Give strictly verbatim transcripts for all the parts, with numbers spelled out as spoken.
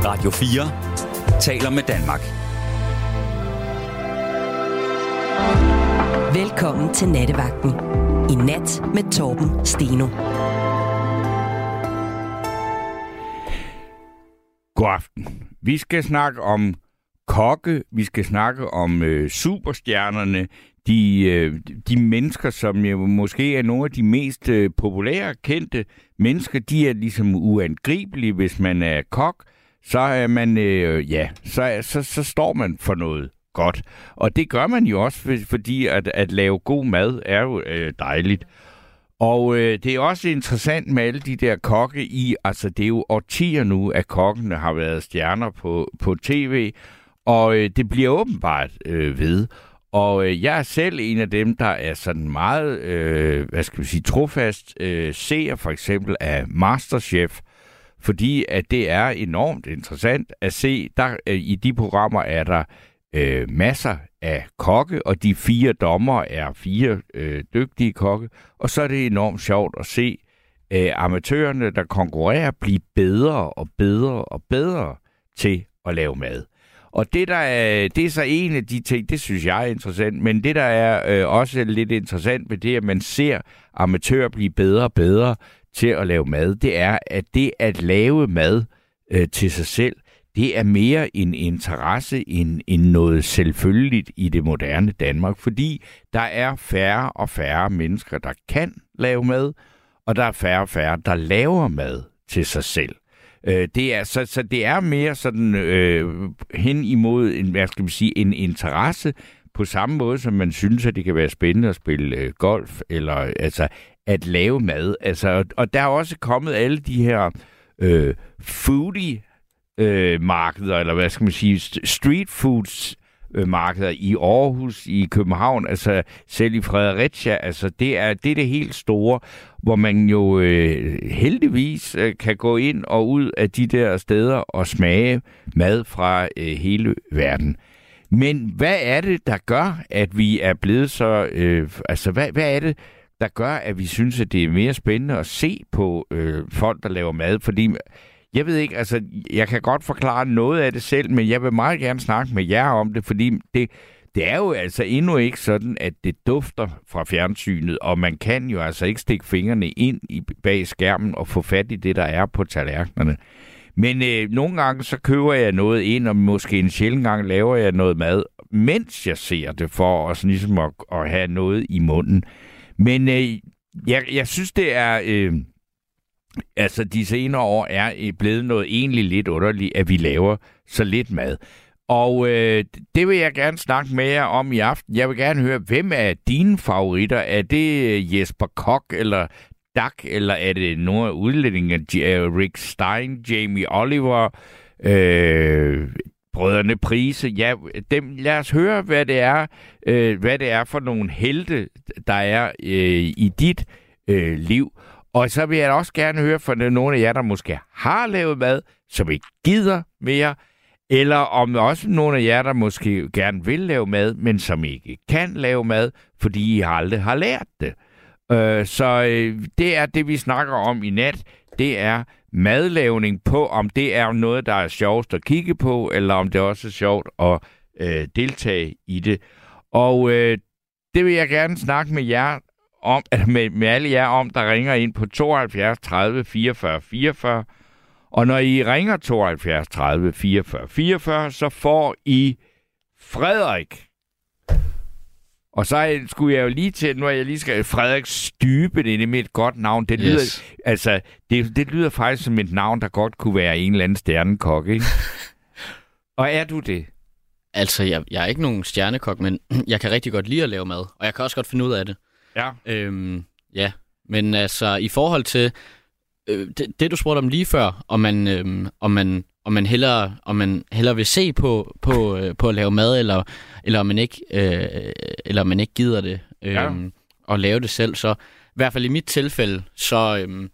Radio fire taler med Danmark. Velkommen til Nattevagten. I nat med Torben Steno. God aften. Vi skal snakke om kokke, vi skal snakke om øh, superstjernerne, de, øh, de mennesker, som jo måske er nogle af de mest øh, populære, kendte mennesker. De er ligesom uangribelige. Hvis man er kok, så er man, øh, ja, så, så, så står man for noget godt. Og det gør man jo også, fordi at, at lave god mad er jo øh, dejligt. Og øh, det er også interessant med alle de der kokke i, altså det er jo årtier nu, at kokkene har været stjerner på, på tv, og øh, det bliver åbenbart øh, ved. Og øh, jeg er selv en af dem, der er sådan meget, øh, hvad skal vi sige, trofast øh, seer for eksempel af MasterChef, fordi at det er enormt interessant at se. Der, øh, i de programmer er der øh, masser af kokke, og de fire dommer er fire øh, dygtige kokke. Og så er det enormt sjovt at se øh, amatørerne, der konkurrerer, blive bedre og bedre og bedre til at lave mad. Og det, der er, det er så en af de ting, det synes jeg er interessant, men det, der er øh, også lidt interessant ved det, at man ser amatører blive bedre og bedre til at lave mad, det er, at det at lave mad øh, til sig selv, det er mere en interesse end, end noget selvfølgeligt i det moderne Danmark, fordi der er færre og færre mennesker, der kan lave mad, og der er færre og færre, der laver mad til sig selv. Øh, det er, så, så det er mere sådan øh, hen imod en, hvad skal man sige, en interesse, på samme måde som man synes, at det kan være spændende at spille øh, golf, eller altså at lave mad. Altså, og, og der er også kommet alle de her øh, foodie Øh, markeder, eller hvad skal man sige, street foods øh, markeder i Aarhus, i København, altså selv i Fredericia, altså det er det, er det helt store, hvor man jo øh, heldigvis øh, kan gå ind og ud af de der steder og smage mad fra øh, hele verden. Men hvad er det, der gør, at vi er blevet så, øh, altså hvad, hvad er det, der gør, at vi synes, at det er mere spændende at se på øh, folk, der laver mad, fordi jeg ved ikke, altså, jeg kan godt forklare noget af det selv, men jeg vil meget gerne snakke med jer om det, fordi det, det er jo altså endnu ikke sådan, at det dufter fra fjernsynet, og man kan jo altså ikke stikke fingrene ind i, bag skærmen og få fat i det, der er på tallerkenerne. Men øh, nogle gange så køber jeg noget ind, og måske en sjældent gang laver jeg noget mad, mens jeg ser det, for også ligesom at, at have noget i munden. Men øh, jeg, jeg synes, det er... Øh, Altså, de senere år er blevet noget egentlig lidt underligt, at vi laver så lidt mad. Og øh, det vil jeg gerne snakke med jer om i aften. Jeg vil gerne høre, hvem er dine favoritter? Er det Jesper Kok eller Dak, eller er det nogle af udlændingene? Rick Stein, Jamie Oliver, øh, Brødrene Price? Ja, dem, lad os høre, hvad det er, øh, hvad det er for nogle helte, der er øh, i dit øh, liv. Og så vil jeg også gerne høre fra nogle af jer, der måske har lavet mad, som ikke gider mere, eller om også nogle af jer, der måske gerne vil lave mad, men som ikke kan lave mad, fordi I aldrig har lært det. Øh, så øh, det er det, vi snakker om i nat. Det er madlavning på, om det er noget, der er sjovest at kigge på, eller om det også er sjovt at øh, deltage i det. Og øh, det vil jeg gerne snakke med jer om, med, med alle jer om, der ringer ind på tooghalvfjerds tredive fireogfyrre fireogfyrre. Og når I ringer tooghalvfjerds tredive fireogfyrre fireogfyrre, så får I Frederik. Og så skulle jeg jo lige til, nu er jeg lige skrevet Frederik Stybe, det er nemlig et godt navn. Det lyder, yes. altså, det, det lyder faktisk som et navn, der godt kunne være en eller anden stjernekok, ikke? Og er du det? Altså, jeg, jeg er ikke nogen stjernekok, men jeg kan rigtig godt lide at lave mad. Og jeg kan også godt finde ud af det. Ja. Øhm, ja, men altså i forhold til øh, det, det du spurgte om lige før, om man øh, om man om man hellere om man hellere vil se på på øh, på at lave mad, eller eller om man ikke øh, eller om man ikke gider det øh, ja. og lave det selv, så i hvert fald i mit tilfælde, så øh,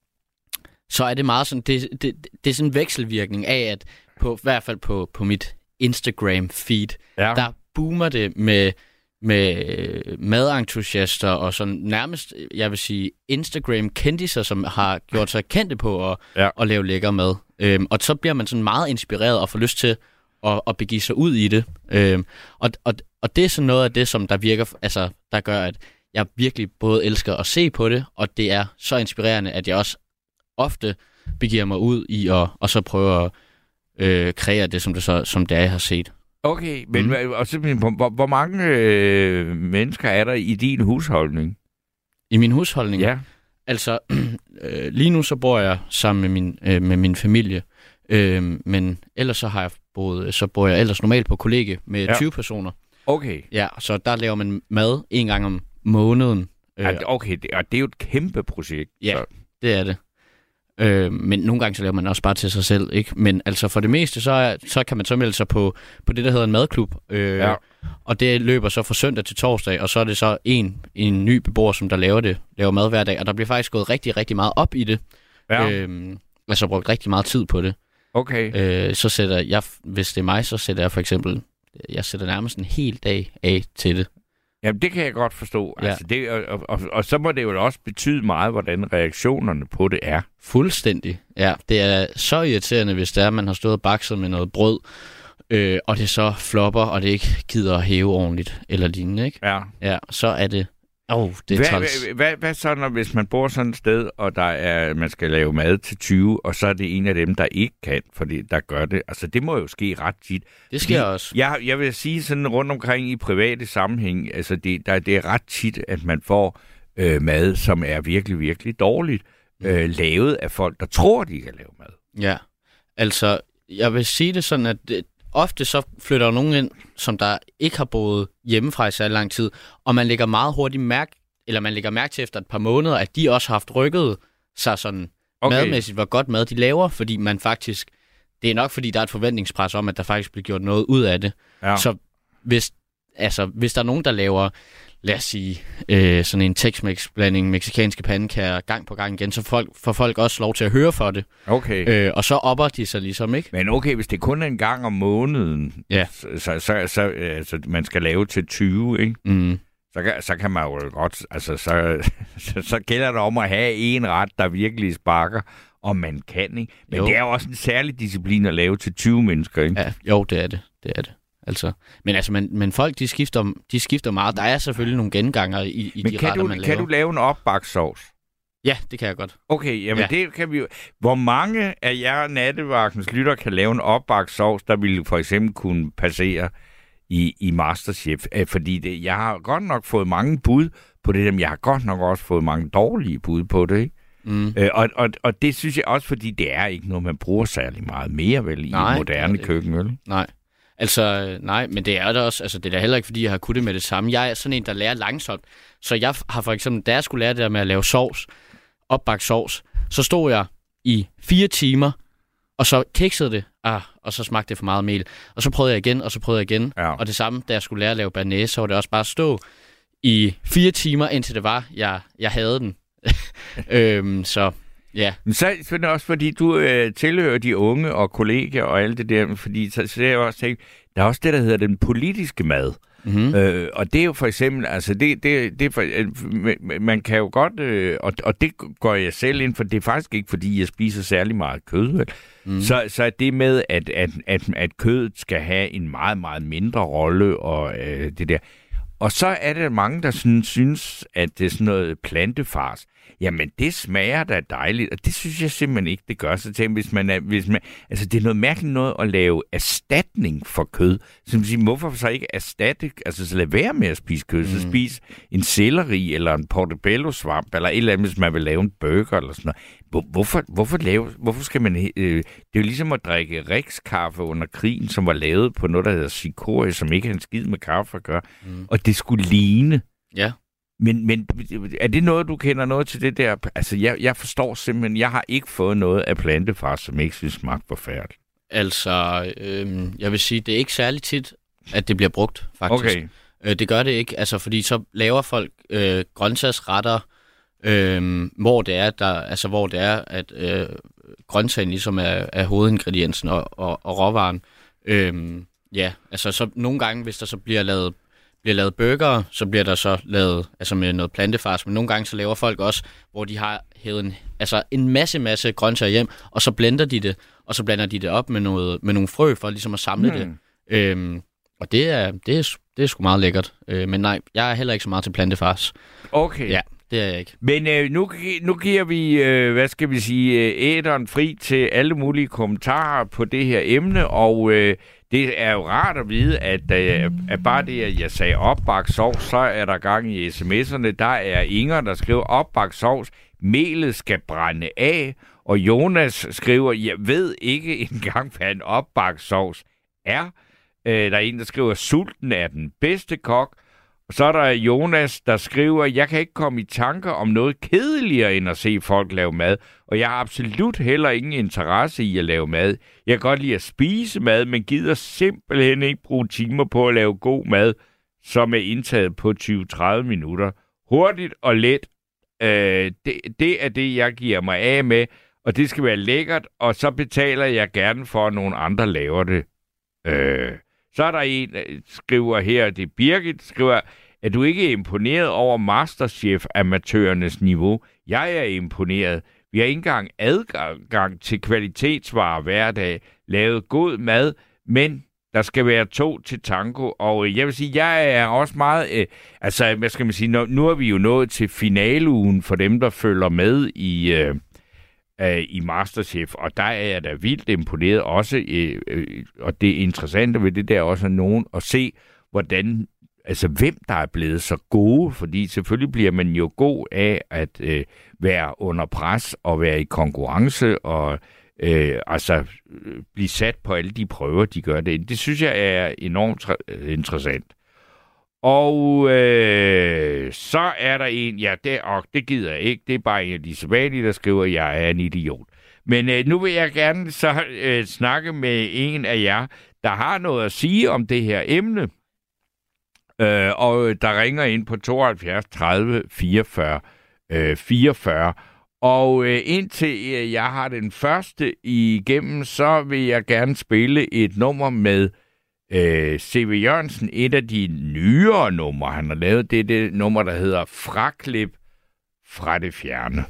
så er det meget sådan det, det det er sådan en vekselvirkning af, at på i hvert fald på på mit Instagram feed, ja. der boomer det med med madentusiaster og sådan nærmest, jeg vil sige, Instagram-kendiser, som har gjort sig kendte på at, ja. at lave lækker mad. Øhm, og så bliver man sådan meget inspireret og får lyst til at, at begive sig ud i det. Øhm, og, og, og det er sådan noget af det, som der virker, altså der gør, at jeg virkelig både elsker at se på det, og det er så inspirerende, at jeg også ofte begiver mig ud i at og så prøve at øh, kreere det, som det, så, som det er, jeg har set. Okay, men mm. og simpelthen, hvor, hvor mange øh, mennesker er der i din husholdning? I min husholdning? Ja. Altså, øh, lige nu så bor jeg sammen med min, øh, med min familie, øh, men ellers så har jeg boet, så bor jeg ellers normalt på kollegie med ja. tyve personer. Okay. Ja, så der laver man mad en gang om måneden. Øh, okay, det, og det er jo et kæmpe projekt. Ja, så. det er det. Øh, men nogle gange så laver man også bare til sig selv, ikke? Men altså for det meste, så, er, så kan man så melde sig på, på det, der hedder en madklub. Øh, ja. Og det løber så fra søndag til torsdag, og så er det så en, en ny beboer, som der laver det, laver mad hver dag. Og der bliver faktisk gået rigtig, rigtig meget op i det. Ja. Øh, altså brugt rigtig meget tid på det. Okay. Øh, så sætter jeg, hvis det er mig, så sætter jeg for eksempel, jeg sætter nærmest en hel dag af til det. Jamen, det kan jeg godt forstå. Ja. Altså, det, og, og, og så må det jo også betyde meget, hvordan reaktionerne på det er. Fuldstændig. Ja, det er så irriterende, hvis det er, at man har stået og bakset med noget brød, øh, og det så flopper, og det ikke gider at hæve ordentligt, eller lignende, ikke? Ja. Ja, så er det... Åh, oh, det er hvad, træls. Hvad, hvad, hvad så, når hvis man bor sådan et sted, og der er, man skal lave mad til tyve, og så er det en af dem, der ikke kan, fordi der gør det. Altså, det må jo ske ret tit. Det sker fordi også. Jeg, jeg vil sige sådan rundt omkring i private sammenhæng, altså det, der, det er ret tit, at man får øh, mad, som er virkelig, virkelig dårligt, øh, lavet af folk, der tror, de kan lave mad. Ja, altså, jeg vil sige det sådan, at det, ofte så flytter der nogen ind, som der ikke har boet hjemmefra i så lang tid, og man lægger meget hurtigt mærke, eller man lægger mærke til efter et par måneder, at de også har haft rykket sig sådan okay. madmæssigt, hvor godt mad de laver, fordi man faktisk, det er nok fordi, der er et forventningspres om, at der faktisk bliver gjort noget ud af det. Ja. Så hvis, altså, hvis der er nogen, der laver, lad os sige, øh, sådan en Tex-Mex-blanding, mexikanske pandekager gang på gang igen, så folk, får folk også lov til at høre for det. Okay. Øh, og så opper de sig ligesom, ikke? Men okay, hvis det kun er en gang om måneden, ja. så, så, så, så altså, man skal lave til tyve, ikke? Mm. Så kan, så kan man jo godt, altså så, så, så gælder det om at have en ret, der virkelig sparker, og man kan, ikke? Men jo. Det er jo også en særlig disciplin at lave til tyve mennesker, ikke? Ja, jo, det er det, det er det. Altså, men altså, men, men folk, de skifter, de skifter meget. Der er selvfølgelig nogle genganger i, i men de kan retter, du, man laver. kan du lave en opbagssovs? Ja, det kan jeg godt. Okay, jamen ja. det kan vi jo. Hvor mange af jer nattevagtens lytter kan lave en opbagssovs, der ville for eksempel kunne passere i, i Masterchef? Fordi det, jeg har godt nok fået mange bud på det, men jeg har godt nok også fået mange dårlige bud på det, ikke? Mm. Øh, og, og, og det synes jeg også, fordi det er ikke noget, man bruger særlig meget mere vel i nej, moderne køkken, vel? Nej. Altså, nej, men det er da også, altså det er da heller ikke, fordi jeg har kunnet det med det samme. Jeg er sådan en, der lærer langsomt. Så jeg har for eksempel, da jeg skulle lære det der med at lave sovs, opbagt sovs, så stod jeg i fire timer, og så kiksede det, ah, og så smagte det for meget mel. Og så prøvede jeg igen, og så prøvede jeg igen. Ja. Og det samme, da jeg skulle lære at lave bearnaise, så var det også bare at stå i fire timer, indtil det var, jeg, jeg havde den. øhm, så... Ja. Men så er det også, fordi du øh, tilhører de unge og kolleger og alt det der, fordi så, så er jeg også tænkt, der er også det, der hedder den politiske mad. Mm-hmm. Øh, og det er jo for eksempel, altså det, det, det for, øh, man kan jo godt, øh, og, og det går jeg selv ind for, det er faktisk ikke, fordi jeg spiser særlig meget kød. Mm. Så, så det med, at, at, at, at kødet skal have en meget, meget mindre rolle, og øh, det der. Og så er der mange, der sådan, synes, at det er sådan noget plantefars. Jamen, det smager da dejligt, og det synes jeg simpelthen ikke, det gør. Så tænker, hvis man er, hvis man, altså, det er noget mærkeligt noget at lave erstatning for kød. Så man siger, hvorfor så ikke erstatte, altså så lad være med at spise kød, mm. så spis en selleri eller en portobello-svamp, eller et eller andet, hvis man vil lave en burger eller sådan noget. Hvorfor, hvorfor, lave, hvorfor skal man... Øh, det er jo ligesom at drikke Rix-kaffe under krigen, som var lavet på noget, der hedder Cicoria, som ikke har en skid med kaffe at gøre. Mm. Og det skulle ligne. Ja. Men, men er det noget, du kender noget til det der? Altså, jeg, jeg forstår simpelthen, jeg har ikke fået noget af plantefar, som ikke synes smagt forfærdeligt. Altså, øh, jeg vil sige, det er ikke særlig tit, at det bliver brugt, faktisk. Okay. Øh, det gør det ikke, altså, fordi så laver folk øh, grøntsagsretter, øh, hvor det er, der, altså, hvor det er, at øh, grøntsagen ligesom er, er hovedingrediensen og, og, og råvaren. Øh, ja, altså, så nogle gange, hvis der så bliver lavet bliver lavet burger, så bliver der så lavet altså med noget plantefars, men nogle gange så laver folk også, hvor de har hævet en, altså en masse, masse grøntsager hjem, og så blender de det, og så blander de det op med, noget, med nogle frø for ligesom at samle mm. det. Øhm, og det er, det, er, det er sgu meget lækkert. Øh, men nej, jeg er heller ikke så meget til plantefars. Okay. Ja, det er jeg ikke. Men øh, nu, nu giver vi, øh, hvad skal vi sige, æderen fri til alle mulige kommentarer på det her emne, og øh, det er jo rart at vide, at, øh, at bare det, at jeg sagde opbagt sovs, så er der gang i sms'erne. Der er Inger, der skriver opbagt sovs, melet skal brænde af, og Jonas skriver, jeg ved ikke engang, hvad en opbagt sovs er. Øh, der er en, der skriver, sulten er den bedste kok. Og så er der Jonas, der skriver, jeg kan ikke komme i tanker om noget kedeligere, end at se folk lave mad. Og jeg har absolut heller ingen interesse i at lave mad. Jeg kan godt lide at spise mad, men gider simpelthen ikke bruge timer på at lave god mad, som er indtaget på tyve til tredive minutter. Hurtigt og let. Øh, det, det er det, jeg giver mig af med. Og det skal være lækkert, og så betaler jeg gerne for, at nogle andre laver det. Øh... Så er der en, der skriver her, det er Birgit, skriver, at du ikke er imponeret over Masterchef-amatørernes niveau. Jeg er imponeret. Vi har ikke engang adgang til kvalitetsvarer hver dag, lavet god mad, men der skal være to til tango. Og jeg vil sige, jeg er også meget, øh, altså hvad skal man sige, nu, nu er vi jo nået til finaleugen for dem, der følger med i... Øh, i Masterchef, og der er jeg da vildt imponeret også, øh, øh, og det interessante ved det der også er nogen at se, hvordan, altså hvem der er blevet så gode, fordi selvfølgelig bliver man jo god af at øh, være under pres og være i konkurrence og øh, altså øh, blive sat på alle de prøver, de gør det. Det synes jeg er enormt tra- interessant. Og øh, så er der en, ja, det, og det gider jeg ikke, det er bare en af de sædvanlige, der skriver, at jeg er en idiot. Men øh, nu vil jeg gerne så øh, snakke med en af jer, der har noget at sige om det her emne, øh, og der ringer ind på tooghalvfjerds tredive fireogfyrre fireogfyrre. Og øh, indtil øh, jeg har den første igennem, så vil jeg gerne spille et nummer med Øh, C V Jørgensen, et af de nyere numre, han har lavet, det er det nummer, der hedder Fraklip fra det fjerne.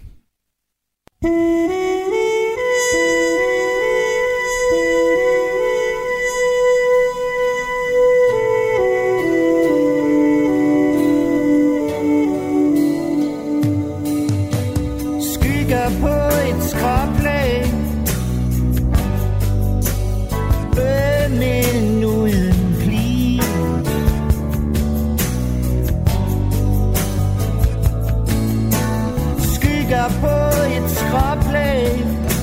Skygger på et skråplag, bønnen uden pli. Skygger på et skråplag,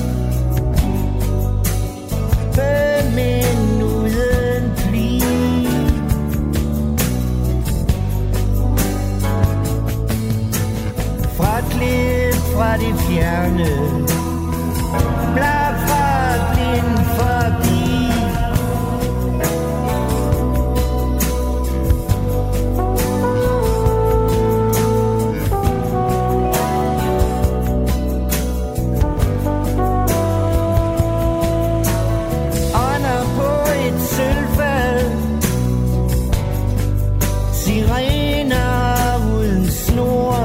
bønnen uden pli. Fra klip fra det fjerne, blad fra blind forbi. Ånder på et sølvfad, sirener uden snor.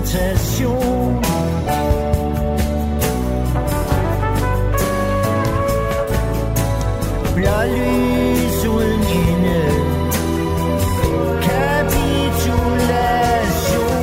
irritation. Blålys uden ende, kapitulation.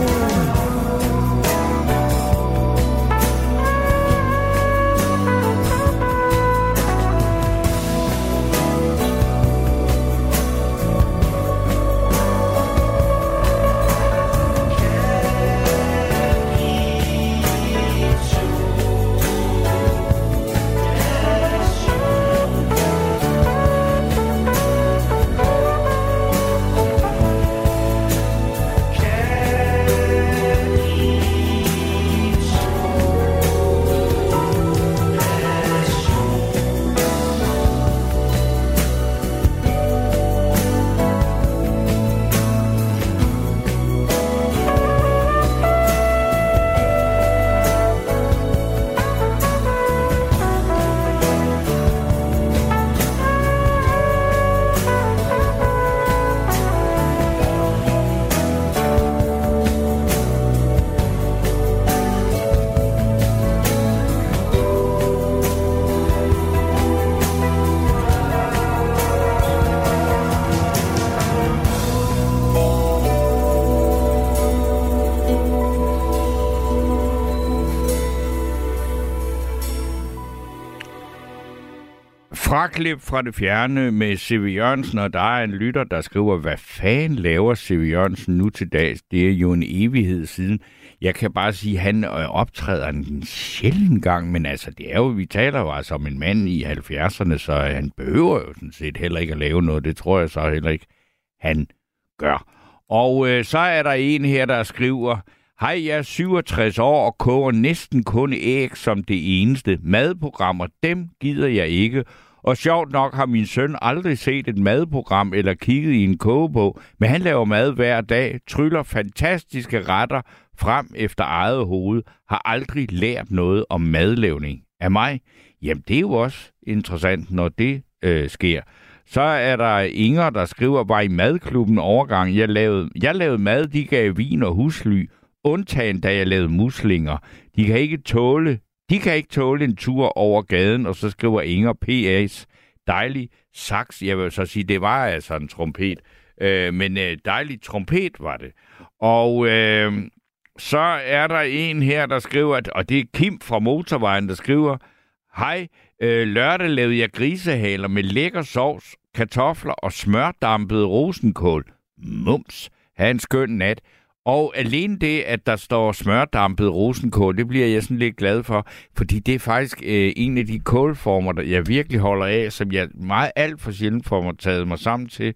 Fraklip fra det fjerne med C V Jørgensen, og der er en lytter, der skriver, hvad fanden laver C V Jørgensen nu til dags? Det er jo en evighed siden. Jeg kan bare sige, at han optræder en sjælden gang, men altså, det er jo, vi taler jo altså om en mand i halvfjerdserne, så han behøver jo sådan set heller ikke at lave noget. Det tror jeg så heller ikke, han gør. Og øh, så er der en her, der skriver, hej, jeg er syvogtres år og koger næsten kun æg som det eneste. Madprogrammer, dem gider jeg ikke. Og sjovt nok har min søn aldrig set et madprogram eller kigget i en kogebog, men han laver mad hver dag, tryller fantastiske retter frem efter eget hoved, har aldrig lært noget om madlavning af mig. Jamen, det er jo også interessant, når det øh, sker. Så er der Inger, der skriver, var i madklubben overgang. Jeg lavede, jeg lavede mad, de gav vin og husly, undtagen da jeg lavede muslinger. De kan ikke tåle De kan ikke tåle en tur over gaden, og så skriver Inger P S. Dejlig saks. Jeg vil så sige, det var altså en trompet. Øh, men øh, dejlig trompet var det. Og øh, så er der en her, der skriver, at, og det er Kim fra Motorvejen, der skriver, hej, øh, lørdag lavede jeg grisehaler med lækker sovs, kartofler og smørdampet rosenkål. Mums. Ha' en skøn nat. Og alene det, at der står smørdampet rosenkål, det bliver jeg sådan lidt glad for, fordi det er faktisk øh, en af de kålformer, der jeg virkelig holder af, som jeg meget alt for sjældent får mig taget mig sammen til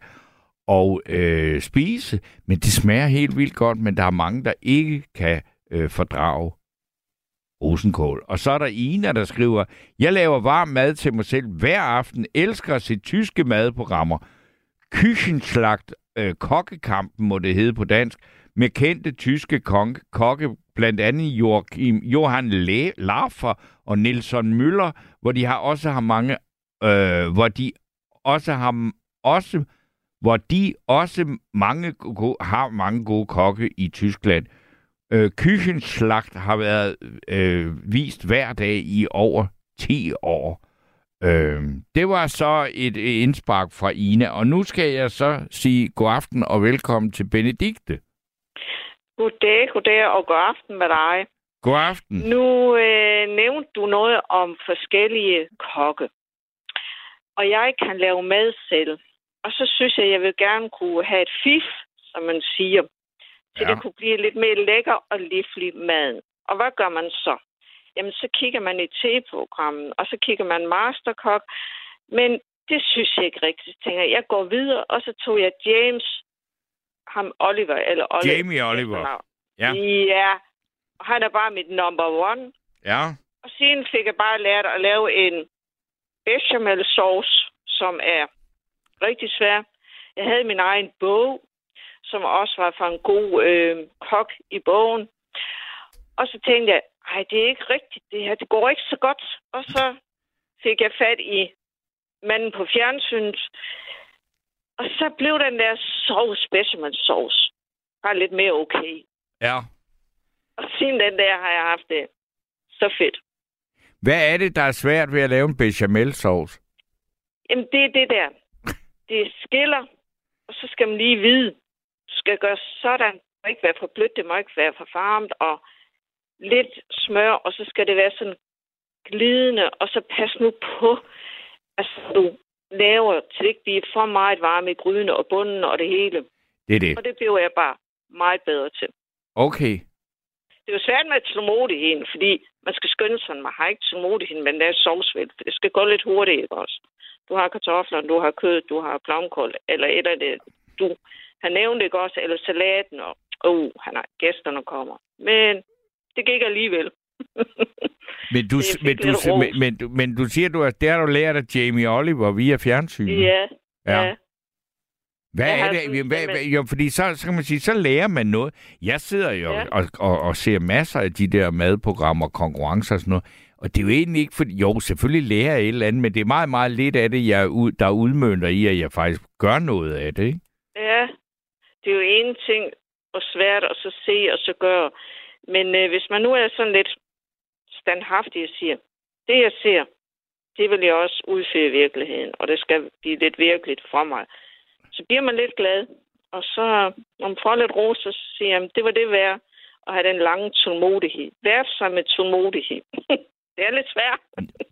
at øh, spise. Men det smager helt vildt godt, men der er mange, der ikke kan øh, fordrage rosenkål. Og så er der Ina, der skriver, jeg laver varm mad til mig selv hver aften, elsker at se tyske madprogrammer. Küchenschlacht, øh, kokkekampen må det hedde på dansk, med kendte tyske kokke, kokke, blandt andet Joachim, Johann Le, Laffer og Nelson Müller, hvor de har også har mange, øh, hvor de også har også, hvor de også mange gode, har mange gode kokke i Tyskland. Øh, Küchenschlacht har været øh, vist hver dag i over ti år. Øh, det var så et indspark fra Ina, og nu skal jeg så sige god aften og velkommen til Benedikte. Goddag, goddag og god aften med dig. God aften. Nu øh, nævnte du noget om forskellige kokke. Og jeg kan lave mad selv. Og så synes jeg, at jeg vil gerne kunne have et fif, som man siger. Så ja. Det kunne blive lidt mere lækker og livlig mad. Og hvad gør man så? Jamen, så kigger man i T-programmet, og så kigger man Masterkok. Men det synes jeg ikke rigtigt. Jeg tænker, jeg går videre, og så tog jeg James ham Oliver, eller Oliver. Jamie Oliver. Ja. Ja, og han er bare mit number one. Ja. Og siden fik jeg bare lært at lave en bechamel sauce, som er rigtig svær. Jeg havde min egen bog, som også var fra en god øh, kok i bogen. Og så tænkte jeg, ej, det er ikke rigtigt det her. Det går ikke så godt. Og så fik jeg fat i manden på fjernsynet. Og så blev den der sauce, bechamel sauce, bare lidt mere okay. Ja. Og siden den der har jeg haft det så fedt. Hvad er det, der er svært ved at lave en bechamelsauce? Jamen, det er det der. Det skiller, og så skal man lige vide. Du skal gøre sådan. Det må ikke være for blødt, det må ikke være for varmt, og lidt smør, og så skal det være sådan glidende, og så pas nu på, altså du laver til ikke blive for meget varme i grydene og bunden og det hele. Det er det. Og det bliver jeg bare meget bedre til. Okay. Det er jo svært med tålmodigheden, fordi man skal skynde sig, man har ikke tålmodigheden, men det er sovsvælt, for det skal gå lidt hurtigt, ikke også? Du har kartofler, du har kød, du har blomkål, eller et af det, du har nævnt, ikke også, eller salaten, og uh, han har gæsterne kommer. Men det gik alligevel. men, du, men, du, men, men, du, men du siger, du, at det har du lært af Jamie Oliver via fjernsynet. Ja, ja. ja. Hvad jeg er det? Hvad, hvad, hvad, jo, fordi så, så kan man sige, så lærer man noget. Jeg sidder jo ja. og, og, og ser masser af de der madprogrammer, konkurrencer og sådan noget. Og det er jo egentlig ikke, fordi jo, selvfølgelig lærer jeg et eller andet, men det er meget, meget lidt af det, jeg ud, der udmønter i, at jeg faktisk gør noget af det, ikke? Ja, det er jo en ting, og svært at så se og så gøre. Men øh, hvis man nu er sådan lidt standhaftig og siger, det jeg ser, det vil jeg også udføre i virkeligheden, og det skal blive lidt virkeligt for mig. Så bliver man lidt glad, og så, når man får lidt ros, så siger jeg, det var det værd at have den lange tålmodighed. Værd sig med tålmodighed. Det er lidt svært.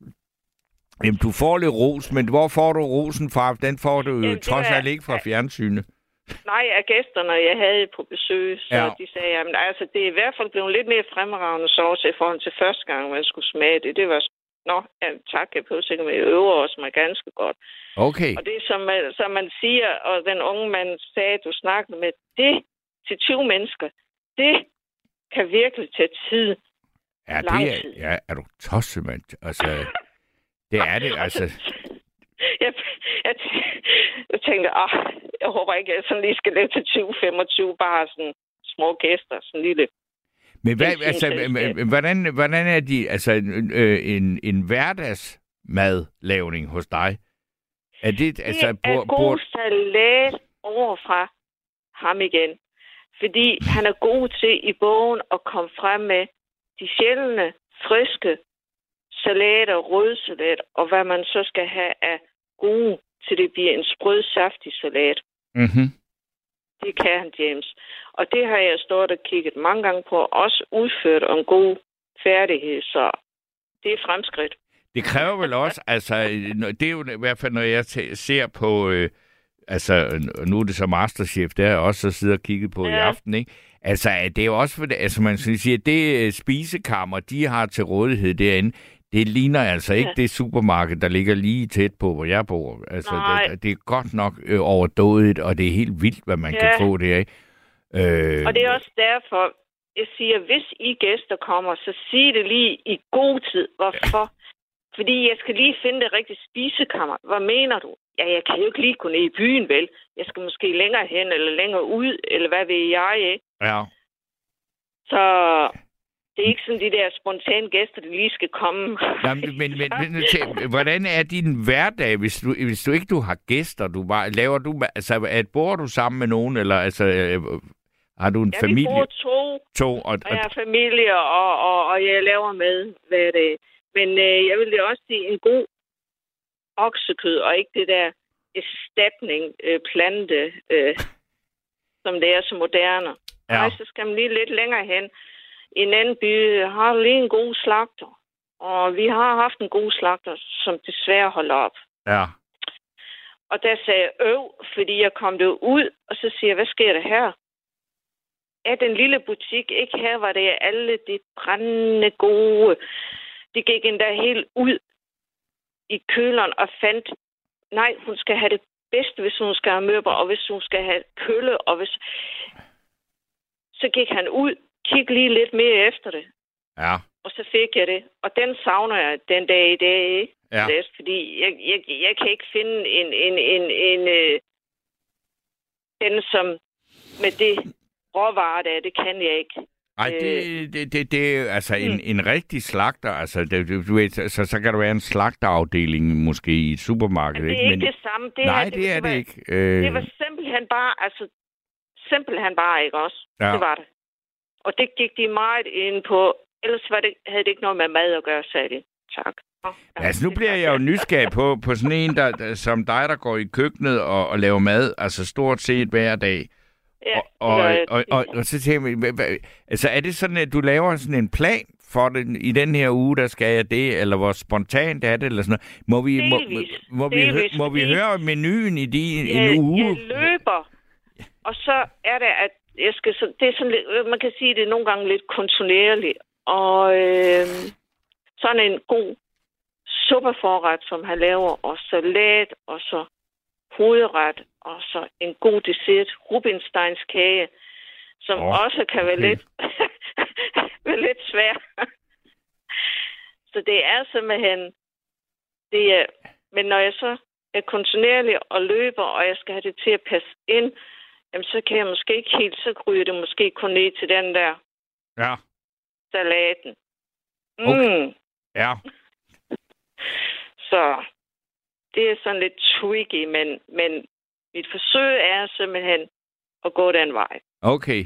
Jamen, du får lidt ros, men hvor får du rosen fra? Den får du jo Jamen, trods alt ikke fra fjernsynet. Nej, af gæsterne, jeg havde på besøg, så ja. de sagde, at altså, det er i hvert fald blevet lidt mere fremragende sauce i forhold til første gang, man skulle smage det. Det var nå, ja, tak, jeg prøver sikkert med at øve også mig ganske godt. Okay. Og det, som man, som man siger, og den unge mand sagde, du snakkede med, det til tyve mennesker, det kan virkelig tage tid. Ja, det er, tid. Ja, er du tosset, mand? Altså, det er det, altså. jeg, jeg, jeg tænkte, åh, jeg håber ikke, at jeg sådan lige skal leve til tyve femogtyve, bare sådan små gæster, sådan lille. Men hvad, altså, hvordan, hvordan er de, altså øh, en, en hverdagsmadlavning hos dig? Er det, det altså, er bor, god bor... salat overfra ham igen. Fordi han er god til i bogen at komme frem med de sjældne, friske salater, rødsalat, og hvad man så skal have af gode, til det bliver en sprød, saftig salat. Mhm. Det kan han, James. Og det har jeg stået og kigget mange gange på, også udført en god færdighed, så det er fremskridt. Det kræver vel også, altså, det er jo i hvert fald, når jeg t- ser på, øh, altså, nu er det så Masterchef, der er også sidder og kigget på ja. i aften, ikke? Altså, det er jo også, for det, altså, man siger, det spisekammer, de har til rådighed derinde, det ligner altså ikke ja. det supermarked, der ligger lige tæt på, hvor jeg bor. Altså, det, det er godt nok øh, overdådigt, og det er helt vildt, hvad man ja. kan få der, ikke? Øh... Og det er også derfor, jeg siger, hvis I gæster kommer, så sig det lige i god tid. Hvorfor? Ja. Fordi jeg skal lige finde det rigtige spisekammer. Hvad mener du? Ja, jeg kan jo ikke lige gå ned i byen, vel? Jeg skal måske længere hen, eller længere ud, eller hvad ved jeg, ikke? Ja. Så... Det er ikke sådan de der spontane gæster, der lige skal komme. Jamen, men, men, men tæ, hvordan er din hverdag, hvis du, hvis du ikke du har gæster? Du bare, laver du, altså, at bor du sammen med nogen, eller altså, øh, har du en ja, familie? Ja, vi bor to. To og, og jeg har familie, og, og, og jeg laver med hver dag. Men øh, jeg vil også sige en god oksekød, og ikke det der erstatning, øh, plante, øh, som det er så moderne. Ja. Nej, så skal man lige lidt længere hen. I en anden by har du lige en god slagter. Og vi har haft en god slagter, som desværre holder op. Ja. Og der sagde jeg øv, fordi jeg kom det ud, og så siger jeg, hvad sker der her? Er den lille butik ikke her, var det alle de brændende gode. De gik endda helt ud i køleren og fandt, nej, hun skal have det bedste, hvis hun skal have møbler, og hvis hun skal have kølle, og hvis... Så gik han ud, kig lige lidt mere efter det. Ja. Og så fik jeg det. Og den savner jeg den dag i dag, ikke? Ja. Fordi jeg, jeg, jeg kan ikke finde en, en, en, en øh, den, som med det råvarer der, det kan jeg ikke. Nej, det, det, det, det er altså mm. en, en rigtig slagter. Altså, det, du ved, så, så kan der være en slagterafdeling måske i et supermarked. Men det er ikke, ikke Men, det samme. Det nej, her, det, det er det var, ikke. Øh... Det var simpelthen bare, altså, simpelthen bare ikke også. Ja. Det var det. Og det gik de meget ind på. Ellers var det, havde det ikke noget med mad at gøre, sagde de. Tak. Ja, altså, nu bliver jeg jo nysgerrig på, på sådan en, der, der, som dig, der går i køkkenet og, og laver mad, altså stort set hver dag. Ja, og, og, og, og, og, og så tænker jeg, hvad, altså er det sådan, at du laver sådan en plan for den, i den her uge, der skal jeg det, eller hvor spontant er det, eller sådan noget? Må vi, må, må, vi, hø, må vi høre menuen i de, jeg, en uge? Jeg løber, og så er det, at jeg skal, så, det er sådan lidt, man kan sige, det er nogle gange lidt kontinuerligt, og øh, sådan en god suppeforret, som han laver, og salat, og så hovedret, og så en god dessert, Rubinsteins kage, som oh, også kan være okay. lidt, være lidt svær. Så det er simpelthen, det er, men når jeg så er kontinuerlig og løber, og jeg skal have det til at passe ind, jamen så kan jeg måske ikke helt, så kryger det måske kun ned til den der ja. salaten. Mm. Okay. Ja. Så det er sådan lidt tricky, men, men mit forsøg er simpelthen at gå den vej. Okay.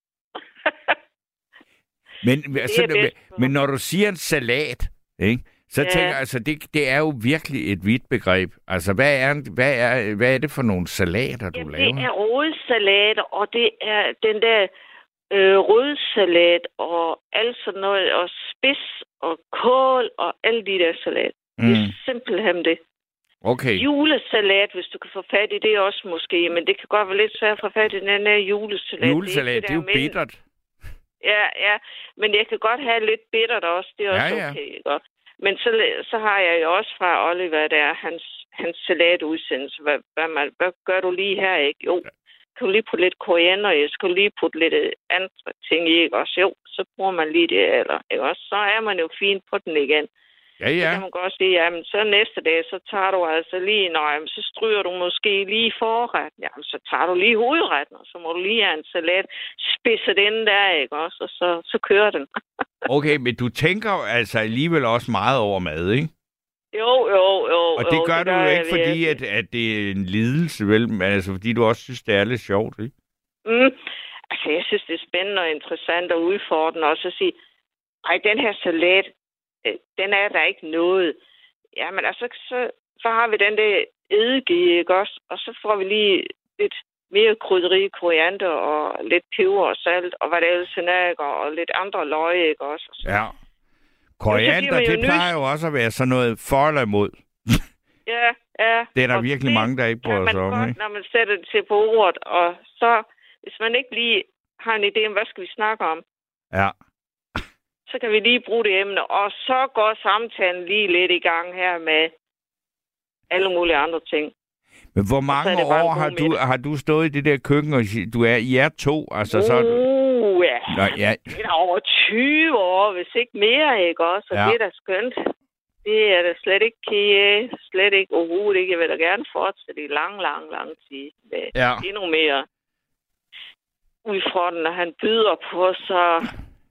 men, altså, men, men når du siger en salat, ikke, så ja. tænker jeg, altså, det, det er jo virkelig et vidt begreb. Altså, hvad er, hvad er, hvad er det for nogle salater, du Jamen, laver? Det er rødsalater, og det er den der øh, rødsalat, og alt sådan noget, og spids, og kål, og alle de der salat. Mm. Det er simpelthen det. Okay. Julesalat, hvis du kan få fat i det også måske, men det kan godt være lidt svært at få fat i den her julesalat. Julesalat, det er, det, det er jo bittert. Ja, ja, men jeg kan godt have lidt bittert også, det er også ja, ja. okay, ikke? Men så, så har jeg jo også fra Oliver, der er hans, hans salatudsendelse. Hvad, hvad, man, hvad gør du lige her, ikke? Jo, ja. Kan du lige putte lidt koriander i, skal du lige putte lidt andre ting i, ikke også? Jo, så bruger man lige det, eller, ikke også? Så er man jo fint på den igen. Ja, ja. Så kan man godt sige, jamen så næste dag, så tager du altså lige, nej, så stryger du måske lige forretten. Jamen, så tager du lige hovedretten, og så må du lige have en salat, spidse den der, ikke også? Og så, så kører den. Okay, men du tænker altså alligevel også meget over mad, ikke? Jo, jo, jo. Og det gør jo, det du jo ikke, fordi at, at det er en lidelse, vel? Men altså, fordi du også synes, det er lidt sjovt, ikke? Mm. Altså, jeg synes, det er spændende og interessant at udfordre og så sige, ej, den her salat, den er der ikke noget. Jamen, altså, så, så har vi den der eddike, ikke også? Og så får vi lige lidt mere krydderi, koriander og lidt peber og salt, og hvad det ellers er, og lidt andre løg, ikke også? Ja. Koriander, det plejer jo også at være sådan noget for eller imod. Ja, ja. Det er der og virkelig det mange, der ikke bryder sig om, ikke? Når man sætter det til på ordet, og så, hvis man ikke lige har en idé om, hvad skal vi snakke om? Ja. Så kan vi lige bruge det emne, og så går samtalen lige lidt i gang her med alle mulige andre ting. Men hvor mange år har du, har du stået i det der køkken, og du er, I er to, altså så... Uh, ja. Nå, ja. Det er over tyve år, hvis ikke mere, ikke også? Og ja. Det er da skønt. Det er da slet ikke, slet ikke overhovedet ikke. Jeg vil da gerne fortsætte i lang, lang, lang tid med ja. endnu mere udfordrende, når han byder på, så...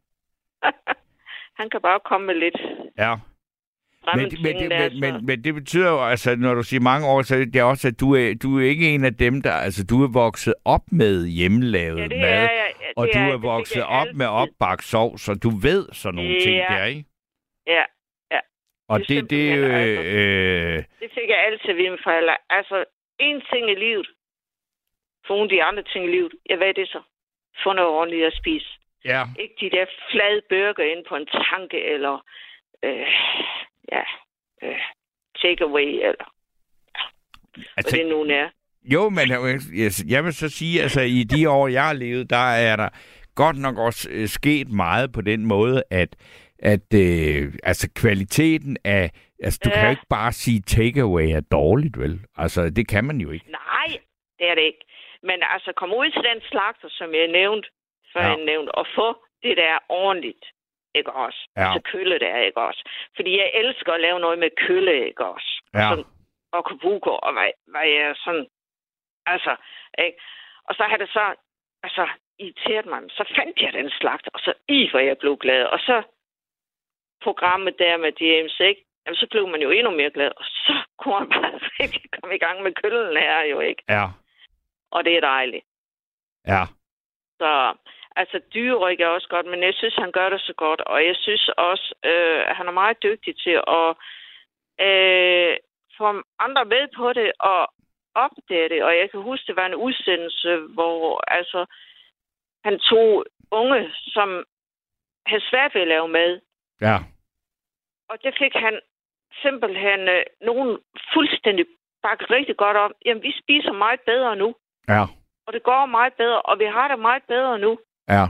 Han kan bare komme med lidt. Ja. Men, men, det, der, men, men, men det betyder jo, altså, når du siger mange år, så er det også, at du er, du er ikke en af dem, der, altså, du er vokset op med hjemmelavet ja, mad, er, ja, og du er, er vokset op altid. med opbagt sovs, så du ved sådan nogle ja. ting der, ikke? Ja, ja. Og det, det, det øh, altså, øh... det fik jeg altid ved mine forældre. Altså, en ting i livet, for nogle af de andre ting i livet, jeg ved det så, få noget ordentligt at spise. Ja. Ikke de der flade burger ind på en tanke, eller øh, ja, øh, takeaway, eller ja, altså, hvad det nu er. Jo, men jeg vil så sige, altså i de år, jeg har levet, der er der godt nok også øh, sket meget på den måde, at, at øh, altså kvaliteten af, altså du ja. kan jo ikke bare sige takeaway er dårligt, vel? Altså det kan man jo ikke. Nej, det er det ikke. Men altså kom ud til den slagter, som jeg nævnte, før ja. jeg nævnte, og få det der ordentligt, ikke også? Ja. Så kølle der, ikke også? Fordi jeg elsker at lave noget med kølle, ikke også? Ja. Sådan, og kabuko, og hvad, hvad jeg sådan, altså, ikke? Og så har det så, altså, irriteret mig, så fandt jeg den slagt, og så i, hvor jeg blev glad. Og så programmet der med D M C, ikke? Jamen, så blev man jo endnu mere glad, og så kunne man bare rigtig komme i gang med køllen her, jo ikke? Ja. Og det er dejligt. Ja. Så, Altså, Dyrik er også godt, men jeg synes, han gør det så godt. Og jeg synes også, øh, at han er meget dygtig til at øh, få andre med på det og opdage det. Og jeg kan huske, det var en udsendelse, hvor altså, han tog unge, som havde svært ved at lave mad. Ja. Og det fik han simpelthen øh, nogen fuldstændig bakket rigtig godt om. Jamen, vi spiser meget bedre nu. Ja. Og det går meget bedre, og vi har det meget bedre nu. Ja.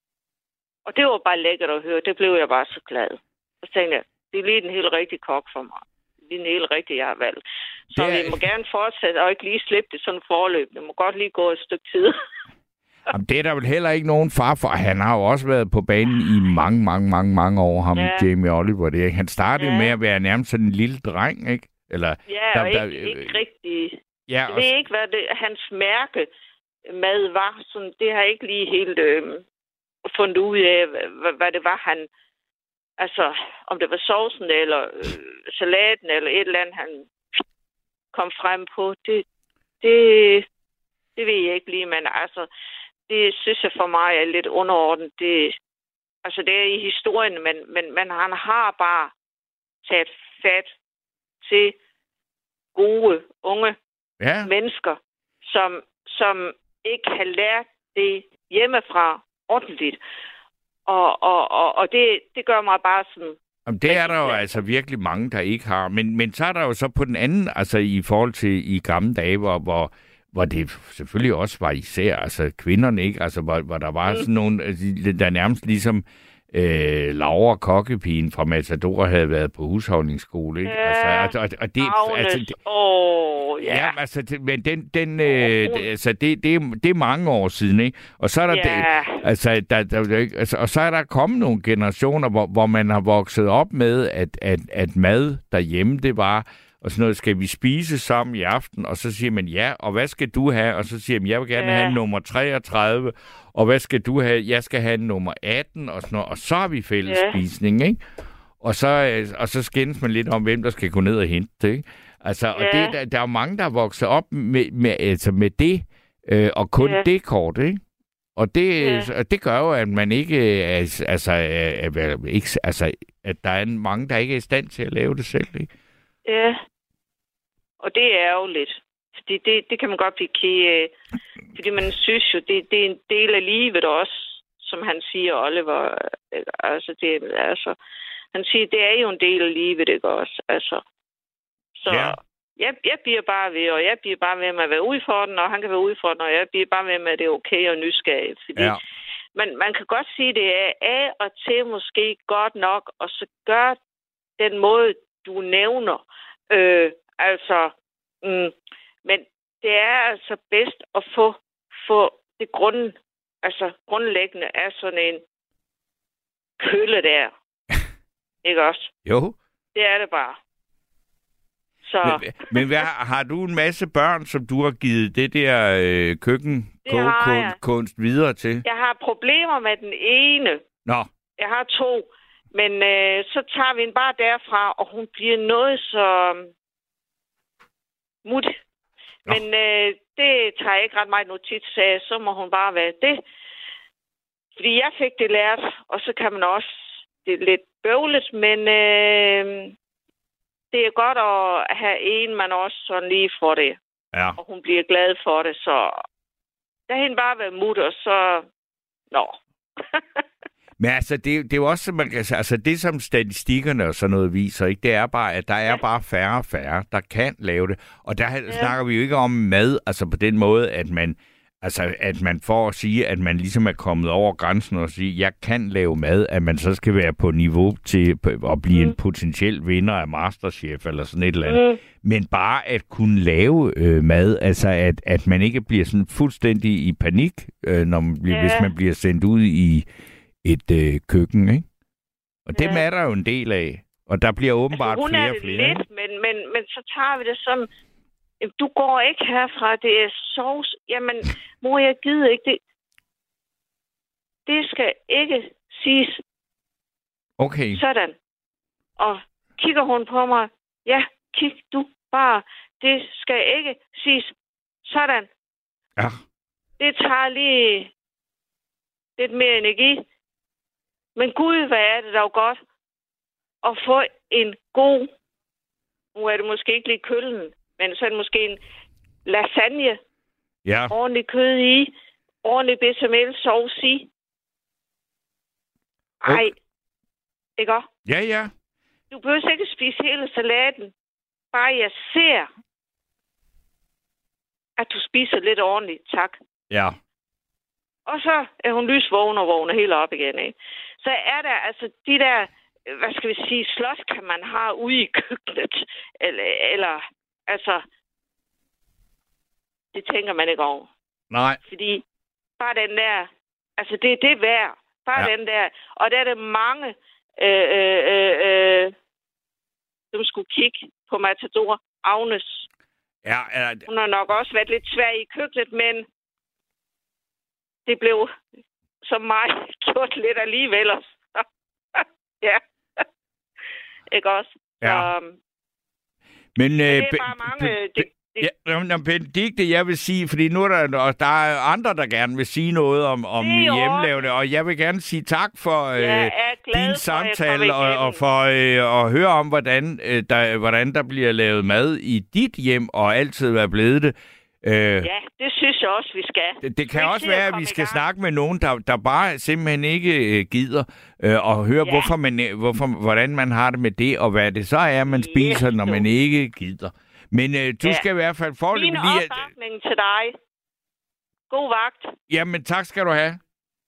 Og det var bare lækkert at høre. Det blev jeg bare så glad. Og så tænkte jeg, det er lige den helt rigtige kok for mig. Det er den helt rigtige, jeg har valgt. Så er... vi må gerne fortsætte og ikke lige slippe det sådan forløb. Det må godt lige gå et stykke tid. Jamen, det er der vel heller ikke nogen far for. Han har jo også været på banen i mange, mange, mange, mange år, ham ja. Jamie Oliver. Det. Han startede ja. med at være nærmest sådan en lille dreng, ikke? Eller, ja, der, og der, ikke, ikke rigtig... Ja, jeg ved ikke, hvad det, hans mærke mad var. Sådan, det har jeg ikke lige helt øh, fundet ud af, hvad, hvad det var, han... Altså, om det var sovsen eller øh, salaten eller et eller andet, han kom frem på. Det, det, det ved jeg ikke lige, men altså... Det synes jeg for mig er lidt underordnet. Det, altså, det er i historien, men, men, men han har bare taget fat til gode, unge ja. mennesker, som, som ikke har lært det hjemmefra ordentligt. Og, og, og, og det, det gør mig bare sådan... Jamen, det er der jo altså virkelig mange, der ikke har. Men, men så er der jo så på den anden, altså i forhold til i gamle dage, hvor... hvor hvor det selvfølgelig også var især, altså kvinderne, ikke? Altså, hvor, hvor der var sådan nogle, der nærmest ligesom øh, Laura Kokkepigen fra Matador havde været på husholdningsskole, ikke? Ja, altså, og, og det, altså, det, oh, yeah. ja, altså, det, men den, den øh, det, altså, det, det, det er mange år siden, ikke? Og så er der, yeah. det, altså, der, der, altså, og så er der kommet nogle generationer, hvor, hvor man har vokset op med, at, at, at mad derhjemme, det var og sådan noget, skal vi spise sammen i aften? Og så siger man ja, og hvad skal du have? Og så siger man, jeg vil gerne ja. have nummer treogtredive, og hvad skal du have? Jeg skal have nummer atten, og sådan noget. Og så har vi fælles ja. spisning, ikke? Og så, og så skændes man lidt om, hvem der skal gå ned og hente det, ikke? Altså, og ja. det, der, der er jo mange, der er vokset op med, med, altså med det, øh, og kun ja. det kort, ikke? Og det, ja. det gør jo, at man ikke, altså, øh, ikke, altså, at der er mange, der ikke er i stand til at lave det selv, ikke? Ja, og det er jo lidt. Fordi det, det kan man godt blive ked af. Fordi man synes jo, det, det er en del af livet også, som han siger, Oliver. Altså, det, altså, han siger, det er jo en del af livet, ikke også? Altså, så ja. jeg, jeg bliver bare ved, og jeg bliver bare ved med at være udfordrende, og han kan være udfordrende, og jeg bliver bare ved med, at det er okay og nysgerrig. Fordi ja. man, man kan godt sige, det er af og til måske godt nok, og så gør den måde, du nævner. Øh, altså, mm, men det er altså bedst at få, få det grund, altså grundlæggende af sådan en kølle der. Ikke også? Jo. Det er det bare. Så. Men, men hvad, har du en masse børn, som du har givet det der øh, køkkenkunst videre til? Jeg har problemer med den ene. Nå. Jeg har to. Men øh, så tager vi en bare derfra, og hun bliver noget så mut. Men øh, det tager jeg ikke ret meget notits af, så må hun bare være det. Fordi jeg fik det lært, og så kan man også, det er lidt bøvlet, men øh, det er godt at have en, man også sådan lige får det. Ja. Og hun bliver glad for det, så der hende bare være mut, og så, nå. Men altså, det, det er jo også, man kan, altså det som statistikkerne og sådan noget viser, ikke, det er bare, at der er ja. bare færre og færre, der kan lave det. Og der ja. snakker vi jo ikke om mad, altså på den måde, at man, altså, at man får at sige, at man ligesom er kommet over grænsen og sige, jeg kan lave mad, at man så skal være på niveau til at blive mm. en potentiel vinder af Masterchef eller sådan et eller andet. Mm. Men bare at kunne lave øh, mad, altså at, at man ikke bliver sådan fuldstændig i panik, øh, når man bliver, ja. hvis man bliver sendt ud i et øh, køkken, ikke? Og ja. dem er der jo en del af. Og der bliver åbenbart altså, flere og flere. Lidt, men, men, men så tager vi det som, du går ikke herfra, det er sovs. Jamen, mor, jeg gider ikke det. Det skal ikke siges. Okay. Sådan. Og kigger hun på mig, ja, kig du bare. Det skal ikke siges. Sådan. Ja. Det tager lige lidt mere energi. Men gud, hvad er det dog godt at få en god, nu er det måske ikke lige køllen, men så er det måske en lasagne, Ja. ordentlig kød i, ordentlig bechamel-sovs i. Ej, Okay. ikke også? Ja, ja. Du behøver ikke spise hele salaten. Bare jeg ser, at du spiser lidt ordentligt, tak. Ja. Og så er hun lysvågen og vågner helt op igen, ikke? Så er der altså de der, hvad skal vi sige, slås kan man have ude i køkkenet. Eller, eller altså, det tænker man ikke over. Nej. Fordi bare den der, altså det er det værd. Bare Ja. ja. den der. Og der er det mange, øh, øh, øh, øh, som skulle kigge på Matador. Agnes. Ja, ja. Hun har nok også været lidt svær i køkkenet, men det blev som mig gjort lidt alligevel også. Ja. Ikke også? Ja. Så, Men, det øh, er Be- bare mange... Be- Det, Ja, jamen, jamen, Benedikte, jeg vil sige, fordi nu er der, og der er andre, der gerne vil sige noget om, om Det er i hjemmelavne, og jeg vil gerne sige tak for øh, jeg er glad din for, at jeg samtale, kom og, igennem. og for øh, at høre om, hvordan, øh, der, hvordan der bliver lavet mad i dit hjem, og altid være blevet det. Øh, ja, det synes jeg også, vi skal. det, det kan Vi også skal være, at komme vi i skal gang. snakke med nogen, der, der bare simpelthen ikke øh, gider øh, og høre, Ja. hvorfor man, øh, hvorfor, hvordan man har det med det, og hvad det så er, man Yes, spiser, når du. man ikke gider. Men øh, du Ja. skal i hvert fald forløbe Min lige... opbakning til dig. God vagt. Jamen, tak skal du have.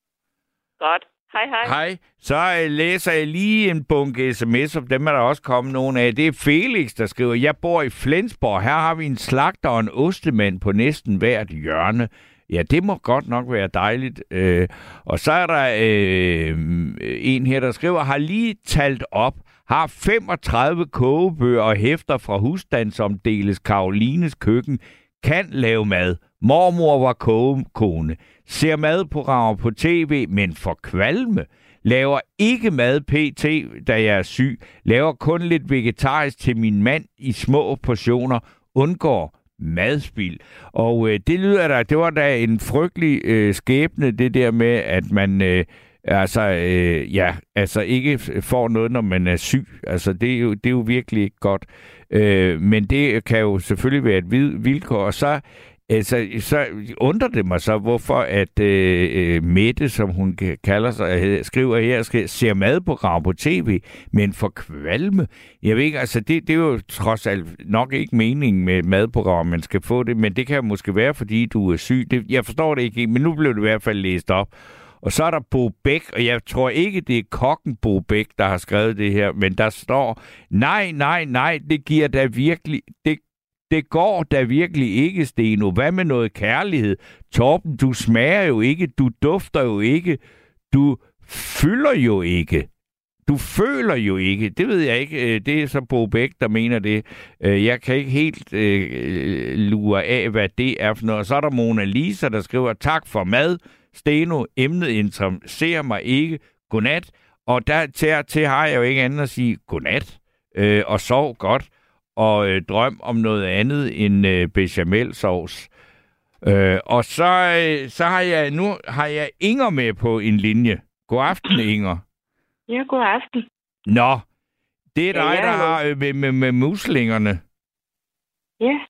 Godt. Hej, hej. Hej. Så øh, læser jeg lige en bunke sms'er, dem er der også kommet nogle af. Det er Felix, der skriver, jeg bor i Flensborg. Her har vi en slagter og en ostemand på næsten hvert hjørne. Ja, det må godt nok være dejligt. Øh, og så er der øh, en her, der skriver, har lige talt op, har femogtredive kogebøger og hæfter fra husstandsomdeles Karolines køkken, kan lave mad. Mormor var kogekone. Ser madprogrammer på tv, men for kvalme. Laver ikke mad pt, da jeg er syg. Laver kun lidt vegetarisk til min mand i små portioner. Undgår madspild. Og øh, det lyder der, det var da en frygtelig øh, skæbne, det der med, at man øh, altså, øh, ja, altså ikke får noget, når man er syg. Altså, det er jo, det er jo virkelig ikke godt. Øh, men det kan jo selvfølgelig være et vilkår. Og så, altså, så undrer det mig så, hvorfor at øh, Mette, som hun kalder sig, skriver her, skal, ser madprogram på tv, men for kvalme. Jeg ved ikke, altså det, det er jo trods alt nok ikke meningen med madprogram, man skal få det, men det kan måske være, fordi du er syg. Det, jeg forstår det ikke, men nu blev det i hvert fald læst op. Og så er der Bo Bæk, og jeg tror ikke, det er kokken Bo Bæk, der har skrevet det her, men der står, nej, nej, nej, det giver da virkelig, det, det går da virkelig ikke, Steno. Hvad med noget kærlighed? Torben, du smager jo ikke, du dufter jo ikke, du fylder jo ikke. Du føler jo ikke. Det ved jeg ikke. Det er så Bo Bæk, der mener det. Jeg kan ikke helt øh, lure af, hvad det er for noget. Og så er der Mona Lisa, der skriver, tak for mad. Steno, emnet interesserer mig ikke. Godnat. Og der til, til har jeg jo ikke andet at sige godnat. Øh, og sov godt. Og øh, drøm om noget andet end øh, bechamelsauce. Øh, og så, øh, så har jeg nu har jeg Inger med på en linje. God aften, Inger. Ja, god aften. Nå, det er dig, ja, der har øh, med, med, med muslingerne. Ja.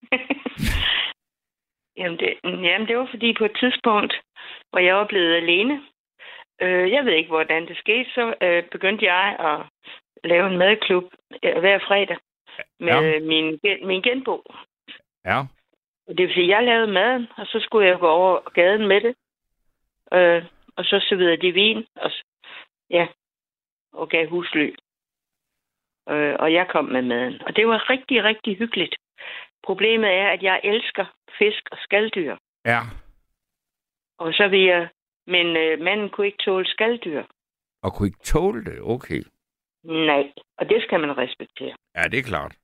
jamen, det, jamen, det var fordi på et tidspunkt, hvor jeg var blevet alene, øh, jeg ved ikke, hvordan det skete, så øh, begyndte jeg at lave en madklub øh, hver fredag med Ja. min, min genbo. Ja. Og det vil sige, jeg lavede maden, og så skulle jeg gå over gaden med det. Øh, og så serverede de vin, og, ja, og gav husly. Øh, og jeg kom med maden. Og det var rigtig, rigtig hyggeligt. Problemet er, at jeg elsker fisk og skaldyr. Ja. Og så vil jeg... Men øh, manden kunne ikke tåle skaldyr. Og kunne ikke tåle det? Okay. Nej, og det skal man respektere. Ja, det er klart.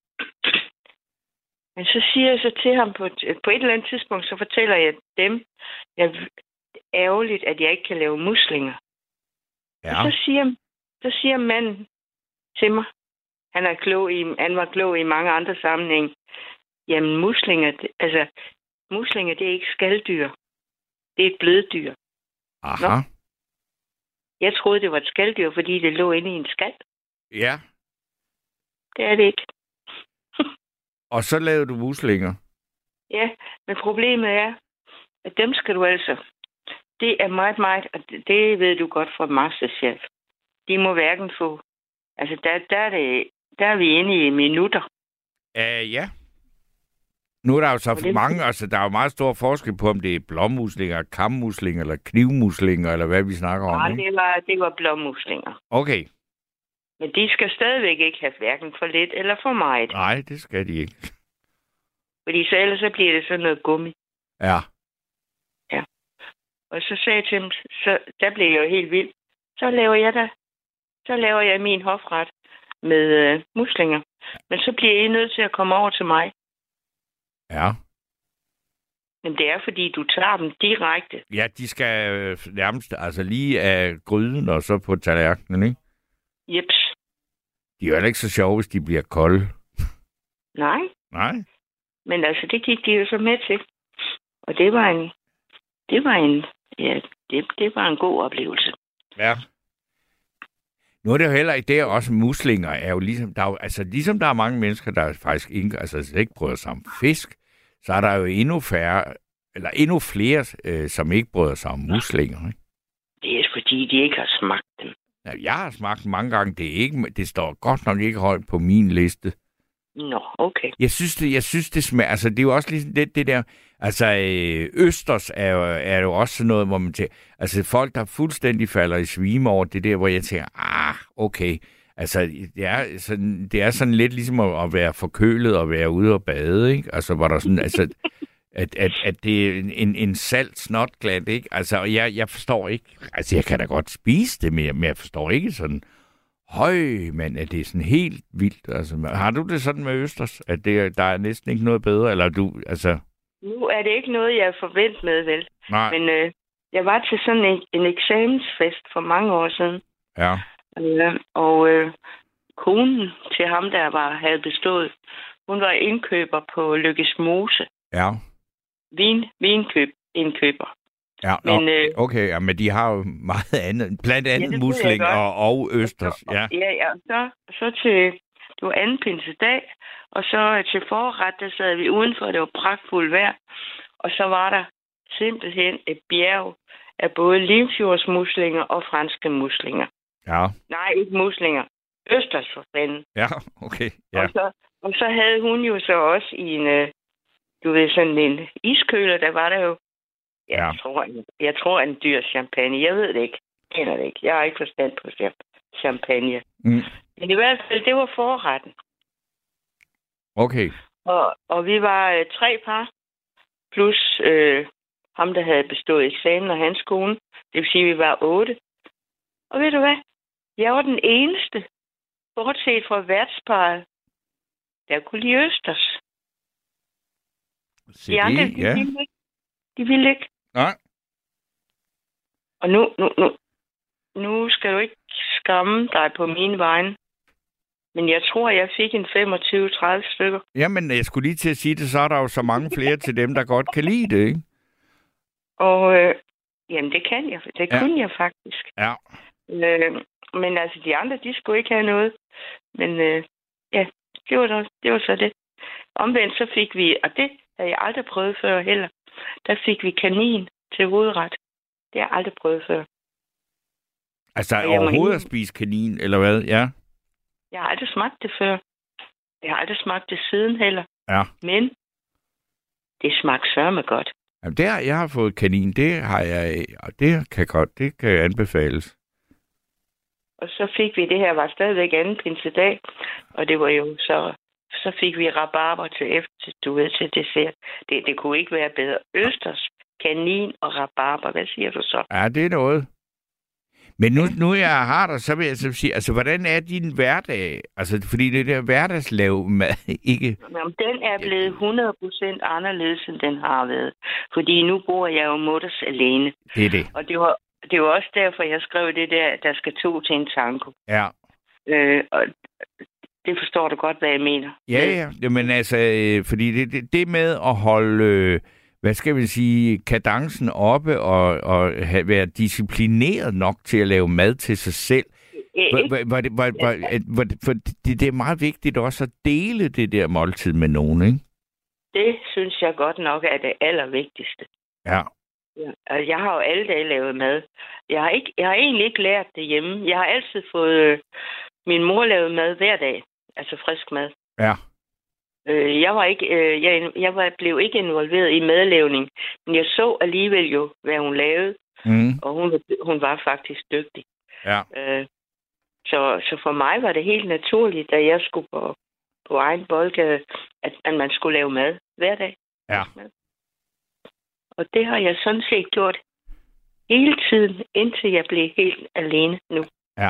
Men så siger jeg så til ham, på et, på et eller andet tidspunkt, så fortæller jeg dem, jeg ærgerligt, at jeg ikke kan lave muslinger. Ja. Og så siger, så siger manden til mig, han, er klog i, han var klog i mange andre sammenhænge, jamen muslinger, altså muslinger, det er ikke skaldyr. Det er et bløddyr. Aha. Nå. Jeg troede, det var et skalddyr, fordi det lå inde i en skal. Ja. Det er det ikke. Og så lavede du muslinger. Ja, men problemet er, at dem skal du altså... Det er meget, meget... Og det- det ved du godt fra Masterchef. De må hverken få... Altså, der, der, er, det, der er vi inde i minutter. Uh, ja. Nu er der jo så det- mange, altså der er jo meget stor forskel på, om det er blåmuslinger, kammuslinger eller knivmuslinger, eller hvad vi snakker om, Nej, ikke? det var, det var blåmuslinger. Okay. Men de skal stadigvæk ikke have hverken for lidt eller for meget. Nej, det skal de ikke. Fordi så ellers så bliver det sådan noget gummi. Ja. Og så sagde jeg til dem, så der blev jeg jo helt vild. Så laver jeg da, så laver jeg min hofret med øh, muslinger. Men så bliver I nødt til at komme over til mig. Ja. Men det er, fordi du tager dem direkte. Ja, de skal øh, nærmest altså lige af gryden og så på tallerkenen, ikke? Jeps. De er jo heller ikke så sjove, hvis de bliver kolde. Nej. Nej. Men altså, det gik de jo så med til. Og det var en, det var en, ja, det, det var en god oplevelse. Ja. Nu er det jo heller ikke det, også muslinger er jo ligesom, der er jo, altså ligesom der er mange mennesker, der faktisk ikke, altså ikke bryder sig om fisk, så er der jo endnu færre, eller endnu flere, øh, som ikke bryder sig om muslinger, ikke? Det er fordi, de ikke har smagt dem. Ja, jeg har smagt dem mange gange, det, er ikke, det står godt nok ikke højt på min liste. Nå, okay. Jeg synes, det, jeg synes, det smager, altså det er jo også ligesom det, det der, altså øh, østers er jo, er jo også sådan noget, hvor man tænker, altså folk, der fuldstændig falder i svime over det der, hvor jeg tænker, ah, okay, altså det er sådan, det er sådan lidt ligesom at, at være forkølet og være ude og bade, ikke? Altså hvor der sådan, altså, at, at, at det er en, en salt snotglat, ikke? Altså jeg, jeg forstår ikke, altså jeg kan da godt spise det, men jeg, men jeg forstår ikke sådan, høj, men er det sådan helt vildt? Altså, har du det sådan med østers, at det, der er næsten ikke noget bedre, eller du, altså... Nu er det ikke noget, jeg er forventet med, vel? Nej. Men øh, jeg var til sådan en, en eksamensfest for mange år siden. Ja. Øh, og øh, konen til ham, der var, havde bestået, hun var indkøber på Lykkes Mose. Ja. Vin, vinkøb, indkøber. Ja, Men, øh, okay, ja, men de har jo meget andet, blandt andet Ja, ja, det ved jeg musling godt. og, og østers, ja. Ja, ja. Så, så til, det var anden pinsedag, og så til forret, der sad vi udenfor, det var pragtfuldt vejr, og så var der simpelthen et bjerg af både limfjordsmuslinger og franske muslinger. Ja, Nej, ikke muslinger. Østers for fanden. ja, okay, ja. Og, så, og så havde hun jo så også i en, øh, du ved, sådan en iskøler, der var der jo, jeg, Ja. ja. tror, en, jeg tror en dyr champagne. Jeg ved det ikke. Jeg kender det ikke. Jeg har ikke forstand på champagne. Mm. Men i hvert fald, det var forretten. Okay, Og, og vi var øh, tre par, plus øh, ham, der havde bestået eksamen og hans kone. Det vil sige, at vi var otte. Og ved du hvad? Jeg var den eneste, bortset fra værtsparret, der kunne lide østers. se De andre, det, de, ja. ville ikke. De ville ikke. Nej, Og nu, nu, nu, nu skal du ikke skamme dig på mine vegne. Men jeg tror, jeg fik en femogtyve til tredive stykker. jamen jeg skulle lige til at sige det, så er der jo så mange flere til dem, der godt kan lide det, ikke? Og øh, jamen, det kan jeg. Det Ja. kunne jeg faktisk. Ja, Øh, men altså, de andre, de skulle ikke have noget. Men øh, ja, det var, da, det var så det. Omvendt så fik vi, og det havde jeg aldrig prøvet før heller, der fik vi kanin til hovedret. Det har jeg aldrig prøvet før. altså jeg må overhovedet indrømme- at spise kanin, eller hvad? Ja, Jeg har aldrig smagt det før. Jeg har aldrig smagt det siden heller. ja. Men det smagte sørme godt. Jamen, det har, jeg har fået kanin, det har jeg, og det kan godt, det kan anbefales. Og så fik vi, det her var stadigvæk anden pinsedag, og det var jo så, så fik vi rabarber til efter, du ved, til dessert. Det, det kunne ikke være bedre. Østers, kanin og rabarber, hvad siger du så? Ja, det er noget. Men nu, nu jeg har dig, så vil jeg så sige, altså, hvordan er din hverdag? Altså, fordi det der hverdagslav mad, ikke... Jamen, den er blevet hundrede procent anderledes, end den har været. Fordi nu bor jeg jo mutters alene. Det er det. Og det var, det var også derfor, jeg skrev det der, der skal to til en tango. Ja. Øh, og det forstår du godt, hvad jeg mener. Ja, ja. Jamen altså, øh, fordi det, det, det med at holde... Øh, hvad skal vi sige, kadencen oppe og, og have, være disciplineret nok til at lave mad til sig selv. For det, det er meget vigtigt også at dele det der måltid med nogen, ikke? Det synes jeg godt nok er det allervigtigste. Ja. Ja. Jeg har jo alle dage lavet mad. Jeg har, ikke, jeg har egentlig ikke lært det hjemme. Jeg har altid fået øh, min mor lavet mad hver dag. Altså frisk mad. Ja. Øh, jeg var ikke, øh, jeg, jeg var, blev ikke involveret i madlavning, men jeg så alligevel jo, hvad hun lavede. Mm. Og hun, hun var faktisk dygtig. Ja. Øh, så, så for mig var det helt naturligt, da jeg skulle på, på egen boldgade, at, at man skulle lave mad hver dag. Ja. Og det har jeg sådan set gjort hele tiden, indtil jeg blev helt alene nu. Ja.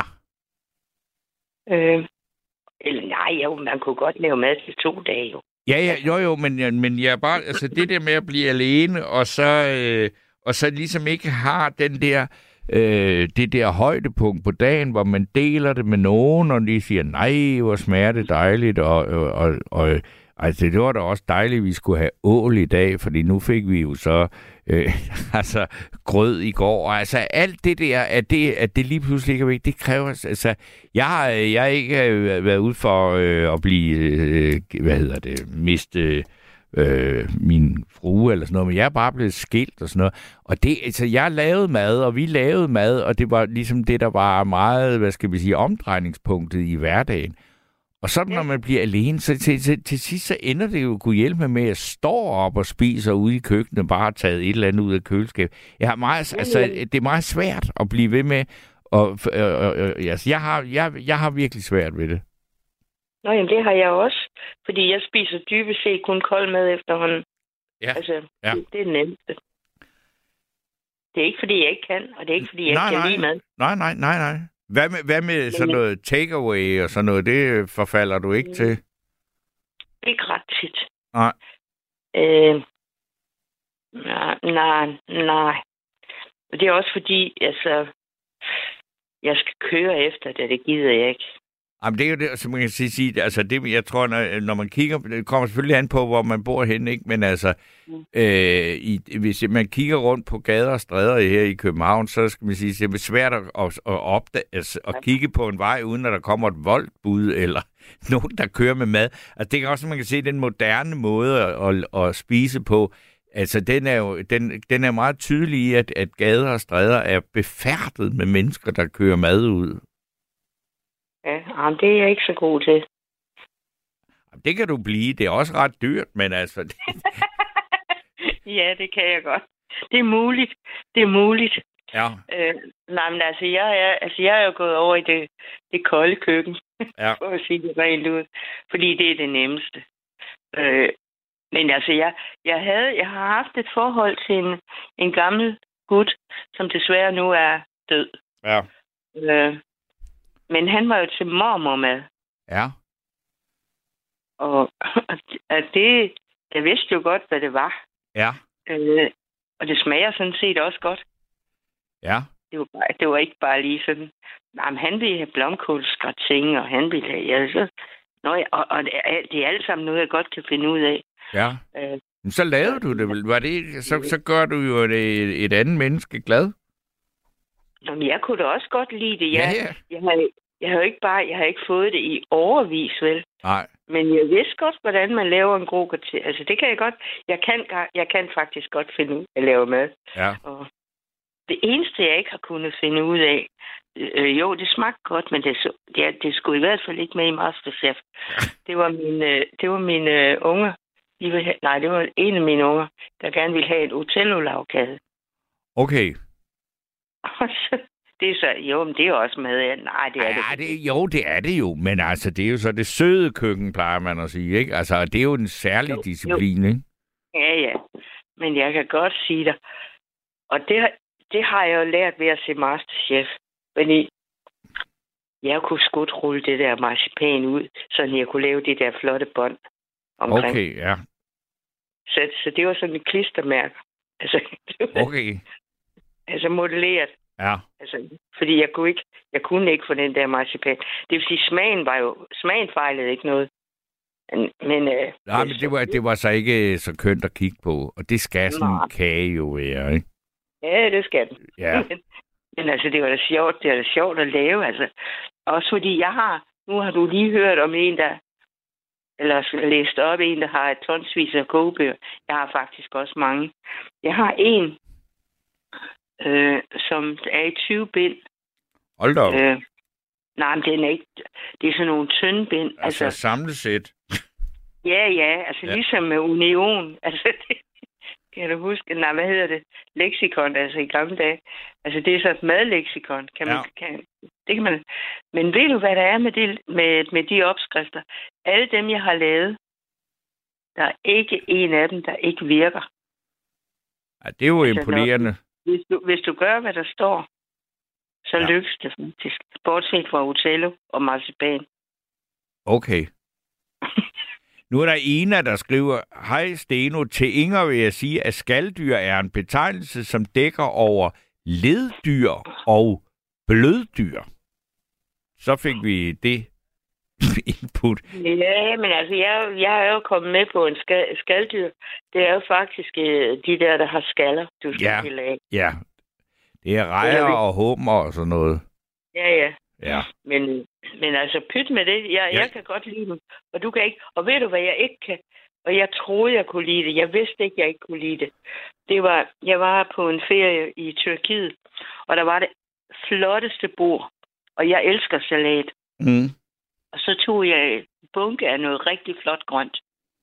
Øh, eller nej, jo, man kunne godt lave mad til to dage jo. Ja, ja, jo, jo, men, men jeg bare, altså det der med at blive alene, og så, øh, og så ligesom ikke har den der, øh, det der højdepunkt på dagen, hvor man deler det med nogen, og de siger, nej, hvor smager det dejligt, og, og, og, og altså, det var da også dejligt, at vi skulle have ål i dag, fordi nu fik vi jo så øh, altså, grød i går. Og altså, alt det der, at det, at det lige pludselig ikke er vigtigt, det kræver... Altså, jeg har, jeg har ikke været ude for øh, at blive, øh, hvad hedder det, miste øh, min frue eller sådan noget, men jeg er bare blevet skilt og sådan noget. Og det, altså, jeg lavede mad, og vi lavede mad, og det var ligesom det, der var meget, hvad skal vi sige, omdrejningspunktet i hverdagen. Og så når man bliver alene, så til, til, til sidst så ender det jo at kunne hjælpe mig med at stå op og spise ude i køkkenet, bare taget et eller andet ud af køleskabet. Jeg har meget, altså, det er meget svært at blive ved med. Og, øh, øh, altså, jeg, har, jeg, jeg har virkelig svært ved det. Nå, jamen det har jeg også. Fordi jeg spiser dybest set kun kold mad efterhånden. Ja. Altså, ja. Det, det er det nemmeste. Det er ikke, fordi jeg ikke kan, og det er ikke, fordi jeg nej, ikke kan nej. lide mad. Nej, nej, nej, nej. Hvad med, hvad med sådan noget takeaway og sådan noget? Det forfalder du ikke til? Ikke ret tit. Nej. Øh, nej, nej, nej. Det er også fordi, altså, jeg skal køre efter det, det gider jeg ikke. Jamen, det er jo det, som man kan sige, altså det, jeg tror, når, når man kigger, det kommer selvfølgelig an på, hvor man bor henne, ikke? Men altså, mm. øh, i, hvis man kigger rundt på gader og stræder her i København, så skal man sige, det er svært at, at, opdage, altså, at kigge på en vej, uden at der kommer et voldbud, eller nogen, der kører med mad. Altså, det er også, man kan se, den moderne måde at, at, at spise på, altså, den er jo den, den er meget tydelig i, at, at gader og stræder er befærdet med mennesker, der kører mad ud. Ja, det er jeg ikke så god til. Det kan du blive. Det er også ret dyrt, men altså... Det... ja, det kan jeg godt. Det er muligt. Det er muligt. Ja. Øh, nej, men altså jeg, er, altså, jeg er jo gået over i det, det kolde køkken, ja. for at sige det rent ud. Fordi det er det nemmeste. Øh, men altså, jeg, jeg, havde, jeg har haft et forhold til en, en gammel gut, som desværre nu er død. Ja. Øh, Men han var jo til mormormad. Ja. Og at det, jeg vidste jo godt, hvad det var. Ja. Øh, og det smager sådan set også godt. Ja. Det var, bare, det var ikke bare lige sådan, nej, men han ville have blomkålsgratin, og han ville have, ja, så, nøj, og, og det, er, det er alt sammen noget, jeg godt kan finde ud af. Ja. Øh, men så lavede du det vel? Var det, så, så gør du jo et, et andet menneske glad. Jamen, jeg kunne da også godt lide det. Jeg, ja, ja. jeg, har, jeg har jo ikke bare, jeg har ikke fået det i overvis, vel? Nej. Men jeg vidste godt, hvordan man laver en god gratin. Altså, det kan jeg godt. Jeg kan, jeg kan faktisk godt finde ud af at lave mad. Ja. Og det eneste, jeg ikke har kunnet finde ud af, øh, jo, det smagte godt, men det, det, det skulle i hvert fald ikke med i Masterchef. Det var mine, det var mine øh, unger. De ville have, nej, det var en af mine unger, der gerne ville have et Otello-lavkage. Okay. Det er så, jo, men det er også mad. Nej, det er ja, det. det. Jo, det er det jo. Men altså, det er jo så det søde køkken, plejer man at sige, ikke? Altså, det er jo en særlig jo, disciplin, jo. Ikke? Ja, ja. Men jeg kan godt sige dig. Og det, det har jeg jo lært ved at se Masterchef. Fordi jeg kunne sgu rulle det der marcipan ud, så jeg kunne lave det der flotte bånd omkring. Okay, ja. Så, så det var sådan et klistermærke. Altså, okay. Altså modelleret. Ja. Altså, fordi jeg kunne ikke, jeg kunne ikke få den der marcipan. Det vil sige, smagen var jo, smagen fejlede ikke noget. Men, øh, Nej, men det var, det var så ikke så kønt at kigge på. Og det skal sådan en kage jo være, ikke? Ja, det skal den. Ja. Men, men altså, det var da sjovt. Det er da sjovt at lave, altså. Også fordi jeg har... Nu har du lige hørt om en, der... Eller læst op en, der har et tonsvis af kogebøger. Jeg har faktisk også mange. Jeg har en, øh, som er i tyve bind. Hold da op. Øh, nej, men den er ikke... Det er sådan nogle tynde bind. Altså, altså samlesæt. Ja, ja. Altså ja. Ligesom med Union. Altså, det, kan du huske? Nej, hvad hedder det? Lexikon, altså i gamle dage. Altså, det er så et madleksikon. Kan man, ja. kan, det kan man... Men ved du, hvad der er med de, med, med de opskrifter? Alle dem, jeg har lavet, der er ikke en af dem, der ikke virker. Ja, det er jo altså, imponerende. Når, hvis, du, hvis du gør, hvad der står, så ja. lykkes det faktisk. Bortset fra Otello og marcipan. Okay. Nu er der Ina, der skriver, hej Steno, til Inger vil jeg sige, at skalddyr er en betegnelse, som dækker over leddyr og bløddyr. Så fik vi det input. Ja, men altså, jeg, jeg er jo kommet med på en skal, skalddyr. Det er jo faktisk de der, der har skaller, du skal ja, til af. Ja, det er rejer og hummer og sådan noget. Ja, ja. Ja. Men, men altså, pyt med det. Jeg, ja. jeg kan godt lide dem, og du kan ikke. Og ved du, hvad jeg ikke kan? Og jeg troede, jeg kunne lide det. Jeg vidste ikke, jeg ikke kunne lide det. Det var, jeg var på en ferie i Tyrkiet, og der var det flotteste bord. Og jeg elsker salat. Mm. Og så tog jeg en bunke af noget rigtig flot grønt.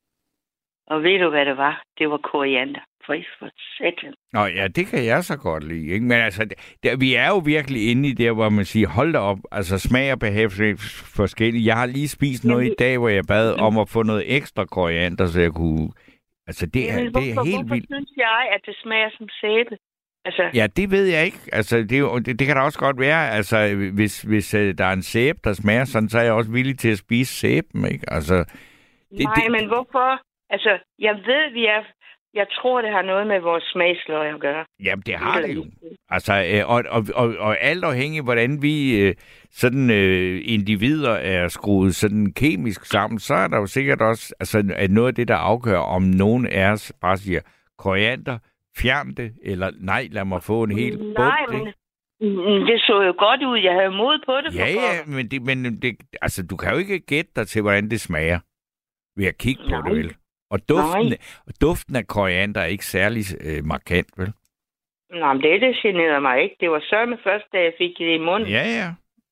Og ved du, hvad det var? Det var koriander. For i for sætten. Nå ja, det kan jeg så godt lide. Ikke? Men altså, der, vi er jo virkelig inde i det, hvor man siger, hold da op, altså smag og behag forskelligt. Jeg har lige spist noget Jamen, i dag, hvor jeg bad om at få noget ekstra koriander, så jeg kunne... Altså, det, Jamen, er, hvorfor, det er helt hvorfor vildt. Hvorfor synes jeg, at det smager som sæbe? Altså... Ja, det ved jeg ikke. Altså, det, er jo, det, det kan da også godt være. Altså, hvis, hvis uh, der er en sæbe, der smager sådan, så er jeg også villig til at spise sæben, ikke? Altså, det, Nej, det, men hvorfor? Altså, jeg ved, vi er... Jeg tror, det har noget med vores smagsløg at gøre. Jamen, det har det jo. Altså, øh, og, og, og, og alt afhængig, hvordan vi øh, sådan øh, individer er skruet sådan kemisk sammen, så er der jo sikkert også altså, at noget af det, der afgør, om nogen af os bare siger, koriander, fjern det, eller nej, lad mig få en hel bund. Nej, men det så jo godt ud. Jeg havde mod på det. Ja, ja, men, det, men det, altså, du kan jo ikke gætte dig til, hvordan det smager ved at kigge på nej. det, vel? Og duften, duften af koriander er ikke særlig øh, markant, vel? Nej, men det, det generede mig ikke. Det var sørme først, da jeg fik det i munden. Ja, ja.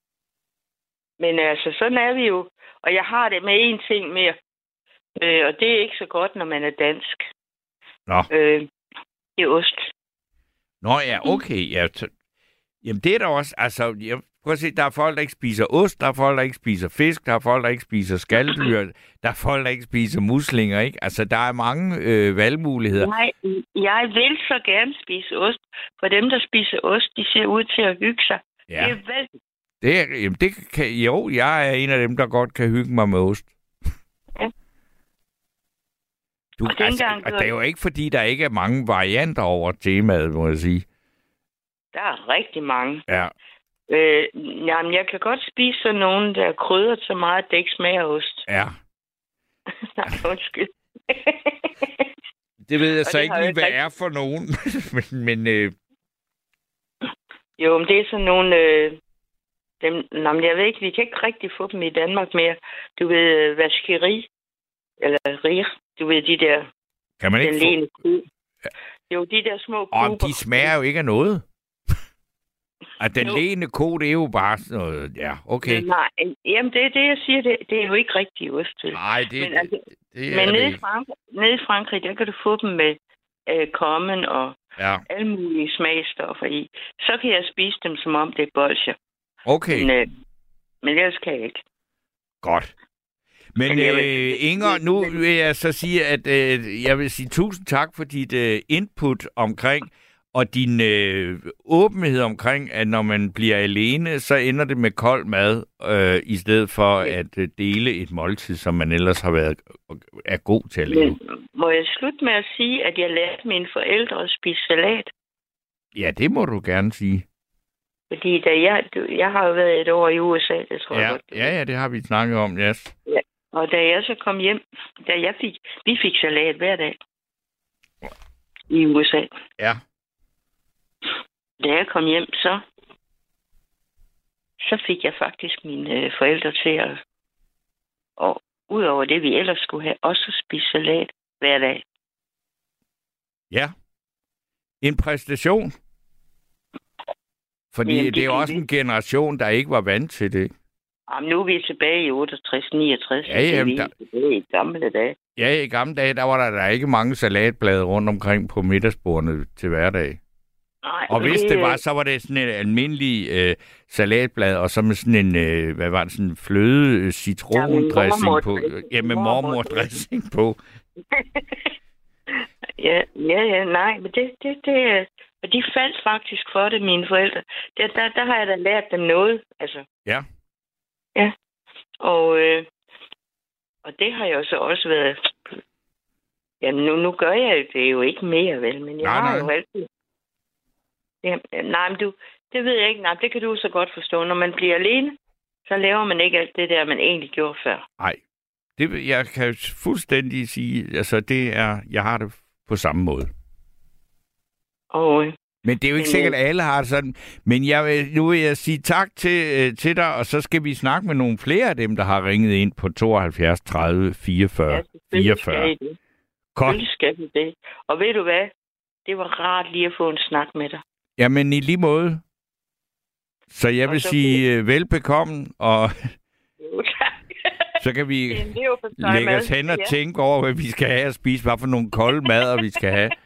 Men altså, sådan er vi jo. Og jeg har det med én ting mere. Øh, og det er ikke så godt, når man er dansk. Nå. Øh, det er ost. Nå ja, okay. Ja, t- Jamen det er der også. Altså, jeg, prøv at se, der er folk, der ikke spiser ost, der er folk, der ikke spiser fisk, der er folk, der ikke spiser skaldyr, der er folk, der ikke spiser muslinger, ikke? Altså, der er mange øh, valgmuligheder. Nej, jeg vil så gerne spise ost, for dem, der spiser ost, de ser ud til at hygge sig. Ja. Det er vel. Det, er, jamen, det kan, jo, jeg er en af dem, der godt kan hygge mig med ost. Ja. Du, og altså, og det er jo ikke, fordi der ikke er mange varianter over temaet, må jeg sige. Der er rigtig mange. Ja. Øh, jamen, jeg kan godt spise sådan nogen, der er krydret så meget, at det ikke smager ost. Ja. Nej, undskyld. Det ved jeg så ikke lige, hvad er for nogen. men, men øh... Jo, men det er sådan nogle... Øh, dem, nå, men jeg ved ikke, vi kan ikke rigtig få dem i Danmark mere. Du ved, vaskeri. Eller rir. Du ved, de der... Kan man ikke få... Ja. Jo, de der små kuber. Og de smager jo ikke af noget. At den leende ko, det er jo bare sådan noget... Ja, okay. Nej, jamen det er det, jeg siger. Det, det er jo ikke rigtig ost til. Nej, det, men, altså, det, det er men det nede, ikke. I Frankrig, nede i Frankrig, der kan du få dem med øh, kommen og ja. alle mulige smagstoffer i. Så kan jeg spise dem, som om det er bolsjer. Okay. Men, øh, men ellers kan jeg ikke. Godt. Men, men øh, Inger, nu vil jeg så sige, at øh, jeg vil sige tusind tak for dit øh, input omkring, og din øh, åbenhed omkring, at når man bliver alene, så ender det med kold mad, øh, i stedet for ja. at øh, dele et måltid, som man ellers har været er god til at lave. Men, må jeg slutte med at sige, at jeg lærte mine forældre at spise salat? Ja, det må du gerne sige. Fordi da jeg, jeg har jo været et år i U S A, det tror ja, jeg godt. Ja, ja, det har vi snakket om, yes. Ja. Og da jeg så kom hjem, da jeg fik, vi fik salat hver dag i U S A. Ja. Da jeg kom hjem, så, så fik jeg faktisk mine øh, forældre til at, og udover det, vi ellers skulle have, også spise salat hver dag. Ja. En præstation. Fordi Jamen, det, det det er jo kan også vi. en generation, der ikke var vant til det. Jamen, nu er vi tilbage i otteogtres niogtres. Ja, jamen, det er der- vi tilbage i gamle dage. Ja, i gamle dage, der var der, der ikke mange salatblade rundt omkring på middagsbordene til hverdag. Nej, Og hvis det, det var, så var det sådan en almindelig øh, salatblad, og så med sådan en, øh, hvad var det, sådan en fløde øh, citrondressing Ja, på. mormordressing. Ja, med mormordressing på. ja, ja, ja, nej, men det, det, det, og de faldt faktisk for det, mine forældre. Der, der, der har jeg da lært dem noget, altså. Ja. Ja, og, øh, og det har jeg så også været... Ja, nu, nu gør jeg det jo ikke mere, vel, men jeg Nej, har nej. jo altid... Ja, nej, men du, det ved jeg ikke. Nej, det kan du så godt forstå. Når man bliver alene, så laver man ikke alt det der, man egentlig gjorde før. Nej. Det, jeg kan fuldstændig sige, altså det er, jeg har det på samme måde. Og øh, Men det er jo ikke Men, sikkert, at alle har det sådan. Men jeg vil, nu vil jeg sige tak til, øh, til dig, og så skal vi snakke med nogle flere af dem, der har ringet ind på tooghalvfjerds tredive fireogfyrre ja, selvfølgelig fireogfyrre. skal I det. Godt. Selvfølgelig skal vi det. Og ved du hvad? Det var rart lige at få en snak med dig. Jamen i lige måde. Så jeg Og vil så sige øh, velbekomme, og Jo, tak. så kan vi Det er en leverpostej lægge mad. os hen og Ja. tænke over, hvad vi skal have at spise, hvad for nogle kolde mader vi skal have.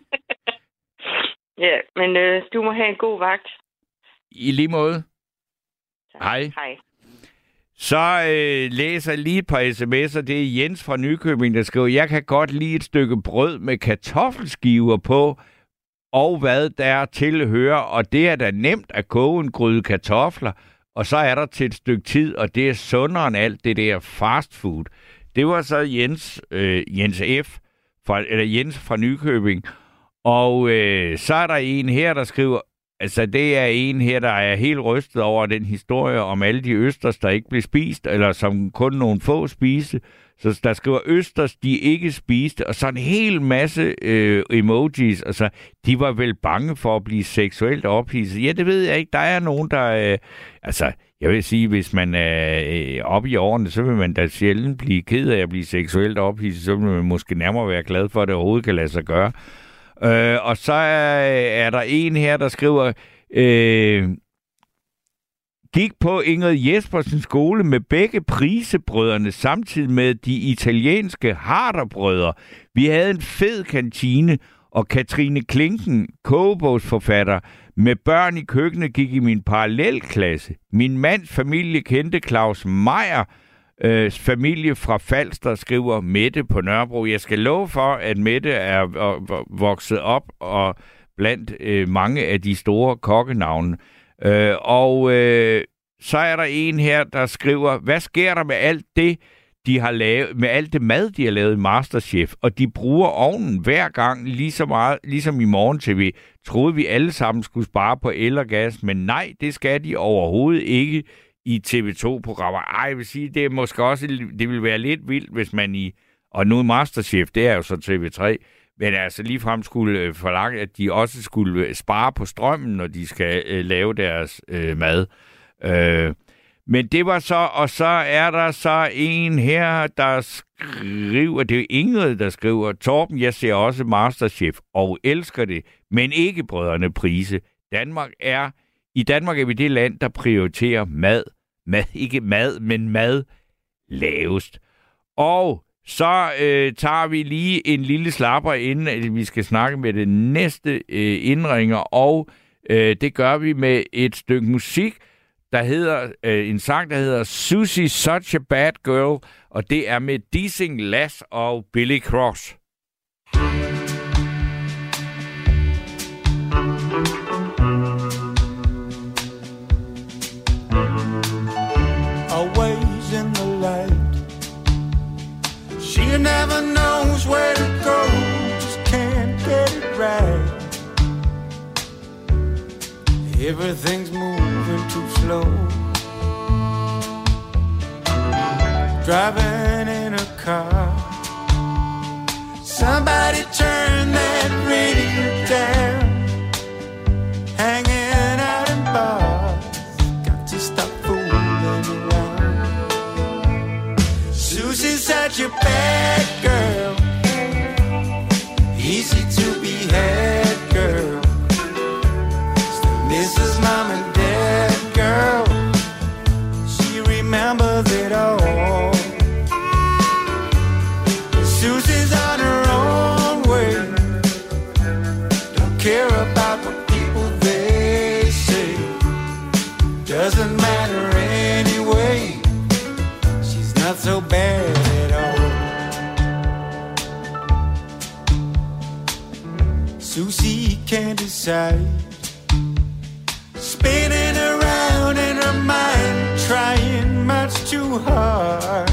Ja, men øh, du må have en god vagt. I lige måde. Tak. Hej. Hej. Så øh, læser jeg lige et par sms'er. Det er Jens fra Nykøbing, der skriver, jeg kan godt lide et stykke brød med kartoffelskiver på, og hvad der tilhører, og det er da nemt at koge en gryde kartofler, og så er der til et stykke tid, og det er sundere end alt det der fast food. Det var så Jens, øh, Jens F. Fra, eller Jens fra Nykøbing. Og øh, så er der en her, der skriver, altså det er en her, der er helt rystet over den historie om alle de østers, der ikke blev spist, eller som kun nogle få spiste. Så der skriver østers, de ikke spiste, og så en hel masse øh, emojis. Altså, de var vel bange for at blive seksuelt ophidset. Ja, det ved jeg ikke. Der er nogen, der... Øh, altså, jeg vil sige, hvis man er øh, oppe i årene, så vil man da sjældent blive ked af at blive seksuelt ophidset. Så vil man måske nærmere være glad for, at det overhovedet kan lade sig gøre. Øh, og så er, er der en her, der skriver... Øh, gik på Ingrid Jespersens skole med begge Prisebrødrene, samtidig med de italienske Harderbrødre. Vi havde en fed kantine, og Katrine Klinken, kogebogsforfatter, med børn i køkkenet gik i min parallelklasse. Min mands familie kendte Claus Meier, øh, familie fra Falster, skriver Mette på Nørrebro. Jeg skal love for, at Mette er øh, vokset op og blandt øh, mange af de store kokkenavne. Øh, og øh, så er der en her, der skriver, hvad sker der med alt det, de har lavet, med alt det mad, de har lavet i MasterChef, og de bruger ovnen hver gang, lige så meget, ligesom i Morgen-T V. Troede vi alle sammen skulle spare på el og gas, men nej, det skal de overhovedet ikke i T V to-programmer. Ej, jeg vil sige, det er måske også, det vil være lidt vildt, hvis man i, og nu MasterChef, det er jo så T V tre, men altså ligefrem skulle forlange, at de også skulle spare på strømmen, når de skal øh, lave deres øh, mad. Øh, men det var så, og så er der så en her, der skriver, det er Ingrid, der skriver, Torben, jeg ser også MasterChef og elsker det, men ikke Brødrene Prise. Danmark er, i Danmark er vi det land, der prioriterer mad, mad, ikke mad, men mad lavest. Og så øh, tager vi lige en lille slapper, inden vi skal snakke med det næste øh, indringer, og øh, det gør vi med et stykke musik, der hedder øh, en sang, der hedder Susie Such a Bad Girl, og det er med Dissing Lass og Billy Cross. Always in the light. She never knows where to go, just can't get it right. Everything's moving too slow. Driving matter anyway. She's not so bad at all. Susie can't decide, spinning around in her mind, trying much too hard.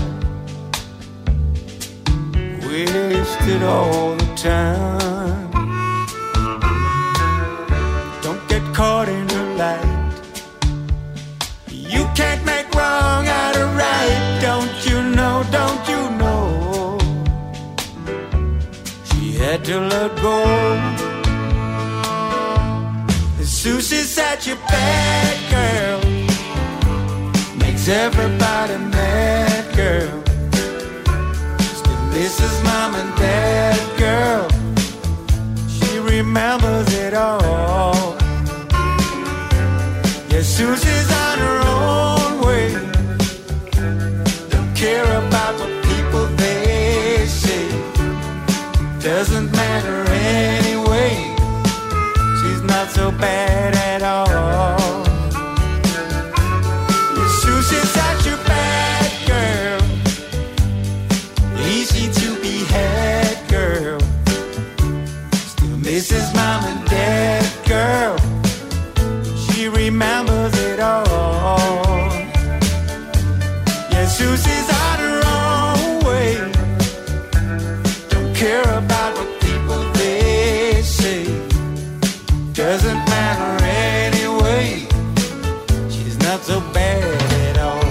Wasted all the time. Don't get caught in her light. You can't make wrong out of right. Don't you know, don't you know? She had to let go. Susie's such a bad girl, makes everybody mad, girl. Still misses mom and dad, girl. She remembers it all. Yeah, Susie's on her own way. Don't care about what people they say. Doesn't matter anyway. She's not so bad at all. Yeah, Susie's such a bad girl, easy to be had, girl. Still misses mom and dad, girl. She remembers it all. Yeah, Susie's on her own way. Don't care about what people they say. Doesn't matter anyway. She's not so bad at all.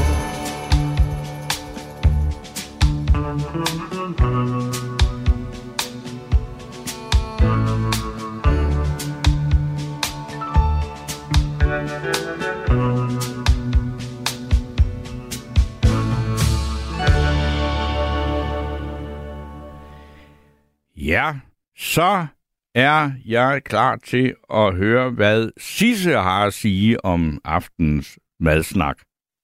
Ja, så er jeg klar til at høre, hvad Sisse har at sige om aftenens madsnak.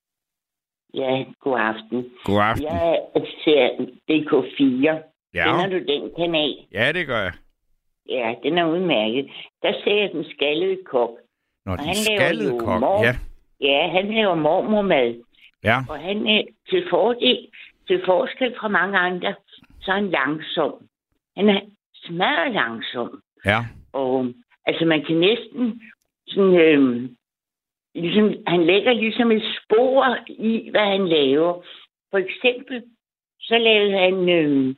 Ja, god aften. God aften. Jeg ser D K fire. Ja. Kender du den kanal? Ja, det gør jeg. Ja, den er udmærket. Der ser jeg den skaldede kok. Nå, den han skaldede kok, mor- ja. Ja, han laver mormormad. Ja. Og han er til fordel, til forskel fra mange andre, så er han langsom. Han er smadret langsom. Ja. Og altså, man kan næsten sådan, øh, ligesom, han lægger ligesom et spor i, hvad han laver. For eksempel, så lavede han øh,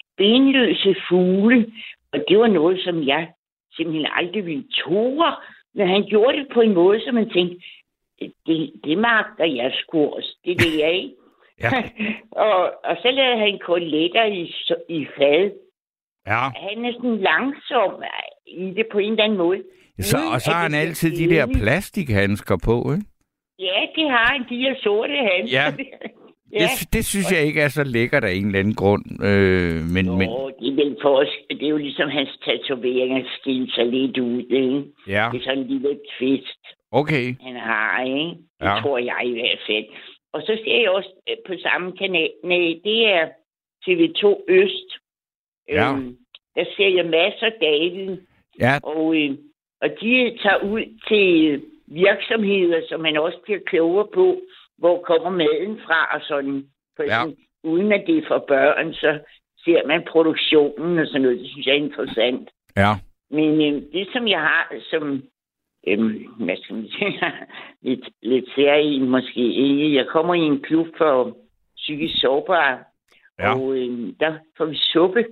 benløse fugle, og det var noget, som jeg simpelthen aldrig ville tåre, men han gjorde det på en måde, som man tænkte, det, det magter jeg sgu også. Det er det, jeg ikke. Ja. og, og så lavede han koteletter i, i fad. Ja. Han er sådan langsom i det på en eller anden måde. Så, og så har han altid de der plastikhandsker på, ikke? Ja, det har han, de her sorte handsker. Ja. Ja. Det, det synes jeg ikke er så lækkert af en eller anden grund. Øh, men, Nå, men... det er vel for os. Det er jo ligesom hans tatoveringer skiller sig lidt ud, ikke? Ja. Det er sådan en lille twist, okay. han har, ikke? Det Ja. tror jeg i hvert fald. Og så ser jeg også på samme kanal, nej, det er T V to Øst. Ja. Øhm, der ser jeg masser af David. Ja. Og, øh, og de tager ud til virksomheder, som man også bliver klogere på, hvor kommer maden fra og sådan. For Ja. sådan, uden at det er for børn, så ser man produktionen og sådan noget. Det synes jeg er interessant. Ja. Men øh, det, som jeg har som øh, hvad skal man sige, lidt, lidt særlig måske ikke. Jeg kommer i en klub for psykisk sårbare, Ja. og øh, der får vi suppe.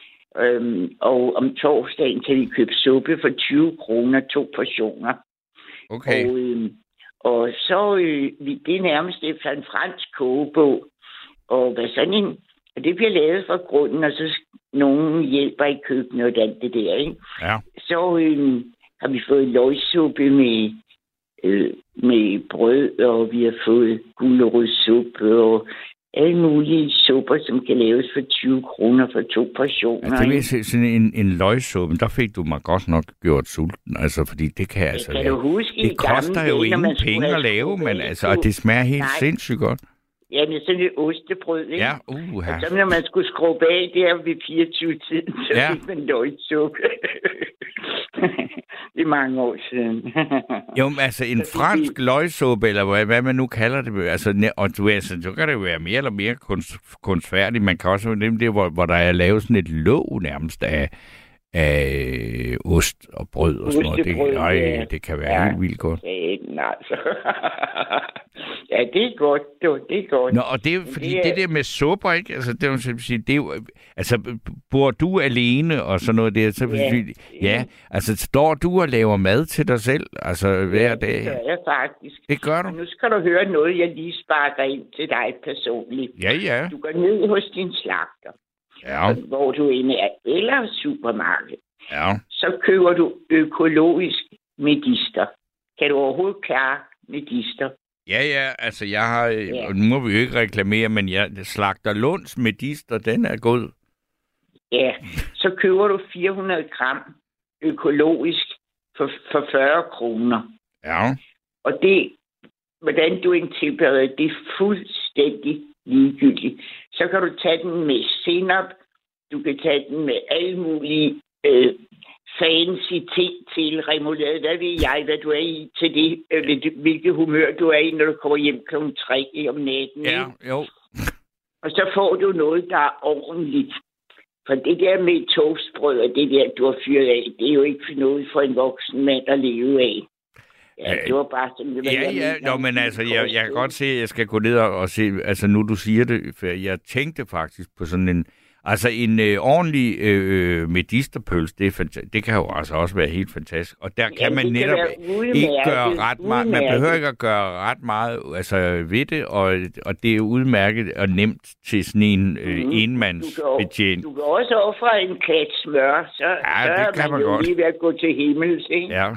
Øhm, og om torsdagen kan vi købe suppe for tyve kroner, to portioner. Okay. Og, øh, og så øh, det er nærmest efter en fransk kogebog. Og hvad sådan en, og det bliver lavet fra grunden, og så nogen hjælper i køkkenet og alt det der, ikke? Ja. Så øh, har vi fået løgsuppe med, øh, med brød, og vi har fået gulerodssuppe og alle mulige supper, som kan laves for tyve kroner for to portioner. Altså, det vil sige, sådan en, en løgsuppe, der fik du mig godt nok gjort sulten, altså, fordi det kan jeg altså kan lave. du huske, Det koster jo ingen penge at lave, men altså, og det smager helt Nej. sindssygt godt. Ja, med sådan et ostebrød, ikke? Ja, uha. Og så når man skulle skrubbe af der ved fireogtyve-tiden, så Ja. fik man løgsuppe. Det er mange år siden. Jo, men altså en Så fransk det- løgsuppe, eller hvad, hvad man nu kalder det, altså, ne- og du, altså, så kan det jo være mere eller mere kunst, kunstfærdigt. Man kan også have det, hvor, hvor der er lavet sådan et låg nærmest af, af ost og brød og sådan noget. Det, Ostebrød, øj, ja. det kan være Ja. helt vildt godt. Satan, altså. Ja, det er godt, du. Det er godt. Nå, og det er jo fordi det er- det der med supper, ikke? Altså, det er jo, sådan at sige, det er jo, altså, bor du alene og sådan noget der? Så, Ja. ja, altså, står du og laver mad til dig selv, altså, hver dag? Det gør jeg faktisk. Det gør du? Og nu skal du høre noget, jeg lige sparker ind til dig personligt. Ja, ja. Du går ned hos din slagter, Ja, hvor du inde er, eller supermarked. ja. Så køber du økologisk medister. Kan du overhovedet klare medister? Ja, ja, altså jeg har, Ja. ja. nu må vi jo ikke reklamere, men jeg slagter Lunds medister, den er god. Ja, så køber du fire hundrede gram økologisk for, for fyrre kroner. Ja, Og det, hvordan du ikke tilbereder, det er fuldstændig ligegyldigt. Så kan du tage den med senap, du kan tage den med alle mulige øh, fancy ting til remoulade. Hvad ved jeg, hvad du er i til det, øh, hvilket humør du er i, når du kommer hjem klokken tre om natten. ja, ikke? jo. Og så får du noget, der er ordentligt. For det der med toastbrød og det der, du har fyret af, det er jo ikke noget for en voksen mand at leve af. Ja, det var bare sådan, hvad Ja, jeg ja, mener. jo, men altså, jeg, jeg kan godt se, at jeg skal gå ned og, og se, altså nu du siger det, for jeg tænkte faktisk på sådan en, altså en øh, ordentlig øh, medisterpøls, det, er fanta- det kan jo altså også være helt fantastisk, og der Ja, kan man det kan netop være udmærket, ikke gøre ret meget, man udmærket. behøver ikke at gøre ret meget altså, ved det, og, og det er udmærket og nemt til sådan en øh, Mhm. Du kan, enmandsbetjent. du kan også ofre en klat smør, så, Ja, så det er kan man, man jo godt. lige ved at gå til himmels, ikke? Ja.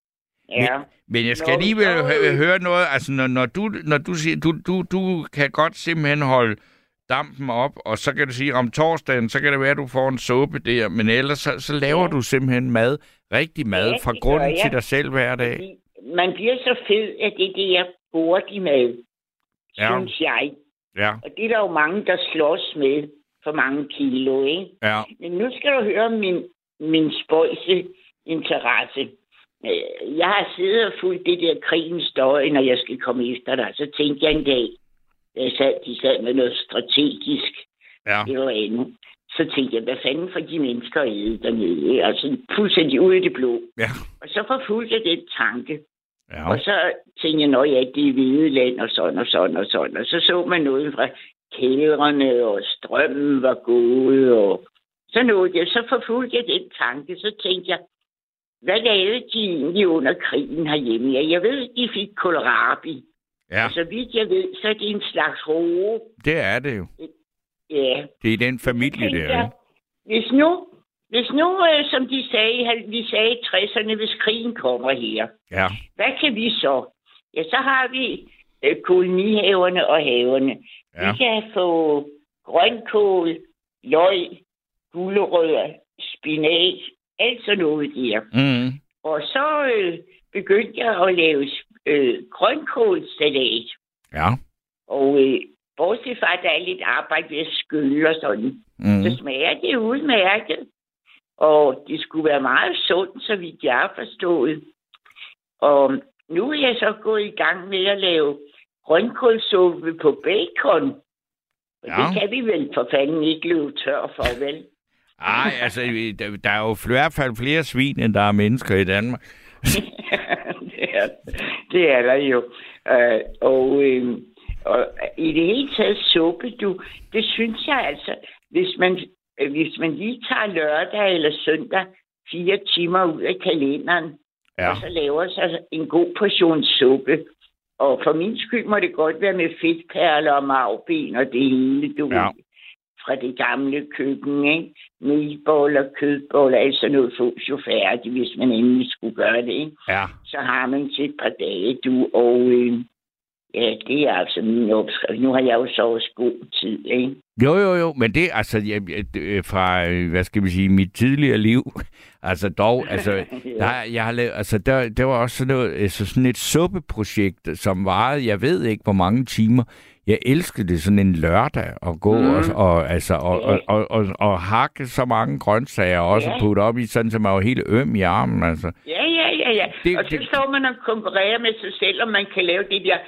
Ja. Men jeg skal Nå, alligevel så- hø- høre noget, altså når, når, du, når du siger, du, du, du kan godt simpelthen holde dampen op, og så kan du sige, om torsdagen, så kan det være, at du får en suppe der, men ellers så, så laver Ja. du simpelthen mad, rigtig mad, Ja, fra det gør grunden jeg. til dig selv hver dag. Fordi man bliver så fed af det der hurtige mad, Ja. synes jeg. Ja, Og det er der jo mange, der slås med for mange kilo, ikke? ja, Men nu skal du høre min, min spøjse interesse. Øh, Jeg har siddet og fulgt det der krigens døje, når jeg skal komme efter dig. Så tænkte jeg en dag, da jeg sad, de sad med noget strategisk ja, eller andet. Så tænkte jeg, hvad fanden for de mennesker at æde dernede? ikke? Altså fuldstændig ude i det blå. ja, Og så forfulgte jeg den tanke. ja, Og så tænkte jeg, nå ja, det er hvide land og sådan og sådan og sådan. Og så så man noget fra kældrene, og strømmen var gået, og så nåede jeg. Så forfulgte jeg den tanke. Så tænkte jeg, hvad lavede de egentlig under krigen herhjemme? Ja, jeg ved, de fik kohlrabi. ja, Og så vidt jeg ved, så er det en slags roe. det er det jo. Ja. Det er den familie Tænkte der, jeg, ikke? Hvis nu, hvis nu øh, som de sagde, vi sagde i tresserne, hvis krigen kommer her, Ja, hvad kan vi så? Ja, så har vi øh, kolonihaverne og haverne. ja, Vi kan få grønkål, løg, gulerødder, spinat, alt sådan noget der. mm, Og så øh, begyndte jeg at lave øh, grønkålsalat. ja, Og øh, bortset fra, at der er lidt arbejde ved at skylle og sådan, mm, så smager det udmærket. Og det skulle være meget sundt, så vidt jeg har forstået. Og nu er jeg så gået i gang med at lave grønkålsuppe på bacon. Og Ja. det kan vi vel for fanden ikke løbe tør for, vel? Ej, altså, der, der er jo i hvert fald flere svin, end der er mennesker i Danmark. det, er, det er der jo. Uh, og, øh, og i det hele taget suppe, du, det synes jeg altså, hvis man, øh, hvis man lige tager lørdag eller søndag fire timer ud af kalenderen, Ja, og så laver sig en god portion suppe. Og for min skyld må det godt være med fedtperler og marvben og det hele, du Ja. ved, fra det gamle køkken, ikke? Meatballer, kødboller, altså noget fås jo færdigt, hvis man endelig skulle gøre det, ikke? ja. Så har man til et par dage, du, og øh, ja, det er altså min opskrift. Nu har jeg jo så også god tid, ikke? Jo, jo, jo, men det, altså, jeg, jeg, fra, øh, hvad skal vi sige, mit tidligere liv, altså dog, altså, der, jeg har lavet, altså, der, der var også sådan, noget, altså, sådan et suppeprojekt, som varede, jeg ved ikke, hvor mange timer. jeg elskede det sådan en lørdag at gå mm. og, og, altså, og, Ja. og, og, og, og hakke så mange grøntsager og også Ja. putte op i, sådan så man var helt øm i armen. Altså. Ja, ja, ja, ja. Det- Og så det- står man og konkurrerer med sig selv, om man kan lave det der...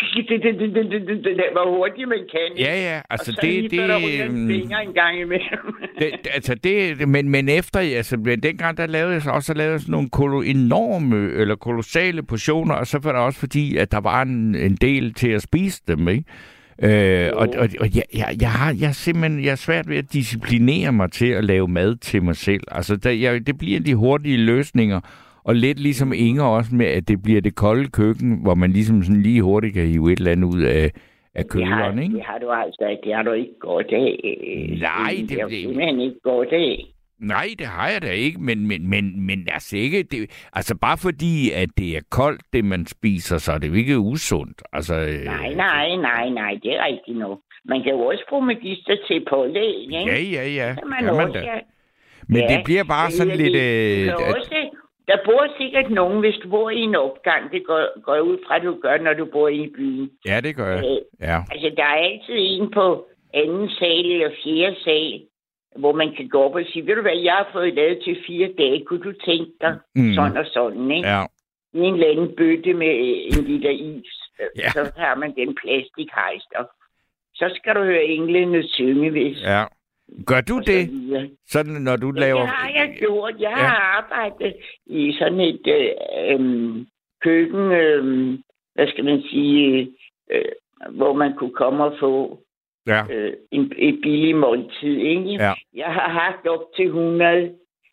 Hvor hurtigt man kan. ikke? Ja, ja, altså og så det... lige det før der ryger en øhm, finger en gang imellem. det, det- altså det, men, men efter, altså dengang, der lavede jeg så også, så lavede jeg sådan nogle kolo, enorme, eller kolossale portioner, og så var det også fordi, at der var en, en del til at spise dem, ikke? Øh, og og, og jeg, jeg, jeg, har, jeg, har simpelthen, jeg er svært ved at disciplinere mig til at lave mad til mig selv. Altså, der, jeg, det bliver de hurtige løsninger, og lidt ligesom Inger også med, at det bliver det kolde køkken, hvor man ligesom sådan lige hurtigt kan hive et eller andet ud af, af Det har, køleren, ikke? det har du altså det har du ikke godt af. Nej, det- det har du det- simpelthen ikke godt af. Nej, det har jeg da ikke, men, men, men, men altså ikke... Det, altså bare fordi, at det er koldt, det man spiser, så er det jo ikke usundt. Altså, øh, Nej, nej, nej, nej, det er rigtigt nok. Man kan jo også bruge medister til pålæg, ikke? Ja, ja, ja. Det kan man Kan man også, da. ja. Men Ja, det bliver bare det sådan er lidt... det. Øh, Du kan at, også, der bor sikkert nogen, hvis du bor i en opgang. Det går, går jeg ud fra, at du gør, når du bor i byen. ja, det gør jeg. Øh, Ja. Altså, der er altid en på anden sal eller fjerde sal, hvor man kan gå op og sige, ved du hvad, jeg har fået lavet til fire dage. Kunne du tænke dig Mm. sådan og sådan, ikke? Ja. I en eller anden bøtte med øh, en liter is. Ja. Så har man den plastikhejster. Så skal du høre englene synge, hvis... Ja. Gør du og så det, videre. sådan når du Ja, laver... det har jeg gjort. Jeg Ja. har arbejdet i sådan et øh, øh, køkken, øh, hvad skal man sige, øh, hvor man kunne komme og få Ja. øh, en, et billigt måltid. Ikke? Ja. Jeg har haft op til hundrede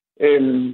øh,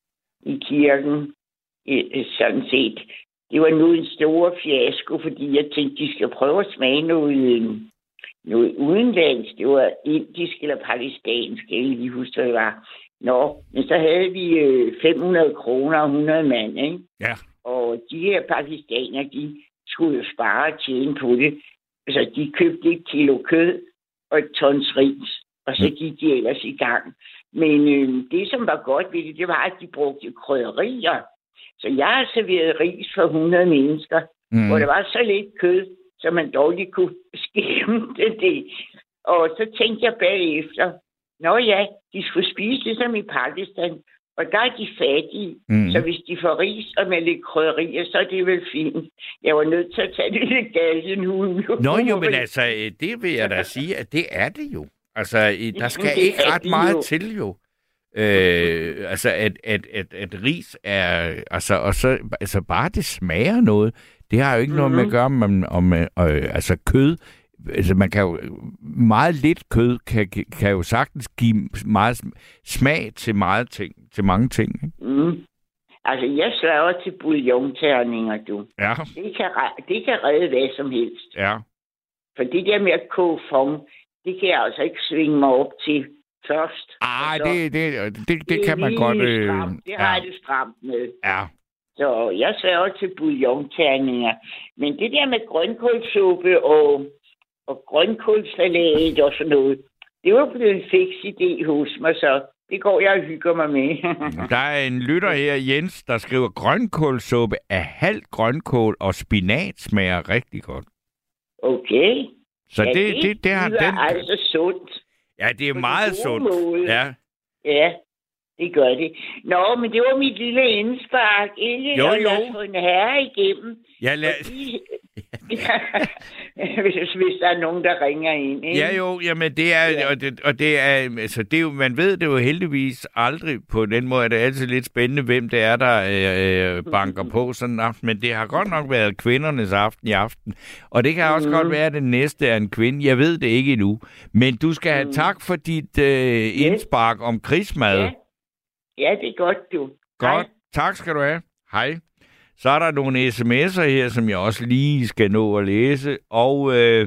i kirken, øh, sådan set. Det var nu en stor fiasko, fordi jeg tænkte, de skal prøve at smage noget, øh, noget udenlands. Det var indisk eller pakistansk, jeg kan lige huske, hvad det var. Nå, men så havde vi øh, fem hundrede kroner og hundrede mand, ikke? Ja. Og de her pakistaner, de skulle jo spare og tjene på det. Så de købte et kilo kød og et tons ris, og så gik de ellers i gang. Men øh, det, som var godt ved det, det var, at de brugte krydderier. Så jeg har serveret ris for hundrede mennesker, mm. hvor der var så lidt kød, så man dårligt kunne skæmme det. Og så tænkte jeg bagefter, nå ja, de skulle spise ligesom i Pakistan, og der er de fattige. Mm. Så hvis de får ris og med lidt krydderier, så er det vel fint. Jeg var nødt til at tage det lidt galgenhuen. Nå jo, men altså, øh, det vil jeg da sige, at det er det jo. Altså, øh, der skal det ikke er ret det meget jo. til jo. Øh, altså, at, at, at, at ris er... Altså, og så, altså, bare det smager noget. Det har jo ikke mm-hmm. noget med at gøre om, om øh, altså kød. Altså, man kan jo... Meget lidt kød kan, kan jo sagtens give meget smag til meget ting, til mange ting. Ikke? Mm. Altså, jeg slager til bouillonterninger, du. Ja. Det kan, det kan redde hvad som helst. Ja. For det der med at koge fond, det kan jeg altså ikke svinge mig op til først. Ej, så, det, det, det, det, det kan man godt... Øh, stramt. Det har ja. jeg det stramt med. Ja. Så jeg slager til bouillonterninger. Men det der med grønkålsuppe og, og grønkålsalat og sådan noget, det var blevet en fiks idé hos mig, så det går jeg og hygger mig med. Der er en lytter her, Jens, der skriver, grønkålsuppe af halvt grønkål og spinat smager rigtig godt. Okay. Så ja, det, det, det, det har lyder den... altså sundt. Ja, det er på meget den sundt. gode måde. Ja. Ja, det gør det. Nå, men det var mit lille indspark. Ikke? Jo, Og jo. lad os få en herre igennem. Ja, lad... Fordi... hvis, hvis der er nogen, der ringer ind. Ikke? Ja jo, jamen det er, Ja. og, det, og det er, altså det er jo, man ved det jo heldigvis aldrig på den måde, at det er altid lidt spændende, hvem det er, der øh, øh, banker på sådan en aften, men det har godt nok været kvindernes aften i aften, og det kan også Mhm. godt være, at den næste er en kvinde, jeg ved det ikke endnu, men du skal have tak for dit øh, indspark om krigsmad. Ja. Ja, det er godt, du. Godt, Hej. tak skal du have. Hej. Så er der nogle sms'er her, som jeg også lige skal nå at læse. Og øh,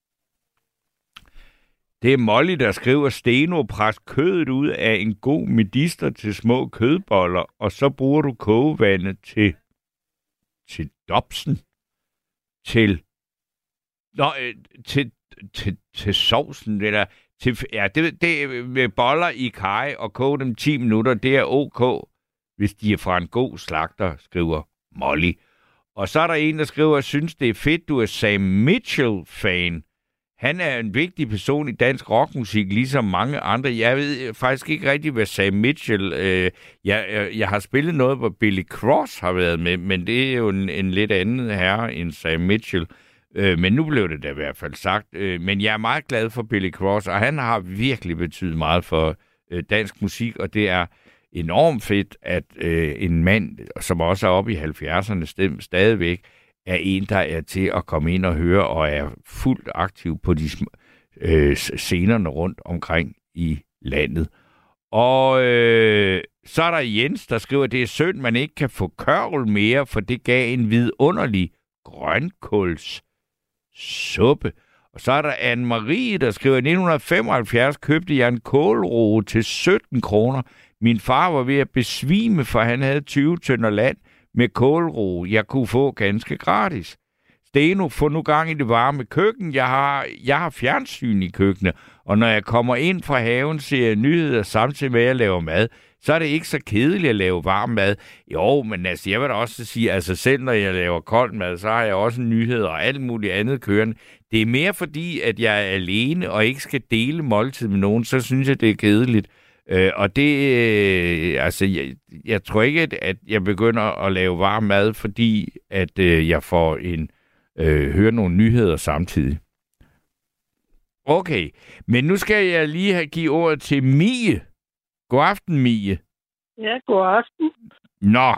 det er Molly, der skriver, Steno, pres kødet ud af en god medister til små kødboller, og så bruger du kogevandet til, til dopsen. Til, nå, øh, til, til, til sovsen, eller til, ja, det, det med boller i kaj og koge dem ti minutter, det er ok, hvis de er fra en god slagter, skriver Molly. Og så er der en, der skriver, synes det er fedt, du er Sam Mitchell-fan. han er en vigtig person i dansk rockmusik, ligesom mange andre. Jeg ved faktisk ikke rigtig, hvad Sam Mitchell... Øh, jeg, jeg, jeg har spillet noget, hvor Billy Cross har været med, men det er jo en, en lidt anden herre end Sam Mitchell. Øh, men nu blev det da i hvert fald sagt. Øh, men jeg er meget glad for Billy Cross, og han har virkelig betydet meget for øh, dansk musik, og det er enormt fedt, at øh, en mand, som også er oppe i halvfjerdserne stem, stadigvæk, er en, der er til at komme ind og høre, og er fuldt aktiv på de øh, scenerne rundt omkring i landet. Og øh, så er der Jens, der skriver, at det er synd, man ikke kan få kørvel mere, for det gav en vidunderlig grønkålssuppe. Og så er der Anne-Marie, der skriver, at i nitten femoghalvfjerds købte jeg en kålroe til sytten kroner. Min far var ved at besvime, for han havde tyve tønder land med kålroe, jeg kunne få ganske gratis. Steno, få nu gang i det varme køkken. Jeg har, jeg har fjernsyn i køkkenet, og når jeg kommer ind fra haven, ser jeg nyheder samtidig med, at jeg laver mad. Så er det ikke så kedeligt at lave varm mad. Jo, men altså, jeg vil da også sige, altså selv når jeg laver kold mad, så har jeg også nyheder og alt muligt andet kørende. Det er mere fordi, at jeg er alene og ikke skal dele måltid med nogen, så synes jeg, det er kedeligt. Øh, og det, øh, altså, jeg, jeg tror ikke, at, at jeg begynder at lave varm mad, fordi at øh, jeg får en øh, høre nogle nyheder samtidig. Okay, men nu skal jeg lige have givet ordet til Mie. God aften, Mie. Ja, god aften. Nå.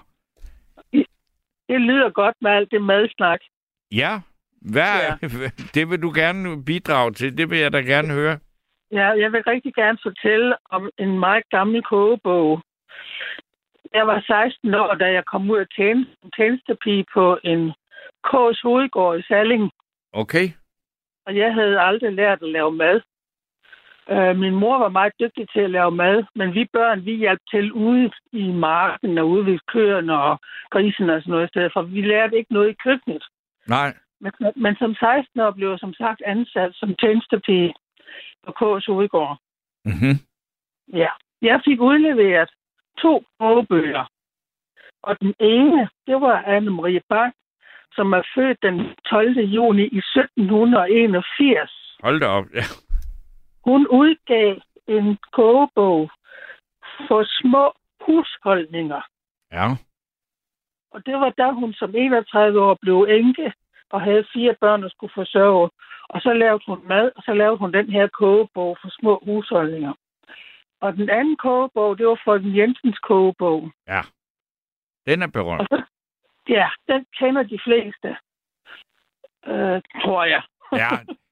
Det lyder godt med alt det madsnak. Ja, hvad, ja. Det vil du gerne bidrage til. Det vil jeg da gerne høre. Ja, jeg vil rigtig gerne fortælle om en meget gammel kogebog. Jeg var seksten år, da jeg kom ud af tjenestepige på en K's hovedgård i Salling. Okay. Og jeg havde aldrig lært at lave mad. Uh, min mor var meget dygtig til at lave mad, men vi børn, vi hjalp til ude i marken og ude ved køerne og grisen og sådan noget i stedet for. Vi lærte ikke noget i køkkenet. Nej. Men, men som seksten år blev jeg som sagt ansat som tjenestepige på K's hovedgård. Mhm. Ja. Jeg fik udleveret to kogebøger. Og den ene, det var Anne-Marie Bang, som er født den tolvte juni i sytten enogfirs. Hold da op, ja. Hun udgav en kogebog for små husholdninger. Ja. Og det var da hun som enogtredive år blev enke og havde fire børn, der skulle forsørge. Og så lavede hun mad, og så lavede hun den her kogebog for små husholdninger. Og den anden kogebog, det var Frøken Jensens kogebog. Ja. Den er berømt. Så, ja, den kender de fleste. Øh, tror jeg. Ja.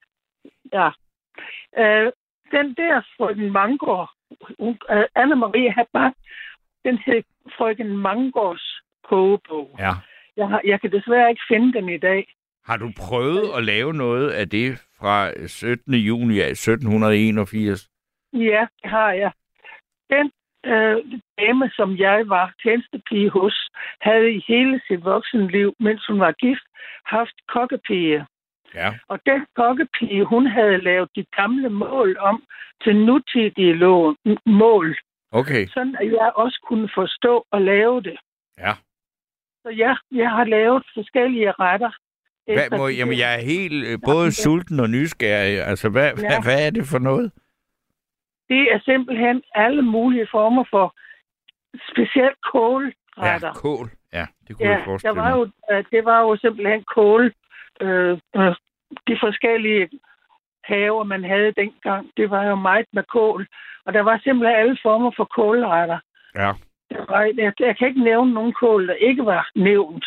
Ja. Øh, den der Frøken Mangård, uh, Anne-Marie Habak, den hed Frøken Mangårds kogebog. Ja. Jeg, har, jeg kan desværre ikke finde den i dag. Har du prøvet at lave noget af det fra syttende juni sytten enogfirs? Ja, det har jeg. Den øh, dame, som jeg var tjenestepige hos, havde i hele sit voksenliv, mens hun var gift, haft kokkepige. Ja. Og den kokkepige, hun havde lavet de gamle mål om til nutidige lå- mål. Okay. Sådan at jeg også kunne forstå og lave det. Ja. Så ja, jeg har lavet forskellige retter. Hvad, må, jamen, jeg er helt øh, både sulten og nysgerrig. Altså, hvad, ja. hvad, hvad er det for noget? Det er simpelthen alle mulige former for specielt kålretter. Ja, kål. Ja, det kunne ja, jeg forestille der var jo, det var jo simpelthen kål. Øh, øh, de forskellige haver, man havde dengang, det var jo meget med kål. Og der var simpelthen alle former for kålretter. Ja. Der var, jeg, jeg kan ikke nævne nogen kål, der ikke var nævnt.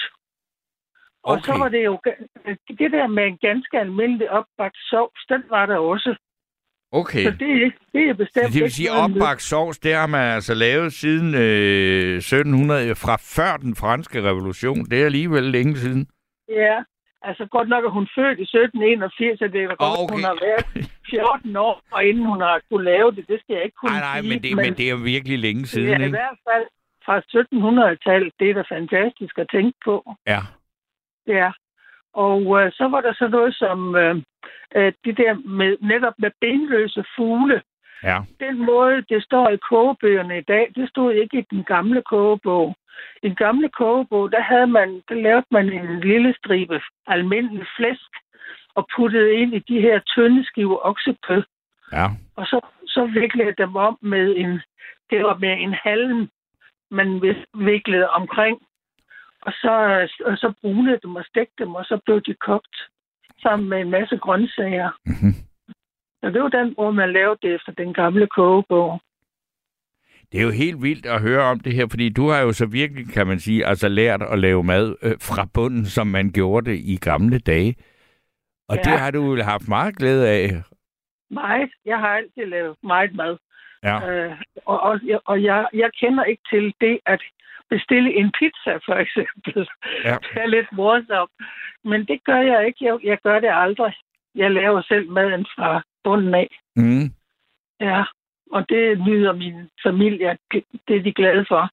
Okay. Og så var det jo det der med en ganske almindelig opbagt sovs, den var der også. Okay. Så det er, det er bestemt. Det vil sige, opbagt sovs, det har man altså lavet siden øh, sytten hundrede, fra før den franske revolution. Det er alligevel længe siden. Ja, altså godt nok er hun født i sytten enogfirs, så det er godt, okay. Hun har været fjorten år, og inden hun har kunne lave det, det skal jeg ikke kunne nej, nej, sige. Men det, men det er virkelig længe siden, ikke? Ja, i hvert fald fra sytten hundrede-tallet, det er da fantastisk at tænke på. Ja. Ja, og øh, så var der så noget som øh, øh, det der med netop med benløse fugle. Ja. Den måde, det står i kogebøgerne i dag, det stod ikke i den gamle kogebog. I den gamle kogebog, der havde man, der lavede man en lille stribe almindelig flæsk, og puttede ind i de her tynde skiver oksekød. Ja. Og så, så viklede jeg dem om med en, det var med en halm, man viklede omkring. Og så, og så brunede dem og stegte dem, og så blev de kogt sammen med en masse grøntsager. Mm-hmm. Og det var den måde, man lavede det efter den gamle kogebog. Det er jo helt vildt at høre om det her, fordi du har jo så virkelig, kan man sige, altså lært at lave mad øh, fra bunden, som man gjorde det i gamle dage. Og ja. Det har du jo haft meget glæde af. Meget. Jeg har altid lavet meget mad. Ja. Øh, og og, og jeg, jeg kender ikke til det at bestille en pizza, for eksempel. Ja. Det er lidt morsomt. Men det gør jeg ikke. Jeg, jeg gør det aldrig. Jeg laver selv maden fra bunden af. Mm. Ja. Og det nyder min familie. Det er de glade for.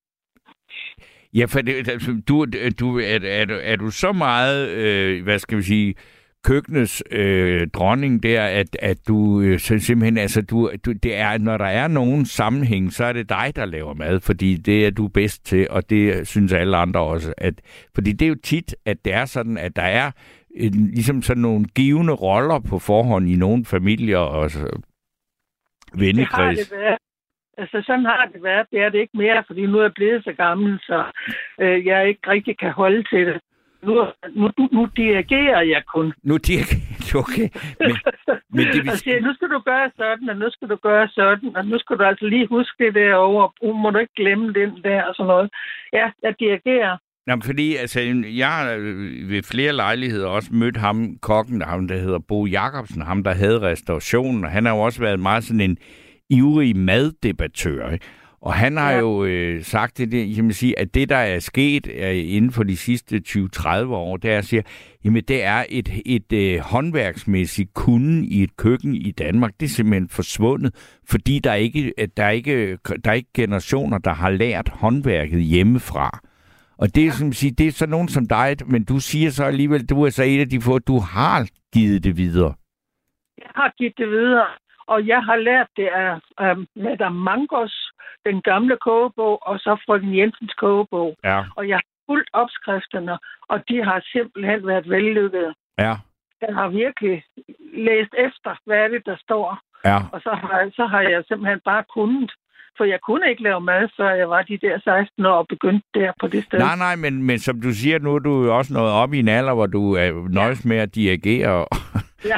Ja, for det, du, du, er, er, er du så meget, øh, hvad skal vi sige, køkkenets øh, dronning der, at, at du øh, så simpelthen, altså du, du, det er, når der er nogen sammenhæng, så er det dig, der laver mad, fordi det er du bedst til, og det synes alle andre også. At, fordi det er jo tit, at det er sådan, at der er en, ligesom sådan nogle givende roller på forhånd i nogle familier og vennekreds. Det har det været. Altså, sådan har det været. Det er det ikke mere, fordi nu er jeg blevet så gammel, så øh, jeg ikke rigtig kan holde til det. Nu, nu, nu dirigerer jeg kun. Nu dirigerer okay. Men, men det vil... Og siger, nu skal du gøre sådan, og nu skal du gøre sådan, og nu skal du altså lige huske det derovre, og må du ikke glemme den der, og sådan noget. Ja, jeg dirigerer. Jamen, fordi altså, jeg har ved flere lejligheder også mødt ham, kokken, ham, der hedder Bo Jacobsen, ham, der havde restaurationen, og han har jo også været meget sådan en ivrig maddebattør, ikke? Og han har ja. jo øh, sagt det, det, jeg vil sige, at det, der er sket øh, inden for de sidste tyve til tredive år, det er, at sige, jamen, det er et, et øh, håndværksmæssigt kunde i et køkken i Danmark. Det er simpelthen forsvundet, fordi der er ikke, der er ikke, der er ikke generationer, der har lært håndværket hjemmefra. Og det er, ja. som sige, det er så nogen som dig, men du siger så alligevel, du er så et af de få, du har givet det videre. Jeg har givet det videre. Og jeg har lært det af um, Madame Mangos, den gamle kogebog, og så frøken Jensens kogebog. Ja. Og jeg har fulgt opskrifterne, og de har simpelthen været vellykkede. Ja. Jeg har virkelig læst efter, hvad er det, der står. Ja. Og så har, så har jeg simpelthen bare kunnet. For jeg kunne ikke lave mad, før jeg var de der seksten år og begyndte der på det sted. Nej, nej, men, men som du siger, nu er du jo også nået op i en alder, hvor du er nøjes med at dirigere. Ja.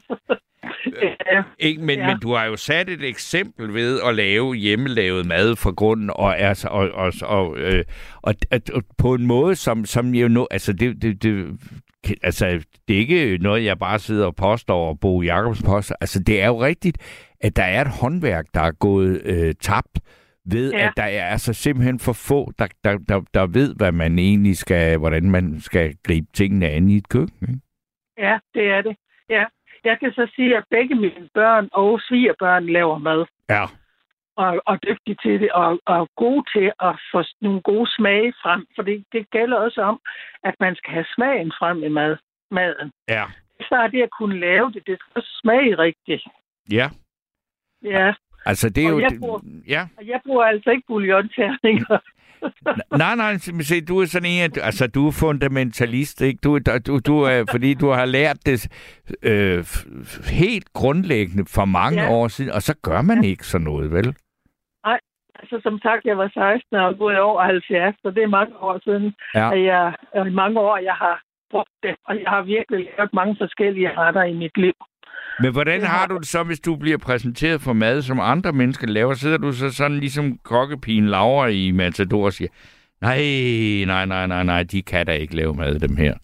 Ja. Ikke, men, ja. men du har jo sat et eksempel ved at lave hjemmelavet mad fra grunden, og, altså, og, og, og, øh, og, og, og på en måde, som, som jo nu, altså det, det, det, altså det er ikke noget, jeg bare sidder og påstår, og Bo Jacobsen påstår. Altså det er jo rigtigt, at der er et håndværk, der er gået øh, tabt ved, ja. at der er altså simpelthen for få, der, der, der, der ved, hvad man egentlig skal, hvordan man skal gribe tingene an i et køkken. Ikke? Ja, det er det. Ja. Jeg kan så sige, at begge mine børn og svigerbørn laver mad. Ja. Og, og dygtige til det, og, og gode til at få nogle gode smage frem. For det, det gælder også om, at man skal have smagen frem i mad, maden. Ja. Så er det at kunne lave det, det skal smage rigtigt. Ja. Ja. Altså, det er og jo... Jeg bruger, ja. jeg bruger altså ikke bouillonterninger. nej, nej, se, du er sådan en, altså du er fundamentalist, ikke? Du, du, du er, fordi du har lært det øh, helt grundlæggende for mange ja. år siden, og så gør man ikke sådan noget, vel? Nej, altså som sagt, jeg var seksten og gået over halvfjerds, så det er mange år siden, ja. at jeg, i mange år, jeg har brugt det, og jeg har virkelig lavet mange forskellige retter i mit liv. Men hvordan har du det så, hvis du bliver præsenteret for mad, som andre mennesker laver? Sidder du så sådan ligesom kokkepigen Laura i Matador og siger, nej, nej, nej, nej, nej, de kan da ikke lave mad, dem her.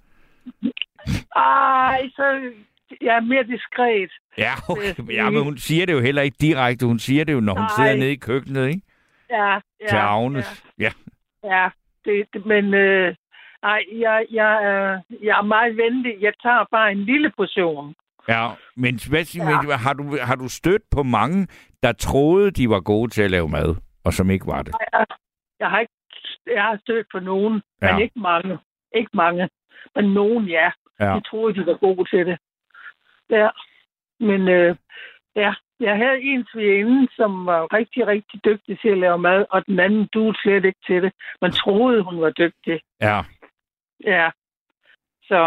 Ej, så jeg er mere diskret. Ja, okay. Ja, men hun siger det jo heller ikke direkte. Hun siger det jo, når hun Ej. sidder nede i køkkenet, ikke? Ja, ja. Til Agnes. Ja. Ja, ja det, det, men øh, ej, jeg, jeg, øh, jeg er meget venlig. Jeg tager bare en lille portion. Ja, men hvad siger, ja. har, du, har du stødt på mange, der troede, de var gode til at lave mad, og som ikke var det? Jeg, jeg har ikke jeg har stødt på nogen, ja. men ikke mange. Ikke mange, men nogen, ja. ja. De troede, de var gode til det. Ja, men øh, ja, jeg havde en svigerinde, som var rigtig, rigtig dygtig til at lave mad, og den anden duede slet ikke til det. Man troede, hun var dygtig. Ja. Ja, så...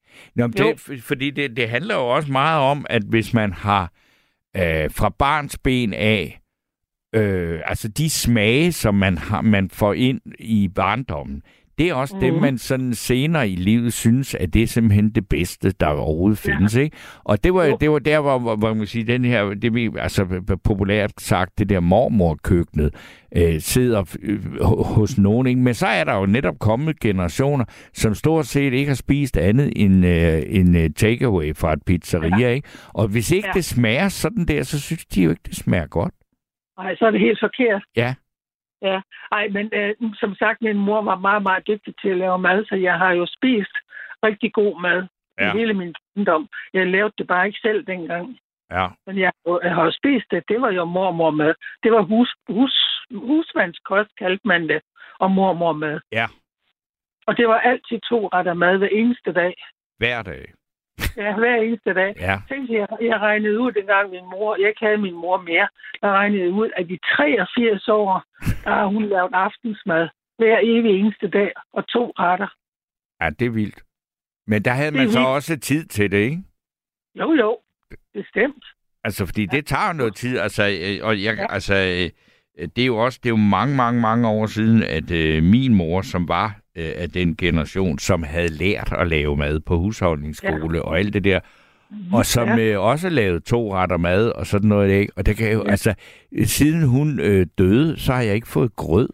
Nå, men det, fordi det, det handler jo også meget om, at hvis man har øh, fra barns ben af, øh, altså de smage, som man, har, man får ind i barndommen, det er også mm. det, man sådan senere i livet synes, at det er simpelthen det bedste, der overhovedet ja. findes, ikke? Og det var, det var der, hvor, hvor man sige, den her, det vi, altså populært sagt, det der mormorkøkkenet, øh, sidder øh, hos nogen, ikke? Men så er der jo netop kommet generationer, som stort set ikke har spist andet end øh, en uh, takeaway fra et pizzeria, ja. ikke? Og hvis ikke ja. det smager sådan der, så synes de jo ikke, det smager godt. Nej, så er det helt forkert. Ja. Ja, ej, men øh, som sagt, min mor var meget, meget dygtig til at lave mad, så jeg har jo spist rigtig god mad ja. i hele min barndom. Jeg lavede det bare ikke selv dengang. Ja. Men jeg, jeg har jo spist det. Det var jo mormormad. Det var hus, hus, husmandskost, kaldte man det, og mormormad. Ja. Og det var altid to retter mad hver eneste dag. Hver dag? Ja, hver eneste dag. Ja. Tænkte jeg, jeg regnede ud dengang min mor, jeg ikke havde min mor mere, der regnede ud, at i treogfirs år, der har hun lavet aftensmad hver evig eneste dag, og to retter. Ja, det er vildt. Men der havde man så vildt. også tid til det, ikke? Jo, jo. Bestemt. Altså, fordi ja. det tager noget tid, altså, og jeg, ja. altså, det er jo også, det er jo mange, mange, mange år siden, at øh, min mor, som var øh, af den generation, som havde lært at lave mad på husholdningsskole ja. og alt det der, mm, og som ja. øh, også lavede to retter mad og sådan noget, ikke? Og det kan jo, ja. altså, siden hun øh, døde, så har jeg ikke fået grød.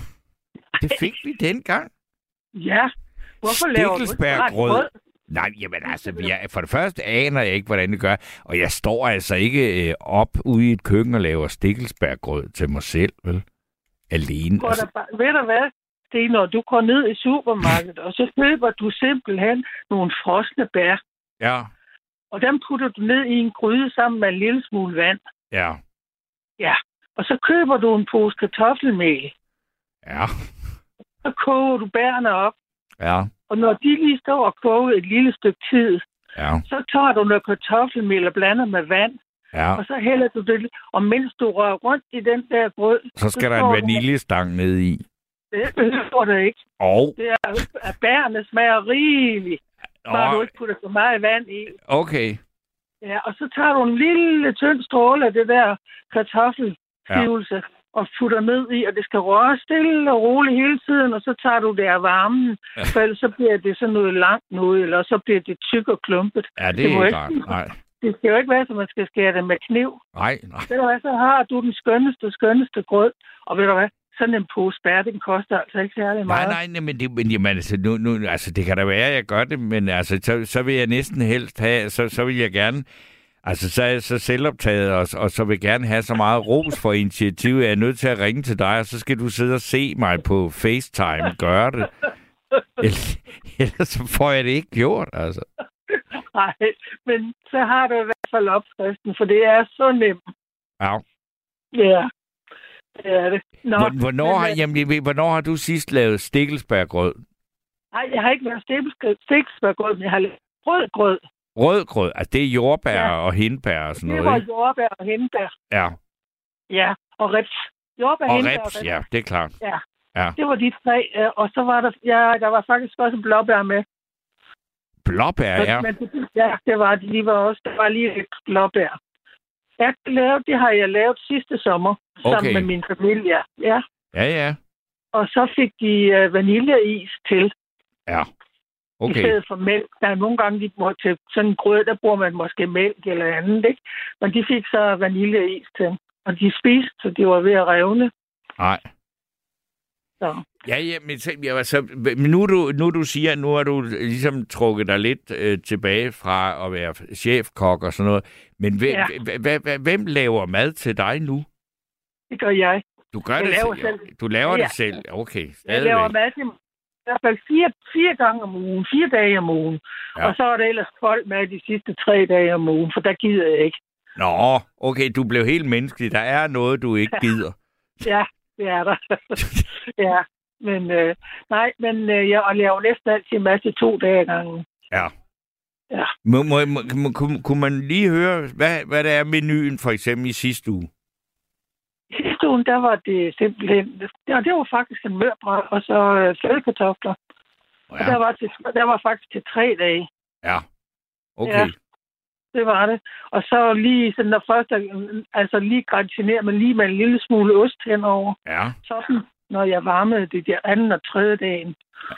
Det fik vi dengang. Ja. Hvorfor laver du ikke grød? Nej, jamen altså, jeg, for det første aner jeg ikke, hvordan det gør, og jeg står altså ikke øh, op ude i et køkken og laver stikkelsbærgrød til mig selv, vel? Alene. Altså. Bare, ved du hvad, Sten, når du går ned i supermarkedet, og så køber du simpelthen nogle frosne bær. Ja. Og dem putter du ned i en gryde sammen med en lille smule vand. Ja. Ja, og så køber du en pose kartoffelmel. Ja. Så koger du bærene op. Ja. Og når de lige står og koger et lille stykke tid, ja. så tager du noget kartoffelmel og blander med vand. Ja. Og så hælder du det, og mens du rører rundt i den der grød... Så skal så der en vaniljestang ned i. Det behøver det ikke. Oh. Det er, at bærene smager rigeligt. Bare oh. du ikke putter så meget vand i. Okay. Ja, og så tager du en lille tynd stråle af det der kartoffelfivelse, ja. og putter ned i, og det skal røre stille og roligt hele tiden, og så tager du det af varmen, ja. for ellers så bliver det sådan noget langt noget, eller så bliver det tyk og klumpet. Ja, det er ikke klart. Nej. Det skal jo ikke være, så man skal skære det med kniv. Nej, nej. Ved du hvad, så har du den skønneste, skønneste grød, og ved du hvad, sådan en pose bær, den koster altså ikke særlig meget. Nej, nej, men, det, men jamen, altså, nu, nu, altså, det kan da være, at jeg gør det, men altså, så, så vil jeg næsten helst have, så, så vil jeg gerne, altså, så er jeg så selvoptaget, og, og så vil jeg gerne have så meget ros for initiativet, jeg er nødt til at ringe til dig, og så skal du sidde og se mig på FaceTime gøre det. Ellers så får jeg det ikke gjort, altså. Nej, men så har du i hvert fald opskriften, for det er så nemt. Ja. Ja, det er det. Nå, hvornår, men, har, jamen, hvornår har du sidst lavet stikkelsbærgrød? Nej, jeg har ikke lavet stikkelsbærgrød, men jeg har lavet rødgrød. Rødgrød? Altså det er jordbær ja. og hindbær og sådan det noget, Det var jordbær og hindbær. Ja. Ja, og rips. Jordbær, og hindbær rips, og rips, ja, det er klart. Ja. ja, det var de tre. Og så var der, ja, der var faktisk også blåbær med. Blåbær, ja. Men, ja, det var de var også. Der var lige lidt blåbær. Jeg lavet, det har jeg lavet sidste sommer, sammen okay. med min familie. Ja, ja. ja. Og så fik de uh, vaniljeis til. Ja, okay. I stedet for mælk. Der er nogle gange, de bruger til sådan en grød, der bruger man måske mælk eller andet, ikke? Men de fik så vaniljeis til. Og de spiste, så de var ved at revne. Nej. Så. Ja, ja, men, altså, men nu, du, nu du siger, nu har du ligesom trukket dig lidt øh, tilbage fra at være chefkok og sådan noget. Men hvem, ja. hvem laver mad til dig nu? Det gør jeg. Du gør jeg det laver selv? selv. Du laver ja. det selv? Okay, stadigvæk. Jeg laver mad til i hvert fald fire, fire gange om ugen, fire dage om ugen. Ja. Og så er det ellers koldt med de sidste tre dage om ugen, for der gider jeg ikke. Nå, okay, du blev helt menneskelig. Der er noget, du ikke gider. Ja, det er der. ja. Men øh, nej, men øh, jeg laver næsten altid en masse to dage gangen. Ja. Ja. Må, må, må, kunne, kunne man lige høre, hvad, hvad der er menuen for eksempel i sidste uge? I sidste uge, der var det simpelthen... Ja, det var faktisk en mørbrød og så øh, flødekartofler. Ja. Og der var, til, der var faktisk til tre dage. Ja, okay. Ja, det var det. Og så lige sådan, når først, altså lige gratinerer man lige med en lille smule ost henover. Ja. Sådan, når jeg varmede det der anden og tredje dagen.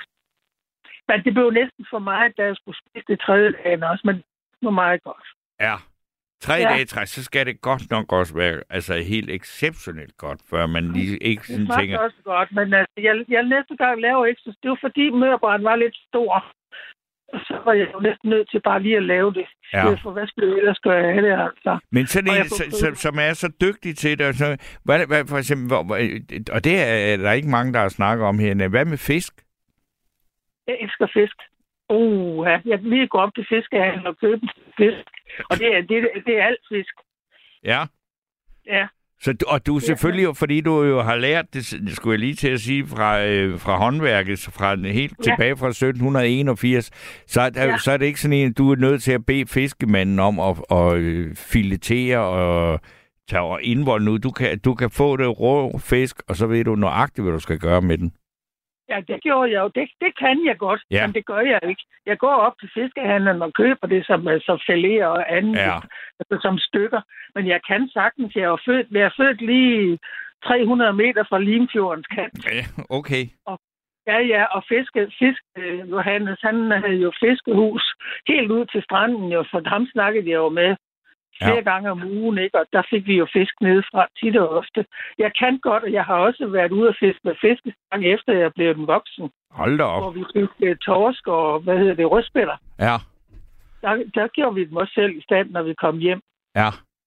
Men det blev næsten for mig, da jeg skulle spise det tredje dagen også, men det var meget godt. Ja. Tre ja. dage træk, så skal det godt nok også være altså helt exceptionelt godt, før man lige ikke sådan det tænker... Det også godt, men altså, jeg, jeg næste gang laver ikke, så det var fordi mørbranden var lidt stor. Og så var jeg jo næsten nødt til bare lige at lave det. Ja. For hvad skulle jeg ellers gøre af det, altså? Men sådan en, så, så, som er så dygtig til det, så, hvad, hvad, for eksempel, hvor, og det er der ikke mange, der har snakket om her. Hvad med fisk? Jeg elsker fisk. Uh, ja. Jeg kan lige gå op til fiskehandlen og købe fisk. Og det er, det, det er alt fisk. Ja. Ja. Så, og du selvfølgelig, ja. Fordi du jo har lært det, skulle jeg lige til at sige, fra, øh, fra håndværket, fra helt ja. tilbage fra sytten enogfirs, så, ja. så er det ikke sådan en, du er nødt til at bede fiskemanden om at, at filetere og tage indvold nu. Du kan, du kan få det rå fisk, og så ved du nøjagtigt, hvad du skal gøre med den. Ja, det gjorde jeg jo. Det, det kan jeg godt, ja. Men det gør jeg ikke. Jeg går op til fiskehandlen og køber det som, som fileter og andet, ja. altså som stykker. Men jeg kan sagtens. Jeg er født, jeg er født lige tre hundrede meter fra Limfjordens kant. Ja, okay. Og, ja, ja, og fiske, fisk, Johannes, han havde jo fiskehus helt ud til stranden, jo, for ham snakkede jeg jo med flere ja. gange om ugen, ikke? Og der fik vi jo fisk nedefra tit og ofte. Jeg kan godt, og jeg har også været ude og fiske med fiskestang, efter jeg blev den voksen. Hold da op. Hvor vi fiskede torsk og, hvad hedder det, rødspætter. Ja. Der, der gjorde vi dem også selv i stand, når vi kom hjem. Ja.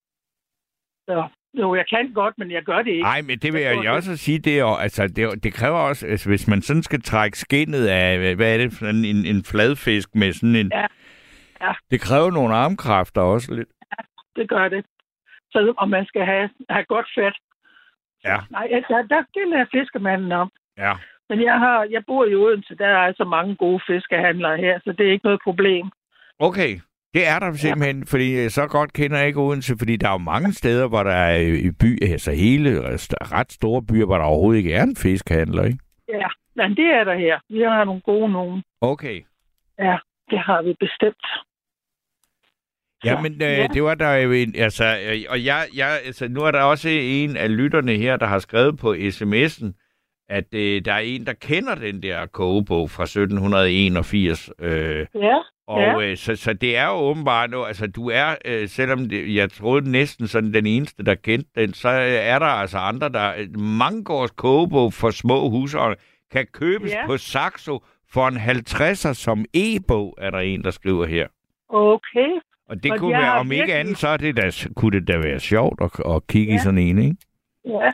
Så, jo, jeg kan godt, men jeg gør det ikke. Nej, men det vil jeg, jeg også sige, det, er, altså, det, det kræver også, altså, hvis man sådan skal trække skindet af, hvad er det, sådan en, en fladfisk med sådan en... Ja. Ja. Det kræver nogle armkræfter også lidt. Det gør det. Så om man skal have, have godt fedt. Ja. Nej, der, der gælder jeg fiskemanden om. Ja. Men jeg har, jeg bor i Odense, der er så mange gode fiskehandlere her, så det er ikke noget problem. Okay, det er der simpelthen, ja. Fordi så godt kender jeg ikke Odense, fordi der er jo mange steder, hvor der er i by, altså hele ret store byer, hvor der overhovedet ikke er en fiskehandler, ikke? Ja, men det er der her. Vi har nogle gode nogen. Okay. Ja, det har vi bestemt. Ja, men øh, ja. det var der jo en, altså, og jeg, jeg, altså, nu er der også en af lytterne her, der har skrevet på sms'en, at øh, der er en, der kender den der kogebog fra sytten enogfirs. Øh, ja. Og ja. Øh, så, så det er jo åbenbart nu, altså du er, øh, selvom det, jeg troede næsten sådan den eneste, der kendte den, så er der altså andre, der Mangårds kogebog for små husholdninger kan købes ja. på Saxo for en halvtredser som e-bog, er der en, der skriver her. Okay. Og det og kunne være, om virkelig... ikke andet, så er det da, kunne det da være sjovt at, at kigge ja. i sådan en, ikke? Ja.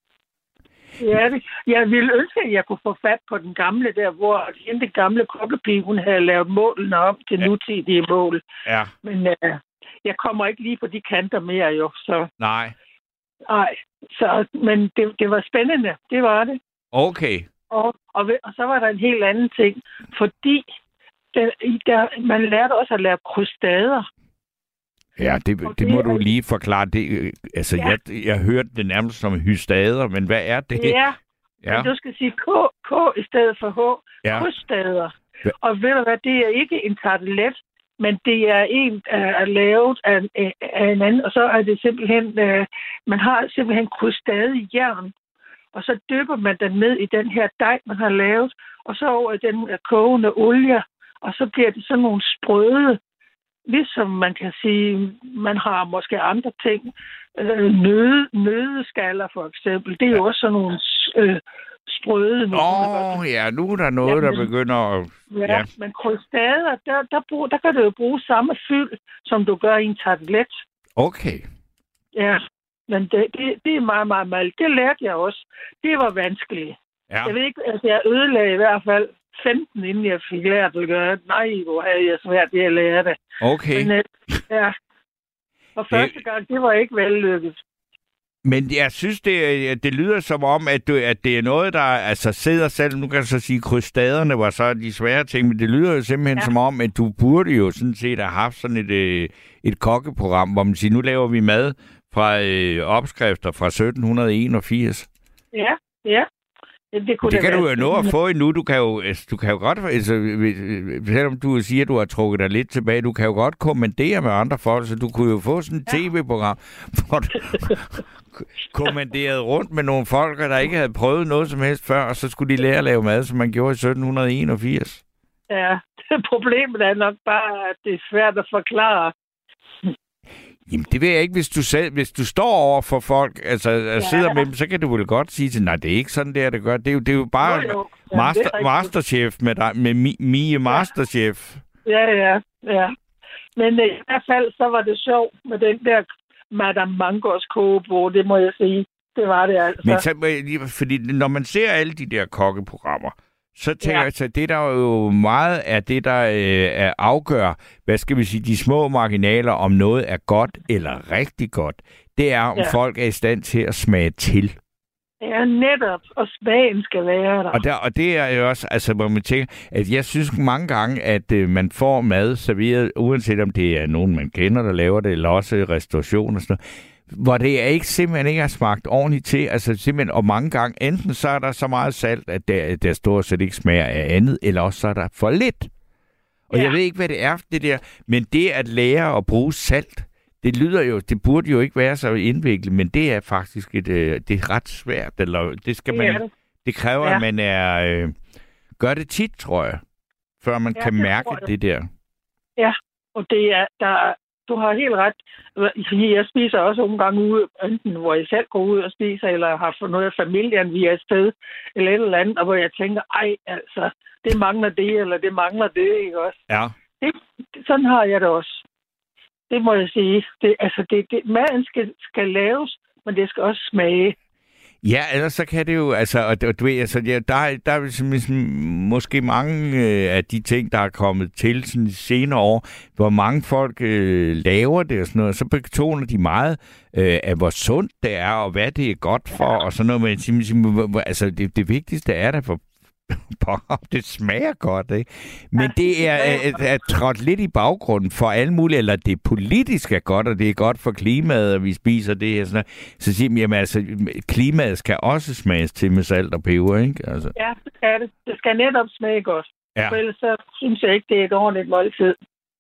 Ja, det, jeg ville ønske, at jeg kunne få fat på den gamle der, hvor den gamle kokkepige, hun havde lavet målene om til ja. nutidige mål. Ja. Men uh, jeg kommer ikke lige på de kanter mere, jo. Så. Nej. Nej, så, men det, det var spændende. Det var det. Okay. Og, og, og så var der en helt anden ting, fordi der, der, man lærte også at lave krystader. Ja, det, det, det må du lige forklare. Det, altså, ja. jeg, jeg hørte det nærmest som hystader, men hvad er det? Ja, ja. Du skal sige K, K i stedet for H. Ja. Krystader. Ja. Og ved du hvad, det er ikke en tartelet, men det er en, der er lavet af, af en anden, og så er det simpelthen, uh, man har simpelthen krystade i jern, og så dypper man den ned i den her dej, man har lavet, og så over i den uh, kogende olie, og så bliver det sådan nogle sprøde, ligesom man kan sige, man har måske andre ting. Øh, nøde, nødeskaller for eksempel. Det er jo også sådan nogle øh, sprøde. Åh, oh, ja, nu er der noget, ja, men, der begynder at... Ja, ja. Men krystader, der, der, brug, der kan du jo bruge samme fyld, som du gør i en tartelet. Okay. Ja, men det, det, det er meget, meget meget. Det lærte jeg også. Det var vanskeligt. Ja. Jeg ved ikke, altså jeg ødelagde i hvert fald femten, inden jeg fik lært at gøre det. Nej, hvor havde jeg svært ved at lære det. Okay. Men, ja. Og første gang, det var ikke vellykket. Men jeg synes, det, det lyder som om, at, du, at det er noget, der altså sidder selv. Nu kan jeg så sige, at krystaderne var så de svære ting, men det lyder jo simpelthen ja. som om, at du burde jo sådan set have haft sådan et, et kokkeprogram, hvor man siger, nu laver vi mad fra øh, opskrifter fra sytten enogfirs. Ja, ja. Det, kunne det kan være. du jo nå at få endnu. Du kan jo, altså, du kan jo godt, altså, selvom du siger, at du har trukket dig lidt tilbage, du kan jo godt kommandere med andre folk, så du kunne jo få sådan et ja. tv-program, hvor du kommanderede rundt med nogle folk, der ikke havde prøvet noget som helst før, og så skulle de lære at lave mad, som man gjorde i sytten enogfirs. Ja, problemet er nok bare, at det er svært at forklare. Jamen, det ved jeg ikke, hvis du, selv, hvis du står over for folk, altså ja. sidder med dem, så kan du vel godt sige til, nej, det er ikke sådan der, det gør. Det er jo, det er jo bare jo, jo. Ja, master, Masterchef med dig, med Mie Masterchef. Ja, ja, ja. Men i hvert fald, så var det sjovt med den der Madame Mangos kogebog, det må jeg sige. Det var det altså. Men så, fordi når man ser alle de der kokkeprogrammer, så tænker ja. jeg, at det der jo meget er det, der øh, er afgør, hvad skal vi sige, de små marginaler, om noget er godt eller rigtig godt. Det er, om ja. folk er i stand til at smage til. Ja, netop. Og smagen skal være der. Og, der, og det er jo også, altså, hvor man tænker, at jeg synes mange gange, at øh, man får mad serveret, uanset om det er nogen, man kender, der laver det, eller også restauration og sådan noget, hvor det er ikke simpelthen ikke har smagt ordentligt til, altså simpelthen, og mange gange, enten så er der så meget salt, at der, der stort set ikke smager af andet, eller også så er der for lidt. Og ja. jeg ved ikke, hvad det er, det der, men det at lære at bruge salt, det lyder jo, det burde jo ikke være så indviklet, men det er faktisk et, det er ret svært, eller det skal man, det, det. det kræver, ja. at man er, øh, gør det tit, tror jeg, før man ja, kan mærke det der. Ja, og det er, der du har helt ret. Jeg spiser også nogle gange ude, enten hvor jeg selv går ud og spiser, eller har fået noget af familien via et sted, eller et eller andet, og hvor jeg tænker, ej, altså, det mangler det, eller det mangler det, ikke også? Ja. Det, sådan har jeg det også. Det må jeg sige. Det, altså, det, det, maden skal, skal laves, men det skal også smage. Ja, ellers så kan det jo, altså, og du ved, altså, ja, der, der er sådan, måske mange øh, af de ting, der er kommet til sådan senere år, hvor mange folk øh, laver det og sådan noget, så betoner de meget øh, af, hvor sundt det er, og hvad det er godt for, ja. og sådan noget, men simpelthen, altså, det, det vigtigste er der for det smager godt, ikke? Men ja, det er, er, er trådt lidt i baggrunden for alle mulige, eller det politisk er godt, og det er godt for klimaet, at vi spiser det her. Sådan så siger man, jamen altså, klimaet skal også smages til med salt og peber, ikke? Altså. Ja, det skal det. Det skal netop smage godt. Ja. For ellers så synes jeg ikke, det er et ordentligt måltid.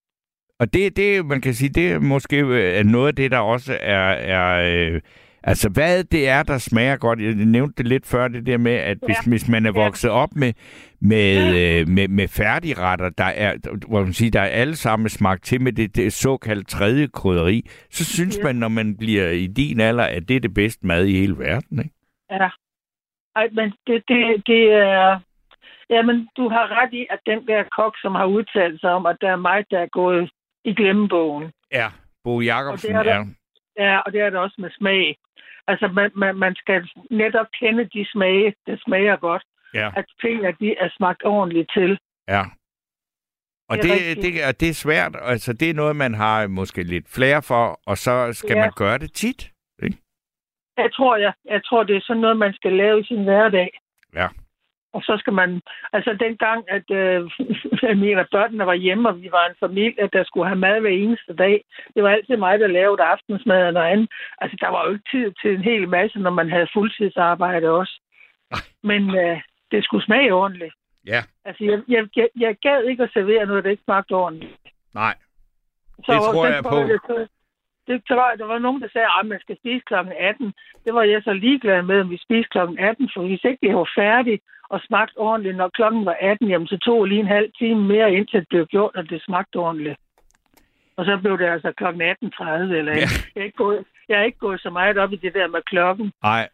Og det, det, man kan sige, det er måske noget af det, der også er... er øh, altså, hvad det er, der smager godt. Jeg nævnte det lidt før, det der med, at hvis, ja. hvis man er vokset op med, med, ja. øh, med, med færdigretter, der er, hvor man siger, der er alle sammen smagt til med det, det såkaldt tredje krydderi, så synes ja. man, når man bliver i din alder, at det er det bedste mad i hele verden, ikke? Ja. Ej, men det, det, det er... Jamen, du har ret i, at den der kok, som har udtalt sig om, at der er mig, der er gået i glemmebogen. Ja, Bo Jacobsen, og ja. Ja, og det er det også med smag. Altså, man, man, man skal netop kende de smage, der smager godt. Ja. At tingene, de er smagt ordentligt til. Ja. Og det, det, det, er, det er svært. Altså, det er noget, man har måske lidt flere for, og så skal ja. man gøre det tit, ikke? Jeg tror, jeg, jeg tror, det er sådan noget, man skal lave i sin hverdag. Ja. Og så skal man... Altså, dengang, at øh, mine børnene var hjemme, og vi var en familie, der skulle have mad hver eneste dag. Det var altid mig, der lavede aftensmad og noget andet. Altså, der var jo ikke tid til en hel masse, når man havde fuldtidsarbejde også. Men øh, det skulle smage ordentligt. Ja. Altså, jeg, jeg, jeg, jeg gad ikke at servere noget, der ikke smagte ordentligt. Nej. Det så, tror jeg på. Det, så, det, så var, der var nogen, der sagde, at man skal spise klokken atten. Det var jeg så ligeglad med, om vi spiste klokken atten, for hvis ikke det var færdigt og smagt ordentligt, når klokken var atten, jamen, så tog jeg lige en halv time mere, indtil det blev gjort, og det smagte ordentligt. Og så blev det altså klokken atten tredive, eller ja. jeg, er ikke gået, jeg er ikke gået så meget op i det der med klokken. Nej.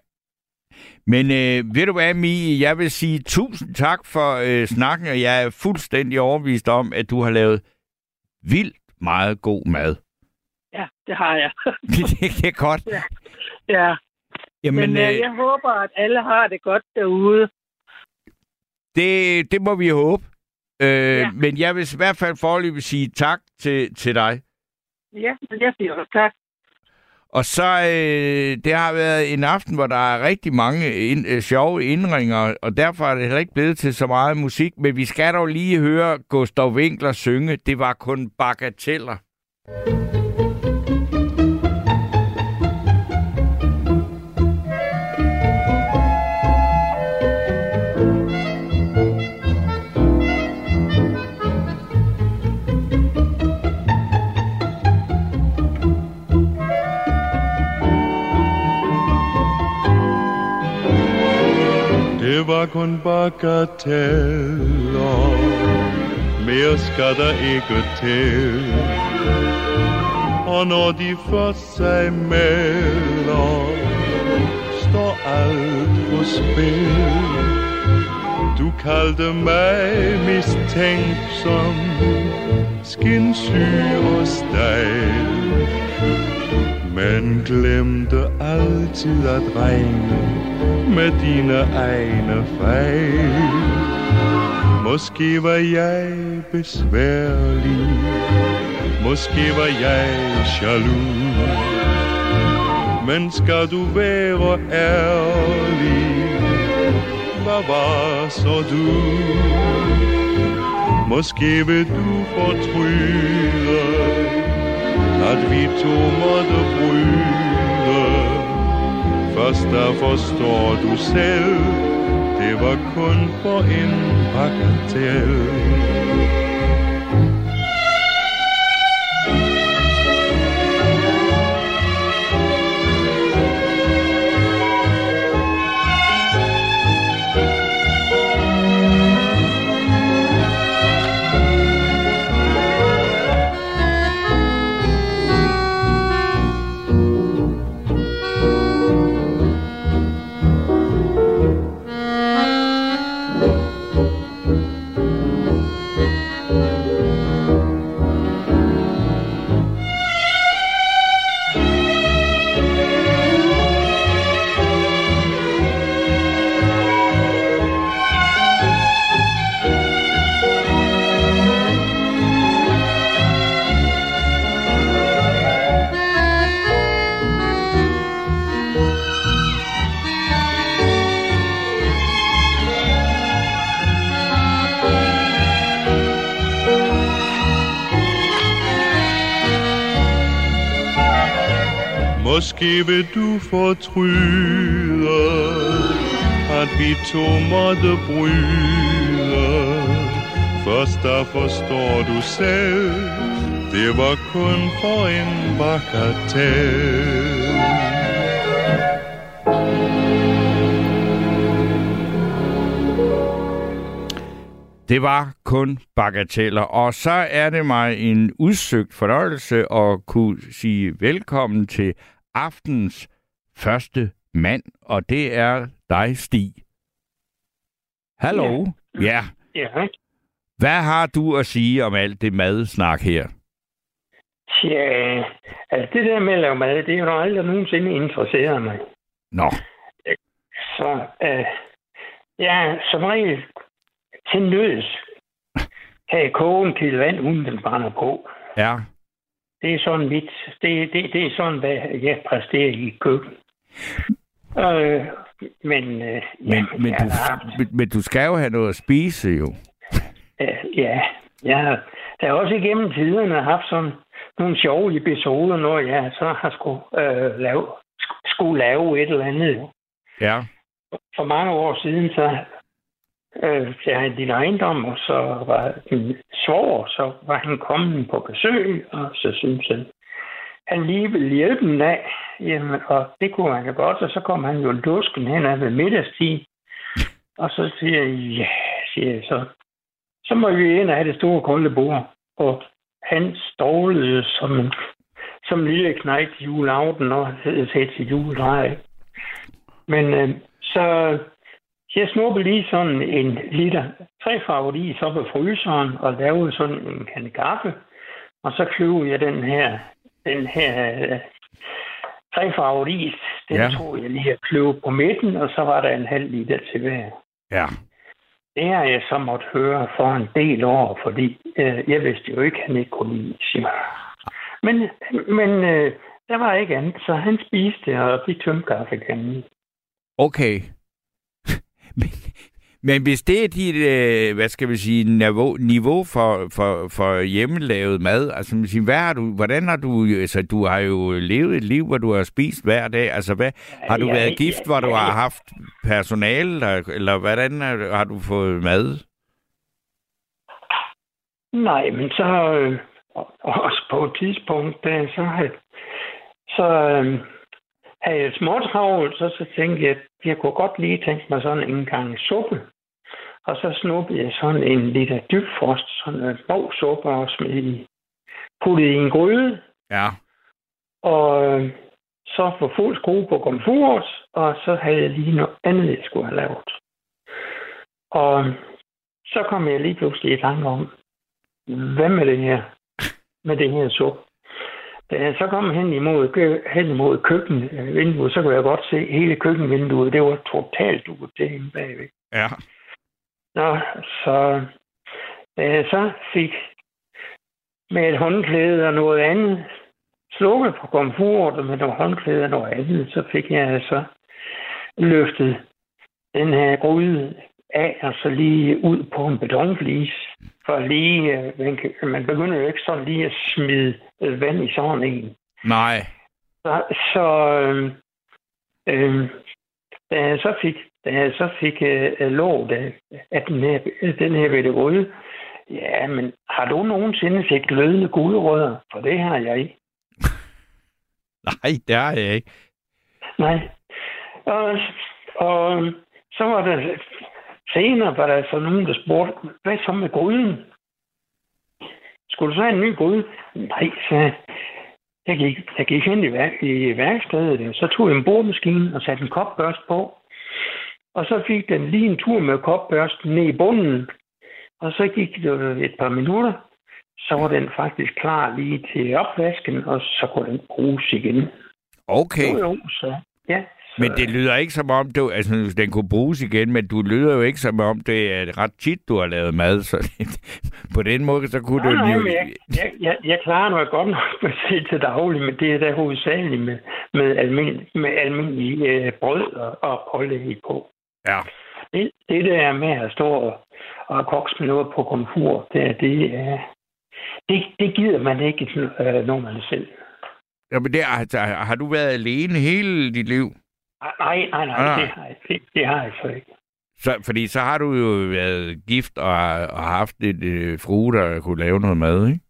Men øh, ved du hvad, Mie, jeg vil sige tusind tak for øh, snakken, og jeg er fuldstændig overbevist om, at du har lavet vildt meget god mad. Ja, det har jeg. det, det er godt. Ja. ja. Jamen, Men øh, øh, jeg håber, at alle har det godt derude. Det, det må vi håbe. Øh, ja. Men jeg vil i hvert fald foreløbig sige tak til, til dig. Ja, jeg siger også tak. Og så, øh, det har været en aften, hvor der er rigtig mange ind, øh, sjove indringer, og derfor er det heller ikke blevet til så meget musik, men vi skal dog lige høre Gustav Winckler synge. Det var kun bagateller. Det var kun bagateller, mere skal der ikke til. Og når de først sig melder, står alt på spil. Du kaldte mig mistænksom, skinsyg og stejl, men glemte altid at regne med dine egne fejl. Måske var jeg besværlig, måske var jeg jaloux, men skal du være ærlig, hvad var så du? Måske vil du fortryde, at vi to måtte bryde. Først der forstår du selv, det var kun for en bagatel. Måske vil du fortryde, at vi to måtte bryde. Først der forstår du selv, det var kun for en bagatel. Det var kun bagateller, og så er det mig en udsøgt fornøjelse at kunne sige velkommen til aftens første mand, og det er dig, Stig. Hallo? Ja. Ja. Hvad har du at sige om alt det madsnak her? Ja, altså det der med at lave mad, det er jo aldrig nogensinde interesseret mig. Nå. Så øh, ja, som regel til nøds kan jeg koge en kilo vand, uden den brænder på. Ja. Det er sådan mit, det, det, det er sådan, hvad jeg præsterer i køkken. Øh, men, øh, men, ja, men, du, men, men du skal jo have noget at spise, jo. Øh, ja, jeg har, jeg har også igennem tiderne haft sådan nogle sjove episoder, når jeg så har skulle, øh, lave, skulle lave et eller andet. Ja. For mange år siden, så øh, jeg havde din ejendom, og så var min svoger, så var han kommet på besøg, og så synes han, han lige ville hjælpe den af. Jamen, og det kunne han jo godt, og så kom han jo lusken hen ad ved middagstid. Og så siger jeg, ja, siger jeg så, så må vi ind og have det store kolde bord. Og han stålede som en som lille knægt til juleaften, og havde set til juledrej. Men øh, så jeg snuppede lige sådan en liter trefarvet is op af fryseren, og lavede sådan en kande kaffe. Og så købte jeg den her, den her øh, trefarvet is. Den ja. tog jeg lige at kløve på midten, og så var der en halv liter til hver. Ja. Det har jeg så måtte høre for en del år, fordi øh, jeg vidste jo ikke, at han ikke kunne lide is. Men, men øh, der var ikke andet, så han spiste, og vi tømte kaffekanden. Okay. men, men hvis det er dit, øh, hvad skal vi sige, niveau, niveau for, for, for hjemmelavet mad, altså hvad har du, hvordan har du, altså du har jo levet et liv, hvor du har spist hver dag, altså hvad, har du ja, været gift, ja, hvor du ja, har haft personale, der, eller hvordan har, har du fået mad? Nej, men så øh, også på et tidspunkt, der, så, så øh, havde jeg småtravlt, så, så tænkte jeg, at jeg kunne godt lige tænke mig sådan en gang suppe. Og så snuppede jeg sådan en liter dybfrost, sådan en bogsuppe og smed i, puttet i en gryde. Ja. Og øh, så for fuld skrue på komfuret, og så havde jeg lige noget andet, jeg skulle have lavet. Og så kom jeg lige pludselig i tanke om, hvad med det her? Med det her suppe. Da jeg så kom hen imod, hen imod køkkenvinduet, så kunne jeg godt se hele køkkenvinduet. Det var totalt ude til hende bagved. Ja. Nå, så da jeg så fik med et håndklæde og noget andet slukket på komfuret og med noget håndklæde og noget andet, så fik jeg altså løftet den her gryde af og så lige ud på en betonflis. For lige, man, man begynder jo ikke sådan lige at smide vand i sådan en. Nej. Så, så øh, øh, da jeg så fik, da jeg så fik øh, lov af, af den her, den her ved det røde, ja, men har du nogensinde set glødende gulerødder? For det har jeg ikke. Nej, det har jeg ikke. Nej. Og, og så var der senere, var der så nogen, der spurgte, hvad så med gryden? Skulle du så have en ny gryde? Nej, så jeg gik, jeg gik hen i, værk, i værkstedet, så tog jeg en bordmaskine og satte en kopbørst på. Og så fik den lige en tur med kopbørsten ned i bunden. Og så gik det et par minutter, så var den faktisk klar lige til opvasken, og så kunne den bruges igen. Okay. Jo, jo, så, ja. Så... Men det lyder ikke som om, du, altså, den kunne bruges igen, men du lyder jo ikke som om, det er ret tit, du har lavet mad, så på den måde, så kunne nej, du... Nej, jo... jeg, jeg, jeg, jeg klarer noget godt nok med at til daglig, men det er da hovedsageligt med, med almindelig, med almindelig øh, brød og, og pålæg på. Ja. Det, det der med at stå og, og kokse med noget på komfur, det, det, øh, det, det gider man ikke, øh, når man er selv. Jamen, det, altså, har du været alene hele dit liv? Nej, nej, nej, ah. det, har jeg, det, det har jeg så ikke. Så, fordi så har du jo været gift og, og haft et øh, frue, der kunne lave noget mad, ikke?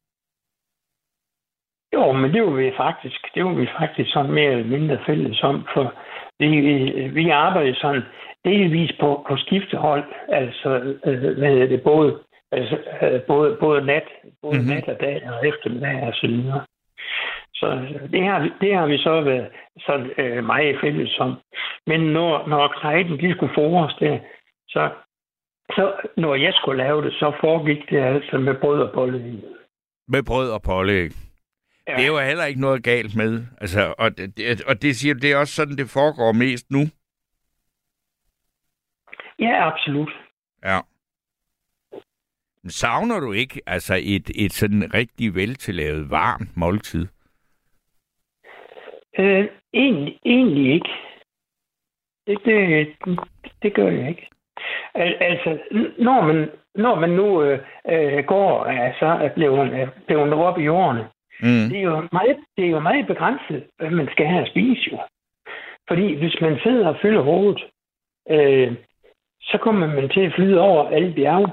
Jo, men det var vi faktisk, det var vi faktisk sådan mere eller mindre fælles om, for vi, vi, vi arbejdede sådan delvis på, på skiftehold, altså øh, hvad hedder det, både, altså, øh, både, både nat, både mm-hmm. nat og dag og eftermiddag og så videre. Så det har, det har vi så været så øh, meget fælles om. Men når, når knejten de skulle fores der, så, så når jeg skulle lave det, så foregik det altså med brød og pålæg. Med brød og pålæg. Ja. Det er jo heller ikke noget galt med. Altså, og, det, og det siger det er også sådan, det foregår mest nu? Ja, absolut. Ja. Savner du ikke altså et, et sådan rigtig veltillavet varmt måltid? Øh, egentlig, egentlig ikke. Det, det, det gør jeg ikke. Al, altså, når man, når man nu øh, går, altså, er blevet, blevet op i årene, mm. det, er jo meget, det er jo meget begrænset, hvad man skal have at spise jo. Fordi hvis man sidder og fylder hovedet, øh, så kommer man til at flyde over alle bjerge.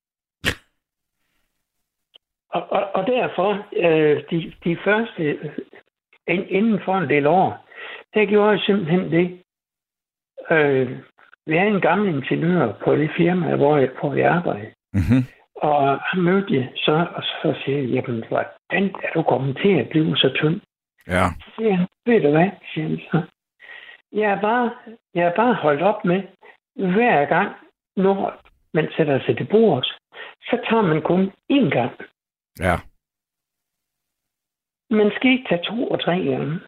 Og, og, og derfor, øh, de, de første, øh, inden for en del år, der gjorde jeg simpelthen det. Øh, vi havde en gammel ingeniør på det firma, hvor jeg, hvor jeg arbejdede. Mm-hmm. Og han mødte jeg så, og så siger jeg, jamen, hvordan er du kommet til at blive så tynd? Ja. Så siger han, ved du hvad, siger han så. Jeg er bare, jeg er bare holdt op med, hver gang, når man sætter sig til bordet, så tager man kun én gang. Ja. Man skal ikke tage to og tre gange.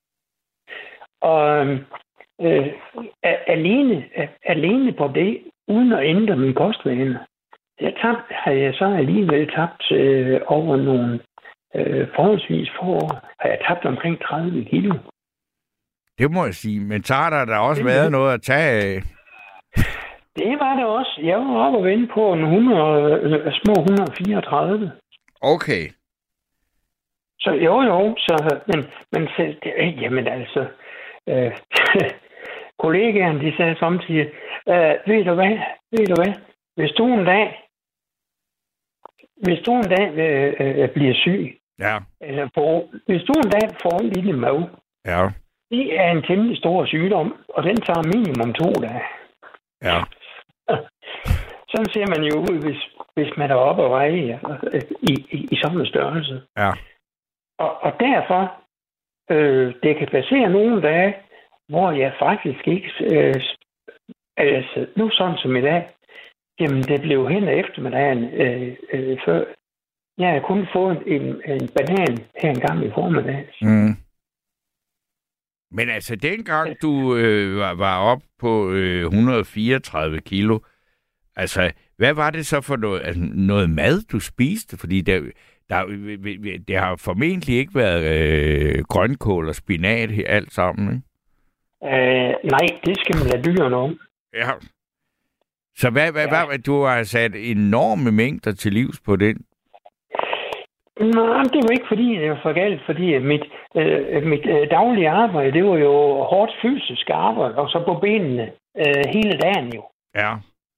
Og øh, alene, alene på det, uden at ændre min kostvaner, jeg tabt, har jeg så alligevel tabt øh, over nogle øh, forholdsvis få år, har jeg tabt omkring tredive kilo. Det må jeg sige, men så har der da også det været det. Noget at tage af. Det var det også. Jeg var oppe og vende på en hundrede, små et hundrede og fireogtredive. Okay. Så jo, jo, så, men, men selv, det, jamen altså, øh, kollegaerne, de sagde samtidig, øh, ved du hvad, ved du hvad, hvis du en dag, hvis du en dag øh, øh, bliver syg, ja. eller får, hvis du en dag får en lille mave, ja. Det er en temmelig stor sygdom, og den tager minimum to dage. Ja. Sådan ser man jo ud, hvis, hvis man er oppe og veje ja, i, i, i sådan en størrelse. Ja. Og, og derfor, øh, det kan passere nogle dage, hvor jeg faktisk ikke, øh, altså nu sådan som i dag, jamen det blev hen ad eftermiddagen øh, øh, før. Jeg har kun fået en, en banan her en gang i formiddag. Mm. Men altså, dengang du øh, var, var op på øh, et hundrede og fireogtredive kilo, altså, hvad var det så for noget, altså, noget mad, du spiste? Fordi der, der, det har formentlig ikke været øh, grønkål og spinat alt sammen, ikke? Øh, nej, det skal man lade dyrene om. Ja. Så hvad, hvad, ja. hvad, du har sat enorme mængder til livs på den? Nej, det var ikke fordi, det var for galt, fordi mit, øh, mit øh, daglige arbejde, det var jo hårdt fysisk arbejde, og så på benene øh, hele dagen jo. Ja.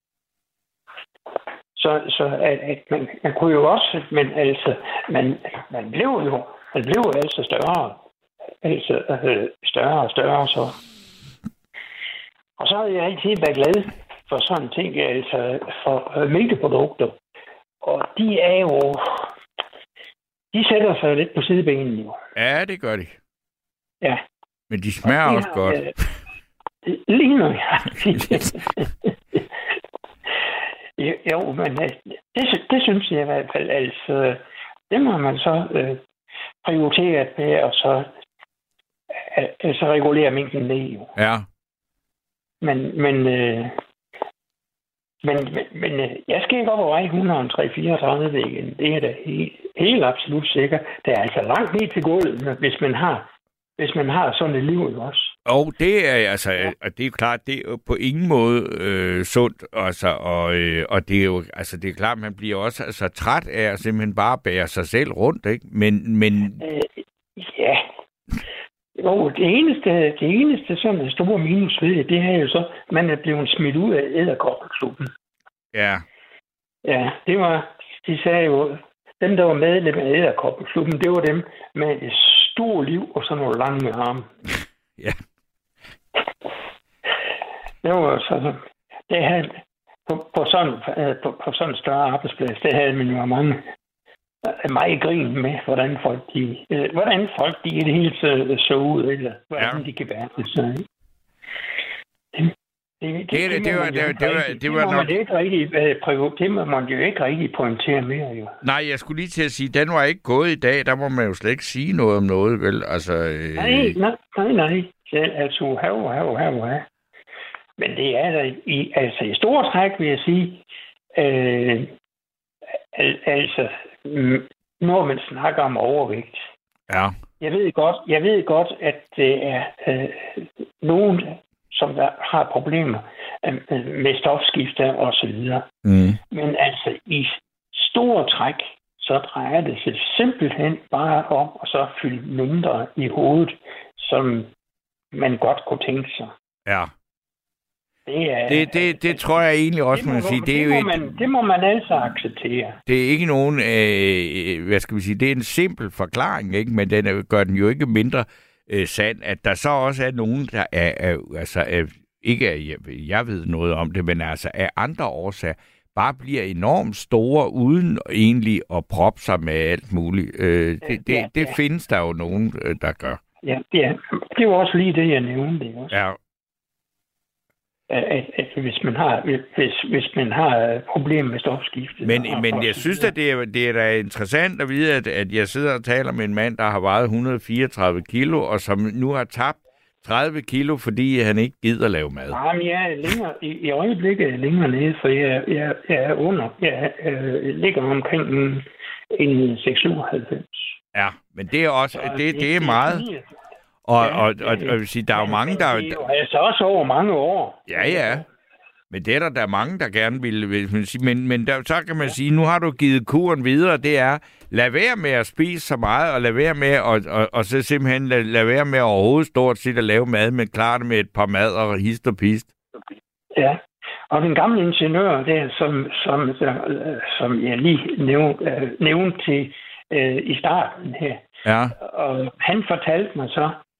Så, så at, at man, man kunne jo også, men altså, man, man blev jo, man blev jo altså større, altså øh, større og større, så. Og så har jeg altid været glad for sådan ting, altså for øh, mælkeprodukter, og de er jo, de sætter sig lidt på sidebenene jo. Ja, det gør de. Ja. Men de smager de også har, godt. Øh, lige nu, ja. Jo, men det, det synes jeg i hvert fald, altså, det må man så øh, prioritere med, og så altså regulere mængden ned jo. Ja. Men, men, øh, men, men øh, jeg skal ikke op og veje et hundrede og tre fireogtredive igen. Det er da helt, helt absolut sikkert. Det er altså langt ned til gulvet, hvis man har, hvis man har sådan et liv også. Og det er altså, og det er jo klart, det er jo på ingen måde øh, sundt, altså, og, øh, og det er jo, altså, det er klart, man bliver også altså, træt af at simpelthen bare bære sig selv rundt, ikke? Men, men... Øh, ja. Jo, det eneste, det eneste sådan store minus ved det, det er jo så, at man er blevet smidt ud af edderkoppeklubben. Ja. Ja, det var, de sagde jo, dem, der var medlem af edderkoppeklubben, det var dem med et stort liv og sådan nogle lange arme. Ja. Det var så, det havde, på, på, sådan, på, på sådan en større arbejdsplads, det havde man jo mange meget grin med, hvordan folk de, øh, hvordan folk de i det hele taget så ud, eller hvordan ja. de kan være. Så, det, det, det, det, det, det, var, det, var, det, var, det var nok... Det, rigtig, det må man jo ikke rigtig pointere mere, jo. Nej, jeg skulle lige til at sige, den var ikke gået i dag, der må man jo slet ikke sige noget om noget, vel? Altså, øh... Nej, nej, nej, nej. Altså, hav, hav, hav, hav. Men det er der i, altså i store træk, vil jeg sige, øh, al, altså, når man snakker om overvægt. Ja. Jeg ved godt, jeg ved godt at det er øh, nogen, som der har problemer øh, med stofskifte og så videre. Mm. Men altså i store træk, så drejer det sig simpelthen bare om at så fylde mindre i hovedet, som man godt kunne tænke sig. Ja. Det, er, det, det, det tror jeg egentlig også, man sige. Det, det, er jo må et, man, det må man altså acceptere. Det er ikke nogen, øh, hvad skal vi sige, det er en simpel forklaring, ikke? Men den er, gør den jo ikke mindre øh, sand, at der så også er nogen, der er, er altså, er, ikke er, jeg, jeg ved noget om det, men altså af andre årsager, bare bliver enormt store, uden egentlig at proppe sig med alt muligt. Øh, det det, ja, det ja. findes der jo nogen, der gør. Ja, ja, det var også lige det, jeg nævnte. Det også. Ja. At, at, at hvis man har hvis, hvis man har problemer med stofskiftet. Men, men jeg synes at det er, det er da interessant at vide, at, at jeg sidder og taler med en mand, der har vejet et hundrede og fireogtredive kilo, og som nu har tabt tredive kilo, fordi han ikke gider lave mad. Jamen, jeg er længere, i, i øjeblikket er jeg længere nede, for jeg, jeg, jeg er under. Jeg, jeg ligger omkring en, en seks syvoghalvfems. Ja, men det er også det, det er meget. Og, ja, og, og, og, og jeg vil sige, der er jo mange, der... Det er jo altså også over mange år. Ja, ja. Men det er der, der er mange, der gerne vil, vil man sige. Men, men der, så kan man sige, nu har du givet kuren videre, det er, lad være med at spise så meget, og lad være med at, og, og, og så simpelthen lad, lad være med overhovedet stort set at lave mad, men klare det med et par mad og hist og pist. Ja, og den gamle ingeniør der, som, som, som jeg lige nævnte, nævnte til øh, i starten her, ja. Og han fortalte mig så,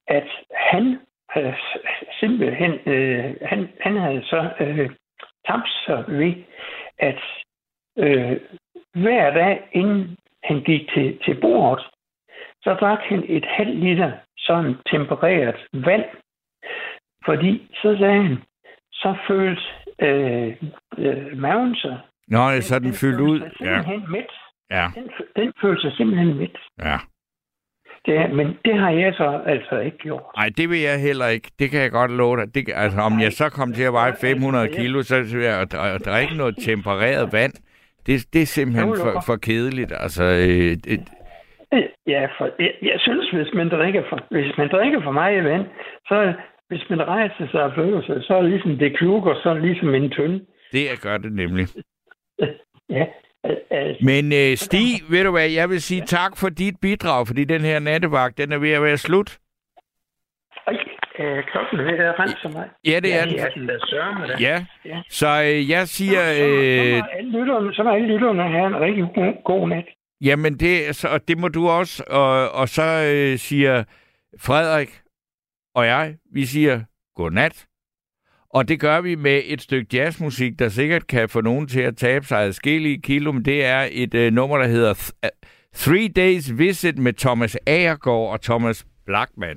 at han havde simpelthen, øh, han, han havde så øh, tabt sig ved, at øh, hver dag, inden han gik til, til bordet, så drak han et halvt liter sådan tempereret vand. Fordi så sagde han, så følte øh, øh, maven sig. Nå, det er så den, den fyldt ud. Simpelthen Ja. Midt. Ja. Den, den følte sig simpelthen midt. Ja. Det, men det har jeg så altså ikke gjort. Nej, det vil jeg heller ikke. Det kan jeg godt love dig. Det, altså, om jeg så kom til at veje fem hundrede kilo, så vil jeg at, at drikke noget tempereret vand. Det, det er simpelthen for, for kedeligt. Altså, øh, det, ja, for, jeg, jeg synes, hvis man drikker for, hvis man drikker for meget vand, så hvis man rejser sig og flyver sig, så er det ligesom det klukker, så er det ligesom en tynde. Det gør det nemlig. Ja. Altså, Men øh, Stig, ved du hvad, jeg vil sige tak for dit bidrag, fordi den her nattevagt, den er ved at være slut. Ej, øh, klokken er ved at rense mig. Ja, det er ja, den. Ja, den der sørger med det. Ja, ja. Så øh, jeg siger... Øh, så, må alle lytterne, så må alle lytterne have en rigtig god, god nat. Jamen, det, så, og det må du også. Og, og så øh, siger Frederik og jeg, vi siger godnat. Og det gør vi med et stykke jazzmusik, der sikkert kan få nogen til at tabe sig adskillige kilo, men det er et øh, nummer, der hedder Th- Three Days Visit med Thomas Agergaard og Thomas Blachman.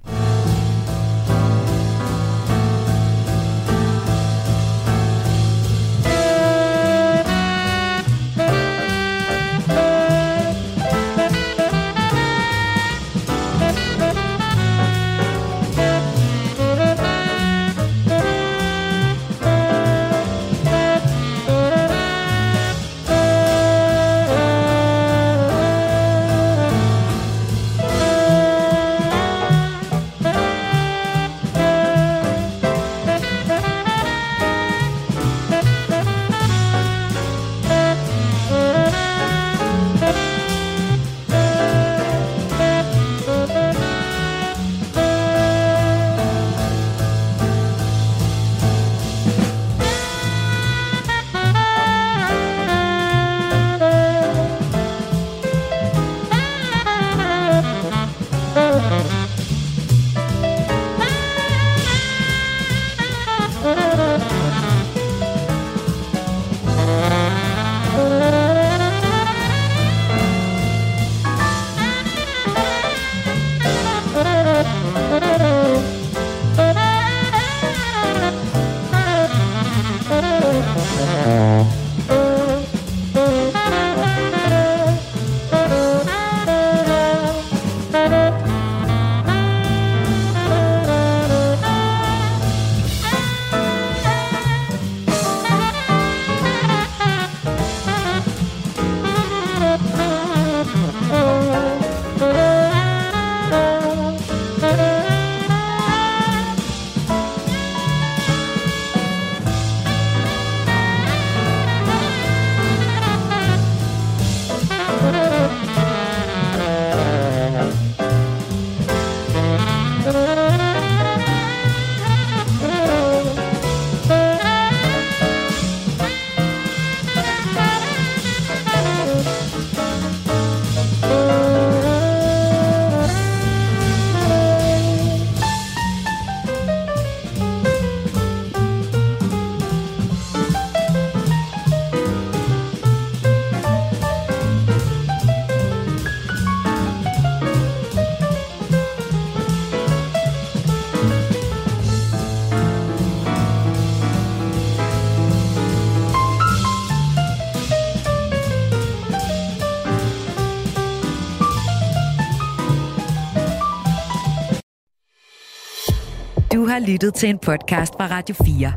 Du har lyttet til en podcast fra Radio fire.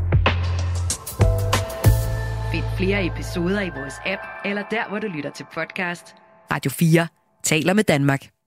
Find flere episoder i vores app, eller der, hvor du lytter til podcast. Radio fire taler med Danmark.